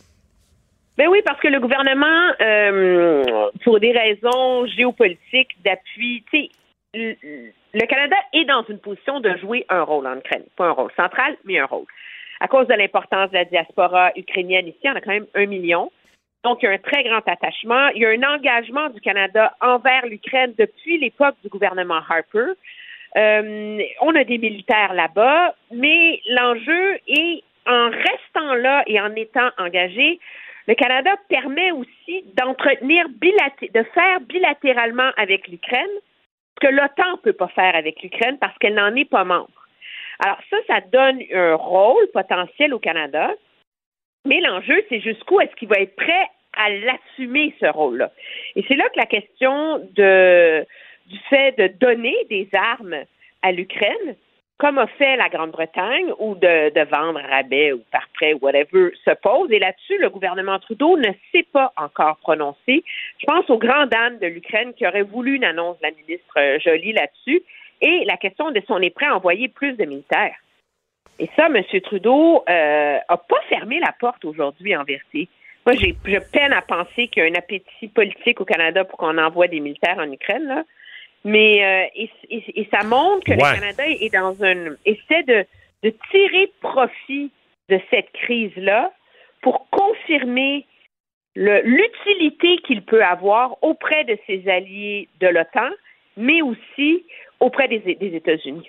Speaker 16: Ben oui, parce que le gouvernement, euh, pour des raisons géopolitiques, d'appui, tu sais, le, le Canada est dans une position de jouer un rôle en Ukraine. Pas un rôle central, mais un rôle. À cause de l'importance de la diaspora ukrainienne ici, on a quand même un million. Donc, il y a un très grand attachement. Il y a un engagement du Canada envers l'Ukraine depuis l'époque du gouvernement Harper. Euh, on a des militaires là-bas, mais l'enjeu est en restant là et en étant engagé, le Canada permet aussi d'entretenir, bilaté- de faire bilatéralement avec l'Ukraine ce que l'OTAN ne peut pas faire avec l'Ukraine parce qu'elle n'en est pas membre. Alors ça, ça donne un rôle potentiel au Canada, mais l'enjeu, c'est jusqu'où est-ce qu'il va être prêt à l'assumer, ce rôle-là. Et c'est là que la question de, du fait de donner des armes à l'Ukraine, comme a fait la Grande-Bretagne, ou de, de vendre à rabais ou par prêt, whatever, se pose. Et là-dessus, le gouvernement Trudeau ne s'est pas encore prononcé. Je pense aux grands dames de l'Ukraine qui auraient voulu une annonce de la ministre Joly là-dessus. Et la question de si on est prêt à envoyer plus de militaires. Et ça, M. Trudeau euh, a pas fermé la porte aujourd'hui, en vérité. Moi, j'ai, je peine à penser qu'il y a un appétit politique au Canada pour qu'on envoie des militaires en Ukraine, là. Mais euh, et, et, et ça montre que ouais. le Canada est dans un essaie de, de tirer profit de cette crise-là pour confirmer le, l'utilité qu'il peut avoir auprès de ses alliés de l'OTAN, mais aussi auprès des, des États-Unis.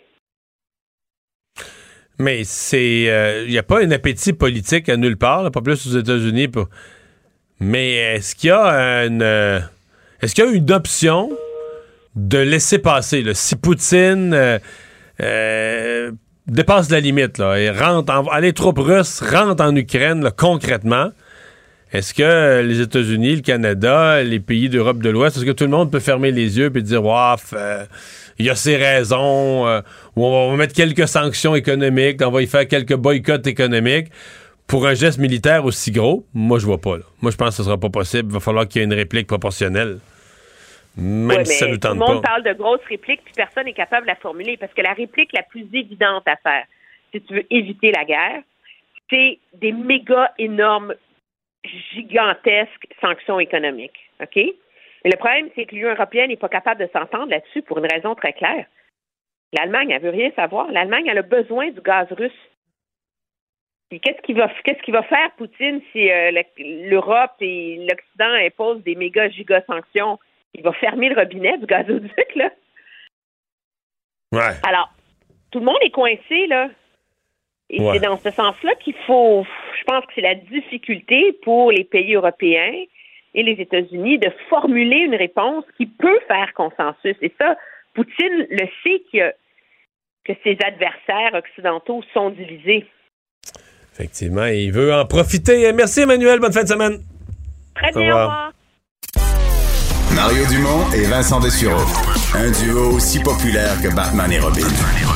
Speaker 3: Mais c'est il euh, n'y a pas un appétit politique à nulle part, là, pas plus aux États-Unis. Pour... Mais est-ce qu'il y a une... Euh... Est-ce qu'il y a une option de laisser passer, là, si Poutine euh, euh, dépasse la limite, là, et rentre en, les troupes russes rentrent en Ukraine, là, concrètement, est-ce que les États-Unis, le Canada, les pays d'Europe de l'Ouest, est-ce que tout le monde peut fermer les yeux et dire « Waf, euh, il y a ses raisons, euh, ou on va mettre quelques sanctions économiques, on va y faire quelques boycotts économiques » pour un geste militaire aussi gros? Moi, je vois pas. Là. Moi, je pense que ce sera pas possible. Il va falloir qu'il y ait une réplique proportionnelle. Même
Speaker 16: ouais,
Speaker 3: si ça nous tente pas.
Speaker 16: Tout le monde parle de grosses répliques, puis personne n'est capable de la formuler. Parce que la réplique la plus évidente à faire, si tu veux éviter la guerre, c'est des méga énormes, gigantesques sanctions économiques. OK? Et le problème, c'est que l'Union européenne n'est pas capable de s'entendre là-dessus pour une raison très claire. L'Allemagne, elle veut rien savoir. L'Allemagne, elle a besoin du gaz russe. Puis qu'est-ce qu'il va, qu'est-ce qu'il va faire, Poutine, si euh, l'Europe et l'Occident imposent des méga giga sanctions? Il va fermer le robinet du gazoduc, là.
Speaker 3: Ouais.
Speaker 16: Alors, tout le monde est coincé, là. Et
Speaker 3: ouais.
Speaker 16: c'est dans ce sens-là qu'il faut, je pense que c'est la difficulté pour les pays européens et les États-Unis de formuler une réponse qui peut faire consensus. Et ça, Poutine le sait que, que ses adversaires occidentaux sont divisés.
Speaker 3: Effectivement, il veut en profiter. Merci Emmanuel, bonne fin de semaine.
Speaker 16: Très bien, au revoir.
Speaker 2: Mario Dumont et Vincent Dessureau. Un duo aussi populaire que Batman et Robin.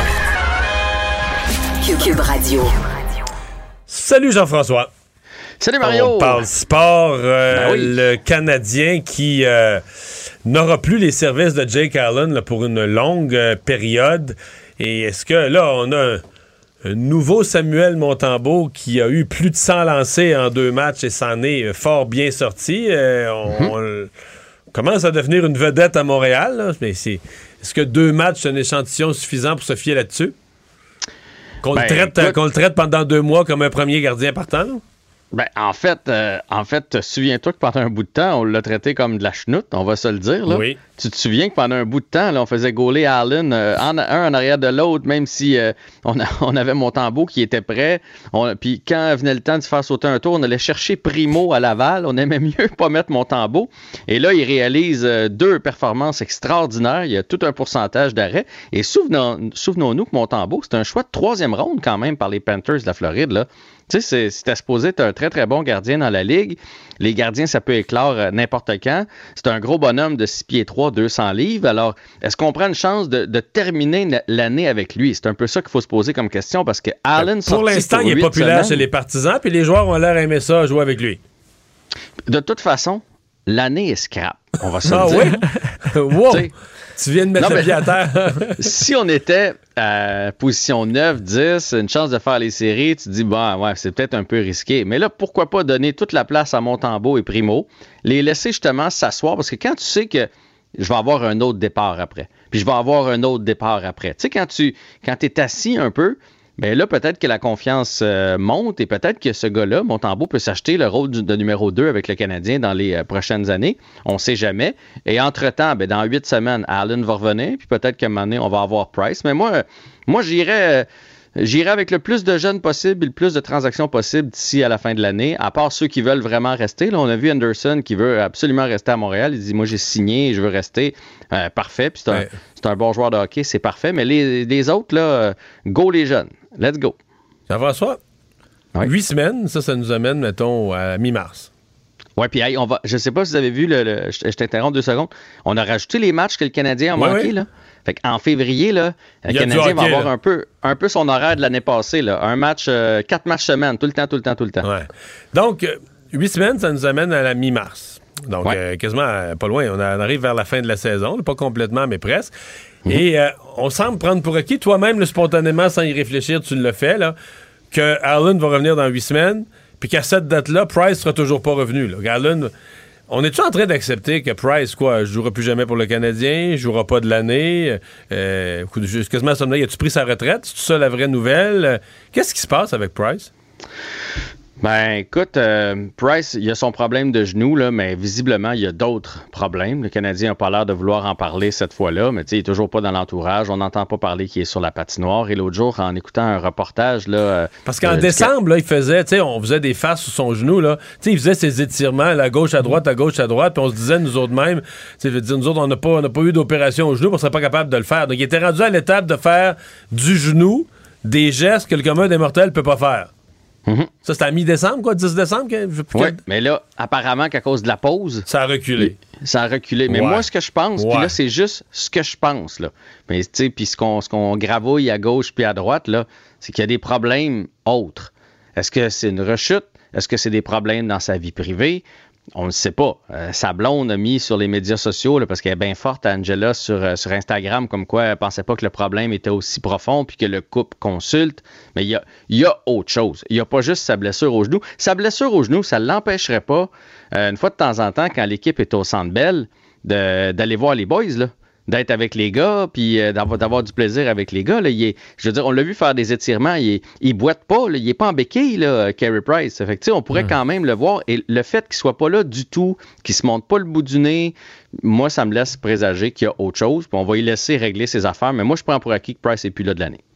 Speaker 1: Cube Radio.
Speaker 3: Salut Jean-François.
Speaker 17: Salut Mario.
Speaker 3: On parle sport. Euh,
Speaker 17: ben oui.
Speaker 3: Le Canadien qui euh, n'aura plus les services de Jake Allen là, pour une longue euh, période. Et est-ce que là, on a un... Un nouveau Samuel Montembeault qui a eu plus de cent lancés en deux matchs et s'en est fort bien sorti. Euh, on, mm-hmm. on commence à devenir une vedette à Montréal. Là. Mais c'est, est-ce que deux matchs, c'est un échantillon suffisant pour se fier là-dessus? Qu'on, ben, le, traite, écoute, qu'on le traite pendant deux mois comme un premier gardien partant? Là?
Speaker 17: Ben, en fait, euh, en fait, souviens-toi que pendant un bout de temps, on l'a traité comme de la chenoute, on va se le dire. Là.
Speaker 3: Oui.
Speaker 17: Tu te souviens que pendant un bout de temps, là, on faisait gauler Allen euh, en, un en arrière de l'autre, même si euh, on, a, on avait Montembeault qui était prêt. Puis quand venait le temps de se faire sauter un tour, on allait chercher Primo à Laval. On aimait mieux pas mettre Montembeault. Et là, il réalise euh, deux performances extraordinaires. Il y a tout un pourcentage d'arrêt. Et souvenons, souvenons-nous que Montembeault, c'est un choix de troisième ronde quand même par les Panthers de la Floride, là. Tu sais, c'était supposé être un très, très bon gardien dans la Ligue. Les gardiens, ça peut éclore euh, n'importe quand. C'est un gros bonhomme de six pieds trois, deux cents livres. Alors, est-ce qu'on prend une chance de, de terminer l'année avec lui? C'est un peu ça qu'il faut se poser comme question parce que Allen...
Speaker 3: Pour l'instant, pour il est populaire semaines, chez les partisans puis les joueurs ont l'air aimer ça, jouer avec lui.
Speaker 17: De toute façon, l'année est scrap. On va se
Speaker 3: ah,
Speaker 17: le dire.
Speaker 3: Oui? Wow! Tu viens de mettre non, le pied à terre.
Speaker 17: Si on était à position neuf, dix, une chance de faire les séries, tu te dis, bon, ouais, c'est peut-être un peu risqué. Mais là, pourquoi pas donner toute la place à Montembeault et Primo, les laisser justement s'asseoir, parce que quand tu sais que je vais avoir un autre départ après, puis je vais avoir un autre départ après, tu sais, quand tu quand es assis un peu, bien là, peut-être que la confiance euh, monte et peut-être que ce gars-là, Montembeault, peut s'acheter le rôle de numéro deux avec le Canadien dans les euh, prochaines années. On ne sait jamais. Et entre-temps, ben, dans huit semaines, Allen va revenir, puis peut-être qu'à un moment donné, on va avoir Price. Mais moi, euh, moi j'irais, euh, j'irais avec le plus de jeunes possible et le plus de transactions possible d'ici à la fin de l'année, à part ceux qui veulent vraiment rester. Là, on a vu Anderson qui veut absolument rester à Montréal. Il dit, moi, j'ai signé, je veux rester. Euh, parfait. Puis c'est un, ouais. c'est un bon joueur de hockey, c'est parfait. Mais les, les autres, là, euh, go les jeunes. Let's go.
Speaker 3: Jean-François,
Speaker 17: oui.
Speaker 3: huit semaines, ça, ça nous amène, mettons, à mi-mars.
Speaker 17: Oui, puis hey, on va. Je sais pas si vous avez vu, le, le, je, je t'interromps deux secondes. On a rajouté les matchs que le Canadien a
Speaker 3: oui,
Speaker 17: manqués.
Speaker 3: Oui.
Speaker 17: Là. Fait qu'en février, là, le Canadien hockey, va avoir là. un peu, un peu son horaire de l'année passée. Là. Un match, euh, quatre matchs semaine, tout le temps, tout le temps, tout le temps.
Speaker 3: Ouais. Donc, euh, huit semaines, ça nous amène à la mi-mars. Donc, ouais. euh, quasiment euh, pas loin. On, a, on arrive vers la fin de la saison. Pas complètement, mais presque. Mmh. Et euh, on semble prendre pour acquis, toi-même, là, spontanément, sans y réfléchir, tu le fais, là, que Allen va revenir dans huit semaines, puis qu'à cette date-là, Price sera toujours pas revenu. Là. Allen, on est-tu en train d'accepter que Price, quoi, ne jouera plus jamais pour le Canadien, ne jouera pas de l'année? Euh, quasiment à ce moment-là, a-tu pris sa retraite? C'est ça la vraie nouvelle? Qu'est-ce qui se passe avec Price?
Speaker 17: Ben, écoute, euh, Price, il a son problème de genou, là, mais visiblement, il y a d'autres problèmes. Le Canadien n'a pas l'air de vouloir en parler cette fois-là, mais tu sais, il n'est toujours pas dans l'entourage. On n'entend pas parler qu'il est sur la patinoire. Et l'autre jour, en écoutant un reportage, là... Euh,
Speaker 3: Parce qu'en
Speaker 17: euh,
Speaker 3: décembre, là, il faisait, tu sais, on faisait des faces sur son genou, là. Tu sais, il faisait ses étirements, à gauche, à droite, à gauche, à droite, puis on se disait, nous autres même, tu sais, je veux dire, nous autres, on n'a pas, on n'a pas eu d'opération au genou, on serait pas capable de le faire. Donc, il était rendu à l'étape de faire du genou des gestes que le commun des mortels peut pas faire. Mm-hmm. Ça, c'était à mi-décembre, quoi, dix décembre? Oui,
Speaker 17: quel... mais là, apparemment qu'à cause de la pause...
Speaker 3: Ça a reculé.
Speaker 17: Ça a reculé. Mais ouais. moi, ce que je pense, ouais. puis là, c'est juste ce que je pense, là. Mais, tu sais, puis ce qu'on, ce qu'on gravouille à gauche puis à droite, là, c'est qu'il y a des problèmes autres. Est-ce que c'est une rechute? Est-ce que c'est des problèmes dans sa vie privée? On ne sait pas. Euh, sa blonde a mis sur les médias sociaux, là, parce qu'elle est bien forte, Angela, sur, euh, sur Instagram, comme quoi elle ne pensait pas que le problème était aussi profond puis que le couple consulte. Mais il y a, y a autre chose. Il n'y a pas juste sa blessure au genou. Sa blessure au genou, ça ne l'empêcherait pas, euh, une fois de temps en temps, quand l'équipe est au Centre Bell, de, d'aller voir les boys, là. D'être avec les gars, puis euh, d'avoir, d'avoir du plaisir avec les gars. Là, il est, je veux dire, on l'a vu faire des étirements, il, est, il boite pas, là, il est pas en béquille, là, Carey Price. Fait que, on pourrait mmh. quand même le voir. Et le fait qu'il soit pas là du tout, qu'il se monte pas le bout du nez, moi, ça me laisse présager qu'il y a autre chose, puis on va y laisser régler ses affaires. Mais moi, je prends pour acquis que Price n'est plus là de l'année.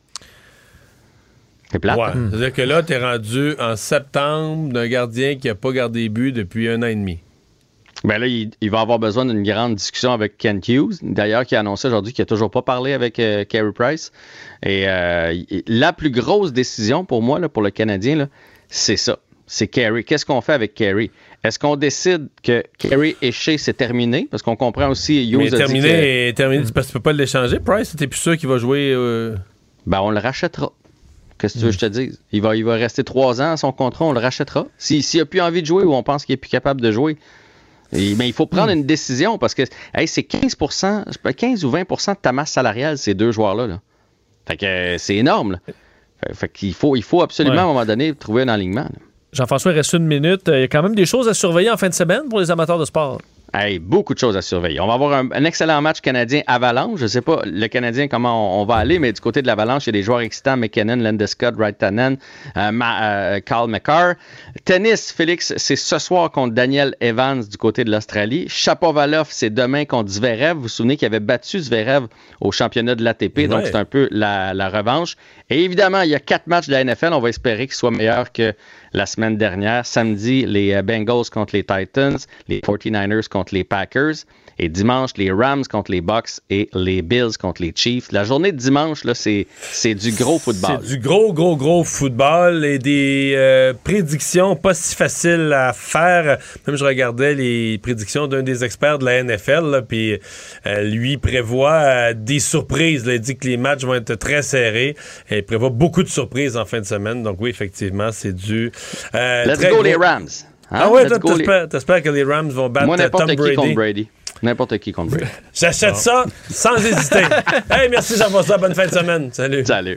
Speaker 17: C'est plate.
Speaker 3: Ouais. Mmh. C'est-à-dire que là, tu es rendu en septembre d'un gardien qui n'a pas gardé but depuis un an et demi.
Speaker 17: Ben là, il, il va avoir besoin d'une grande discussion avec Kent Hughes, d'ailleurs, qui a annoncé aujourd'hui qu'il n'a toujours pas parlé avec euh, Carey Price. Et euh, la plus grosse décision pour moi, là, pour le Canadien, là, c'est ça. C'est Carey. Qu'est-ce qu'on fait avec Carey? Est-ce qu'on décide que Carey Éché, c'est terminé? Parce qu'on comprend aussi... Hughes
Speaker 3: Mais
Speaker 17: a
Speaker 3: terminé,
Speaker 17: dit que...
Speaker 3: est terminé parce que tu peux pas l'échanger, Price? T'es plus sûr qu'il va jouer... Euh...
Speaker 17: Ben, on le rachètera. Qu'est-ce que tu veux que je te dise? Il va, il va rester trois ans à son contrat, on le rachètera. S'il si n'a plus envie de jouer ou on pense qu'il n'est plus capable de jouer... Et, mais il faut prendre une décision parce que hey, c'est quinze pour cent, quinze ou vingt pour cent de ta masse salariale, ces deux joueurs-là. Là. Fait que euh, c'est énorme. Là. Fait, fait qu'il faut, il faut absolument, ouais. à un moment donné, trouver un alignement. Là.
Speaker 4: Jean-François, il reste une minute. Il y a quand même des choses à surveiller en fin de semaine pour les amateurs de sport.
Speaker 17: Hey, beaucoup de choses à surveiller. On va avoir un, un excellent match canadien-Avalanche. Je ne sais pas, le Canadien, comment on, on va aller, mais du côté de l'Avalanche, il y a des joueurs excitants, McKinnon, Landeskog, Wright-Tannen, euh, Ma, euh, Carl McCarr. Tennis, Félix, c'est ce soir contre Daniel Evans du côté de l'Australie. Shapovalov, c'est demain contre Zverev. Vous vous souvenez qu'il avait battu Zverev au championnat de l'A T P, ouais. donc c'est un peu la, la revanche. Et évidemment, il y a quatre matchs de la N F L. On va espérer qu'ils soient meilleurs que la semaine dernière. Samedi, les Bengals contre les Titans, les forty-niners contre les Packers. Et dimanche, les Rams contre les Bucks et les Bills contre les Chiefs. La journée de dimanche, là, c'est, c'est du gros football.
Speaker 3: C'est du gros, gros, gros football et des euh, prédictions pas si faciles à faire. Même je regardais les prédictions d'un des experts de la N F L, puis euh, lui prévoit euh, des surprises. Là. Il dit que les matchs vont être très serrés. Et il prévoit beaucoup de surprises en fin de semaine. Donc oui, effectivement, c'est du... Euh,
Speaker 17: Let's
Speaker 3: très
Speaker 17: go
Speaker 3: gros...
Speaker 17: les Rams!
Speaker 3: Hein? Ah ouais, toi, t'espères, les... t'espères que les Rams vont battre
Speaker 17: Moi, n'importe
Speaker 3: Tom
Speaker 17: qui
Speaker 3: Brady.
Speaker 17: contre Brady. N'importe qui contre Brady.
Speaker 3: J'achète ça sans hésiter. Hey, merci Jean-François. Bonne fin de semaine. Salut.
Speaker 17: Salut.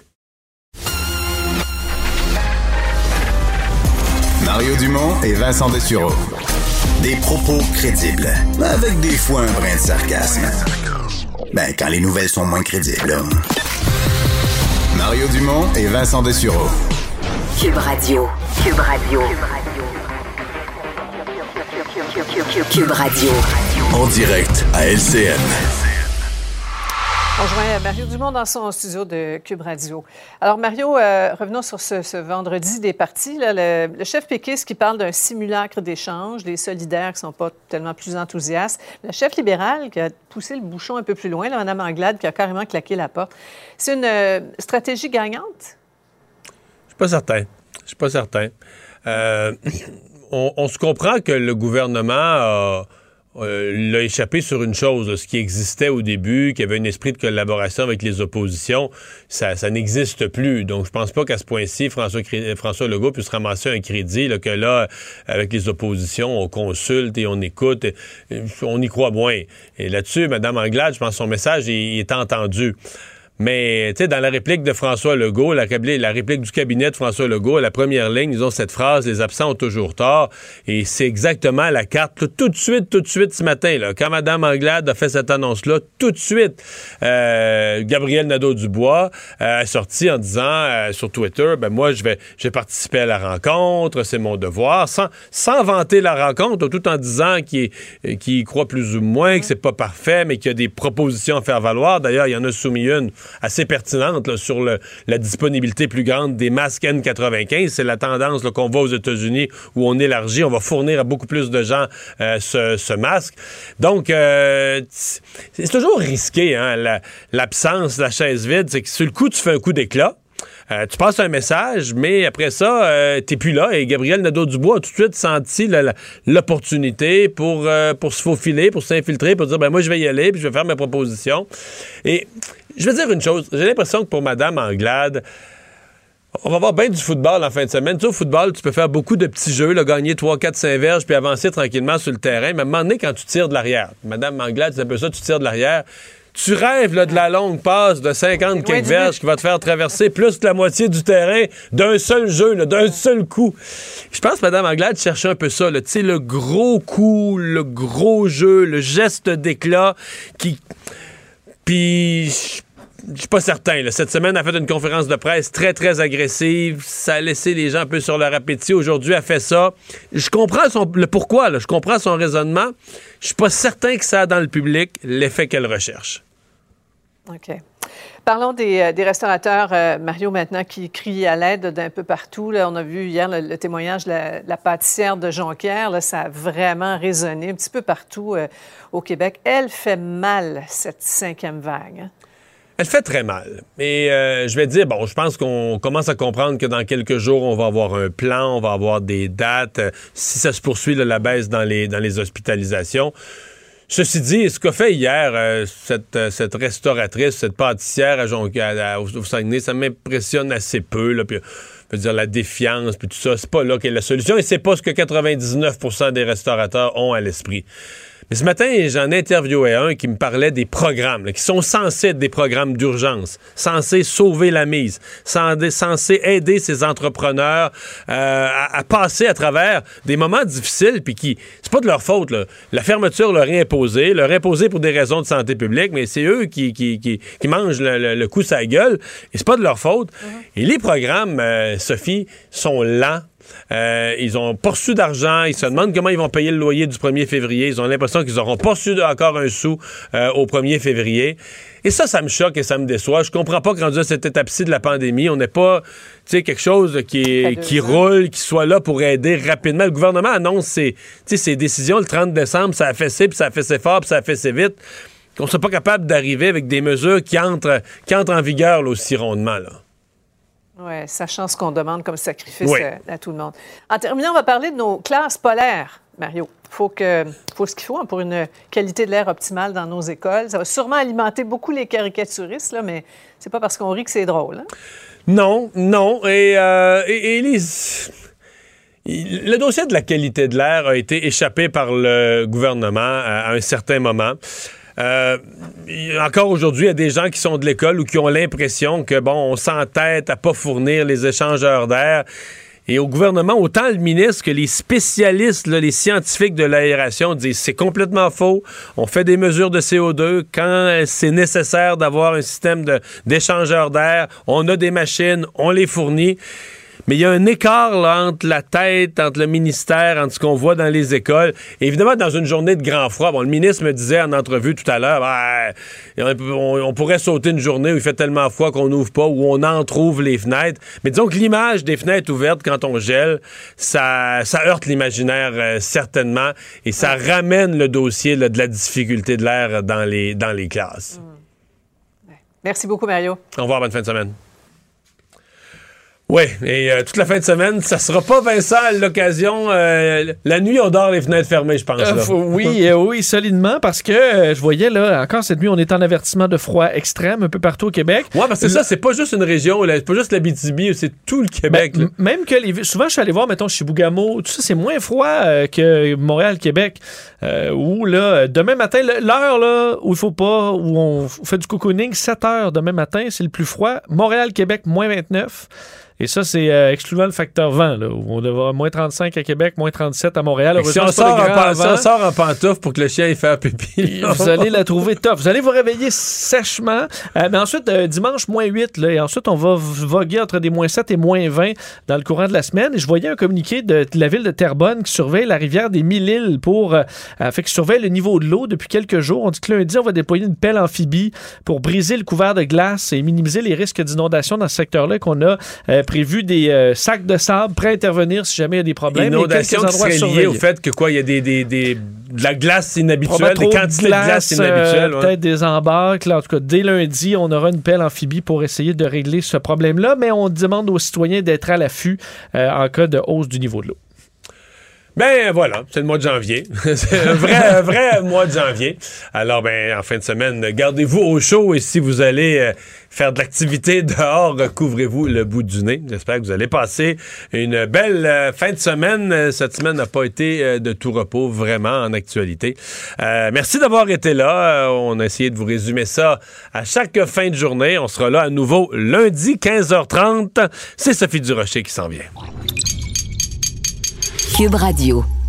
Speaker 2: Mario Dumont et Vincent Dessureau. Des propos crédibles, avec des fois un brin de sarcasme. Ben, quand les nouvelles sont moins crédibles. Là. Mario Dumont et Vincent Dessureau.
Speaker 1: Cube Radio. Cube Radio. Cube Radio. Cube Radio.
Speaker 2: En direct à L C N.
Speaker 18: On rejoint Mario Dumont dans son studio de Cube Radio. Alors Mario, euh, revenons sur ce, ce vendredi des partis. Là, le, le chef péquiste qui parle d'un simulacre d'échange, les solidaires qui ne sont pas tellement plus enthousiastes, le chef libéral qui a poussé le bouchon un peu plus loin, là, Mme Anglade, qui a carrément claqué la porte. C'est une euh, stratégie gagnante?
Speaker 3: Je suis pas certain. Je suis pas certain. Euh, on, on se comprend que le gouvernement a... Euh, l'a échappé sur une chose, là, ce qui existait au début, qu'il y avait un esprit de collaboration avec les oppositions, ça, ça n'existe plus. Donc, je pense pas qu'à ce point-ci, François, François Legault puisse ramasser un crédit, là, que là, avec les oppositions, on consulte et on écoute. Et on y croit moins. Et là-dessus, Mme Anglade, je pense que son message il, il est entendu. Mais, tu sais, dans la réplique de François Legault, la, la réplique du cabinet de François Legault, à la première ligne, ils ont cette phrase « Les absents ont toujours tort ». Et c'est exactement la carte, là, tout de suite, tout de suite ce matin, là, quand Mme Anglade a fait cette annonce-là, tout de suite, euh, Gabriel Nadeau-Dubois euh, est sorti en disant euh, sur Twitter, ben moi, je vais, je vais participer à la rencontre, c'est mon devoir, sans, sans vanter la rencontre, tout en disant qu'il, qu'il y croit plus ou moins, que c'est pas parfait, mais qu'il y a des propositions à faire valoir. D'ailleurs, il y en a soumis une assez pertinente là, sur le, la disponibilité plus grande des masques N quatre-vingt-quinze. C'est la tendance là, qu'on voit aux États-Unis où on élargit, on va fournir à beaucoup plus de gens euh, ce, ce masque. Donc, euh, c'est toujours risqué, hein, la, l'absence, la chaise vide. C'est que sur le coup, tu fais un coup d'éclat. Euh, tu passes un message, mais après ça, euh, t'es plus là. Et Gabriel Nadeau-Dubois a tout de suite senti la, la, l'opportunité pour, euh, pour se faufiler, pour s'infiltrer, pour dire, ben moi, je vais y aller, puis je vais faire mes propositions. Et je vais dire une chose. J'ai l'impression que pour Mme Anglade, on va avoir bien du football en fin de semaine. Tu sais, au football, tu peux faire beaucoup de petits jeux, là, gagner trois, quatre, cinq verges, puis avancer tranquillement sur le terrain. Mais à un moment donné, quand tu tires de l'arrière, Mme Anglade, c'est un peu ça, tu tires de l'arrière, tu rêves là, de la longue passe de cinquante quelques verges qui va te faire traverser plus que la moitié du terrain d'un seul jeu, là, d'un seul coup. Je pense que Mme Anglade cherchait un peu ça, tu sais, le gros coup, le gros jeu, le geste d'éclat qui... Puis... Je suis pas certain. Là. Cette semaine, elle a fait une conférence de presse très, très agressive. Ça a laissé les gens un peu sur leur appétit. Aujourd'hui, elle fait ça. Je comprends son, le pourquoi. Là. Je comprends son raisonnement. Je suis pas certain que ça a dans le public l'effet qu'elle recherche.
Speaker 18: OK. Parlons des, des restaurateurs, euh, Mario, maintenant, qui crient à l'aide d'un peu partout. Là, on a vu hier le, le témoignage de la, la pâtissière de Jonquière. Là, ça a vraiment résonné un petit peu partout euh, au Québec. Elle fait mal, cette cinquième vague. Hein?
Speaker 3: Elle fait très mal. Et euh, je vais dire, bon, je pense qu'on commence à comprendre que dans quelques jours, on va avoir un plan, on va avoir des dates. Euh, si ça se poursuit, là, la baisse dans les, dans les hospitalisations. Ceci dit, ce qu'a fait hier euh, cette, euh, cette restauratrice, cette pâtissière à Jonquière, au, au Saguenay, ça m'impressionne assez peu. Là, puis, je veux dire, la défiance, puis tout ça, c'est pas là qu'est la solution. Et c'est pas ce que quatre-vingt-dix-neuf pour cent des restaurateurs ont à l'esprit. Mais ce matin, j'en ai interviewé un qui me parlait des programmes, là, qui sont censés être des programmes d'urgence, censés sauver la mise, censés aider ces entrepreneurs euh, à, à passer à travers des moments difficiles, puis qui, c'est pas de leur faute, là. La fermeture leur est imposée, leur est imposée pour des raisons de santé publique, mais c'est eux qui, qui, qui, qui mangent le, le, le coup sur la gueule, et c'est pas de leur faute. Mm-hmm. Et les programmes, euh, Sophie, sont lents. Euh, ils ont pas reçu d'argent, ils se demandent comment ils vont payer le loyer du premier février, ils ont l'impression qu'ils n'auront pas reçu encore un sou euh, au premier février. Et ça, ça me choque et ça me déçoit. Je comprends pas que rendu à cette étape-ci de la pandémie, on n'ait pas, tu sais, quelque chose qui, est, qui roule, qui soit là pour aider rapidement. Le gouvernement annonce ses, ses décisions le trente décembre, ça a fait ci, puis ça a fait ci fort, puis ça a fait ci vite. Qu'on soit pas capable d'arriver avec des mesures qui entrent, qui entrent en vigueur là, aussi rondement, là.
Speaker 18: Oui, sachant ce qu'on demande comme sacrifice
Speaker 3: oui.
Speaker 18: à, à tout le monde. En terminant, on va parler de nos classes polaires, Mario. Il faut, que, faut ce qu'il faut hein, pour une qualité de l'air optimale dans nos écoles. Ça va sûrement alimenter beaucoup les caricaturistes, là, mais c'est pas parce qu'on rit que c'est drôle. Hein?
Speaker 3: Non, non. Et, euh, et, et les... le dossier de la qualité de l'air a été échappé par le gouvernement à, à un certain moment. Euh, encore aujourd'hui, il y a des gens qui sont de l'école ou qui ont l'impression que, bon, on s'entête à pas fournir les échangeurs d'air. Et au gouvernement, autant le ministre que les spécialistes, là, les scientifiques de l'aération disent c'est complètement faux. On fait des mesures de C O deux quand c'est nécessaire d'avoir un système de, d'échangeurs d'air. On a des machines, on les fournit. Mais il y a un écart là, entre la tête, entre le ministère, entre ce qu'on voit dans les écoles. Et évidemment, dans une journée de grand froid, bon, le ministre me disait en entrevue tout à l'heure, ben, on, on pourrait sauter une journée où il fait tellement froid qu'on n'ouvre pas, où on entrouvre les fenêtres. Mais disons que l'image des fenêtres ouvertes quand on gèle, ça, ça heurte l'imaginaire euh, certainement. Et ça ouais. ramène le dossier là, de la difficulté de l'air dans les, dans les classes.
Speaker 18: Mmh. Merci beaucoup, Mario.
Speaker 3: Au revoir, bonne fin de semaine. Oui, et euh, toute la fin de semaine, ça sera pas, Vincent, à l'occasion. Euh, la nuit, on dort les fenêtres fermées, je pense.
Speaker 4: Euh, faut, oui, euh, oui, solidement, parce que euh, je voyais, là, encore cette nuit, on est en avertissement de froid extrême un peu partout au Québec.
Speaker 3: Oui, parce que c'est ça, c'est pas juste une région, là, c'est pas juste l'Abitibi, c'est tout le Québec.
Speaker 4: Ben, même que les souvent, je suis allé voir, mettons, Chibougamau, tout ça, c'est moins froid euh, que Montréal, Québec, euh, où, là, demain matin, l'heure, là, où il faut pas, où on fait du cocooning, sept heures demain matin, c'est le plus froid. Montréal, Québec, moins vingt-neuf. Et ça, c'est euh, excluant le facteur vent, là, où on devrait avoir moins trente-cinq à Québec, moins trente-sept à Montréal.
Speaker 3: Si on, sort en pan- si on sort en pantoufle pour que le chien aille faire pipi, là.
Speaker 4: Vous allez la trouver top. Vous allez vous réveiller sèchement. Euh, mais ensuite, euh, dimanche, moins huit. Là, et ensuite, on va voguer entre des moins sept et moins vingt dans le courant de la semaine. Et je voyais un communiqué de, de la ville de Terrebonne qui surveille la rivière des Mille-Îles pour... Euh, fait qui surveille le niveau de l'eau depuis quelques jours. On dit que lundi, on va déployer une pelle amphibie pour briser le couvert de glace et minimiser les risques d'inondation dans ce secteur-là qu'on a... Euh, prévu des euh, sacs de sable prêts à intervenir si jamais il y a des problèmes.
Speaker 3: Inondation qui serait liée au fait que quoi, il y a des, des, des, de la glace inhabituelle, des quantités de, glace, de glace inhabituelles.
Speaker 4: Euh,
Speaker 3: ouais.
Speaker 4: Peut-être des embarques. Là, en tout cas, dès lundi, on aura une pelle amphibie pour essayer de régler ce problème-là, mais on demande aux citoyens d'être à l'affût euh, en cas de hausse du niveau de l'eau.
Speaker 3: Ben voilà, c'est le mois de janvier. C'est un vrai, un vrai mois de janvier. Alors, ben, en fin de semaine, gardez-vous au chaud et si vous allez euh, faire de l'activité dehors, couvrez-vous le bout du nez. J'espère que vous allez passer une belle euh, fin de semaine. Cette semaine n'a pas été euh, de tout repos, vraiment, en actualité. Euh, merci d'avoir été là. Euh, on a essayé de vous résumer ça à chaque fin de journée. On sera là à nouveau lundi, quinze heures trente. C'est Sophie Durocher qui s'en vient.
Speaker 1: Cube Radio.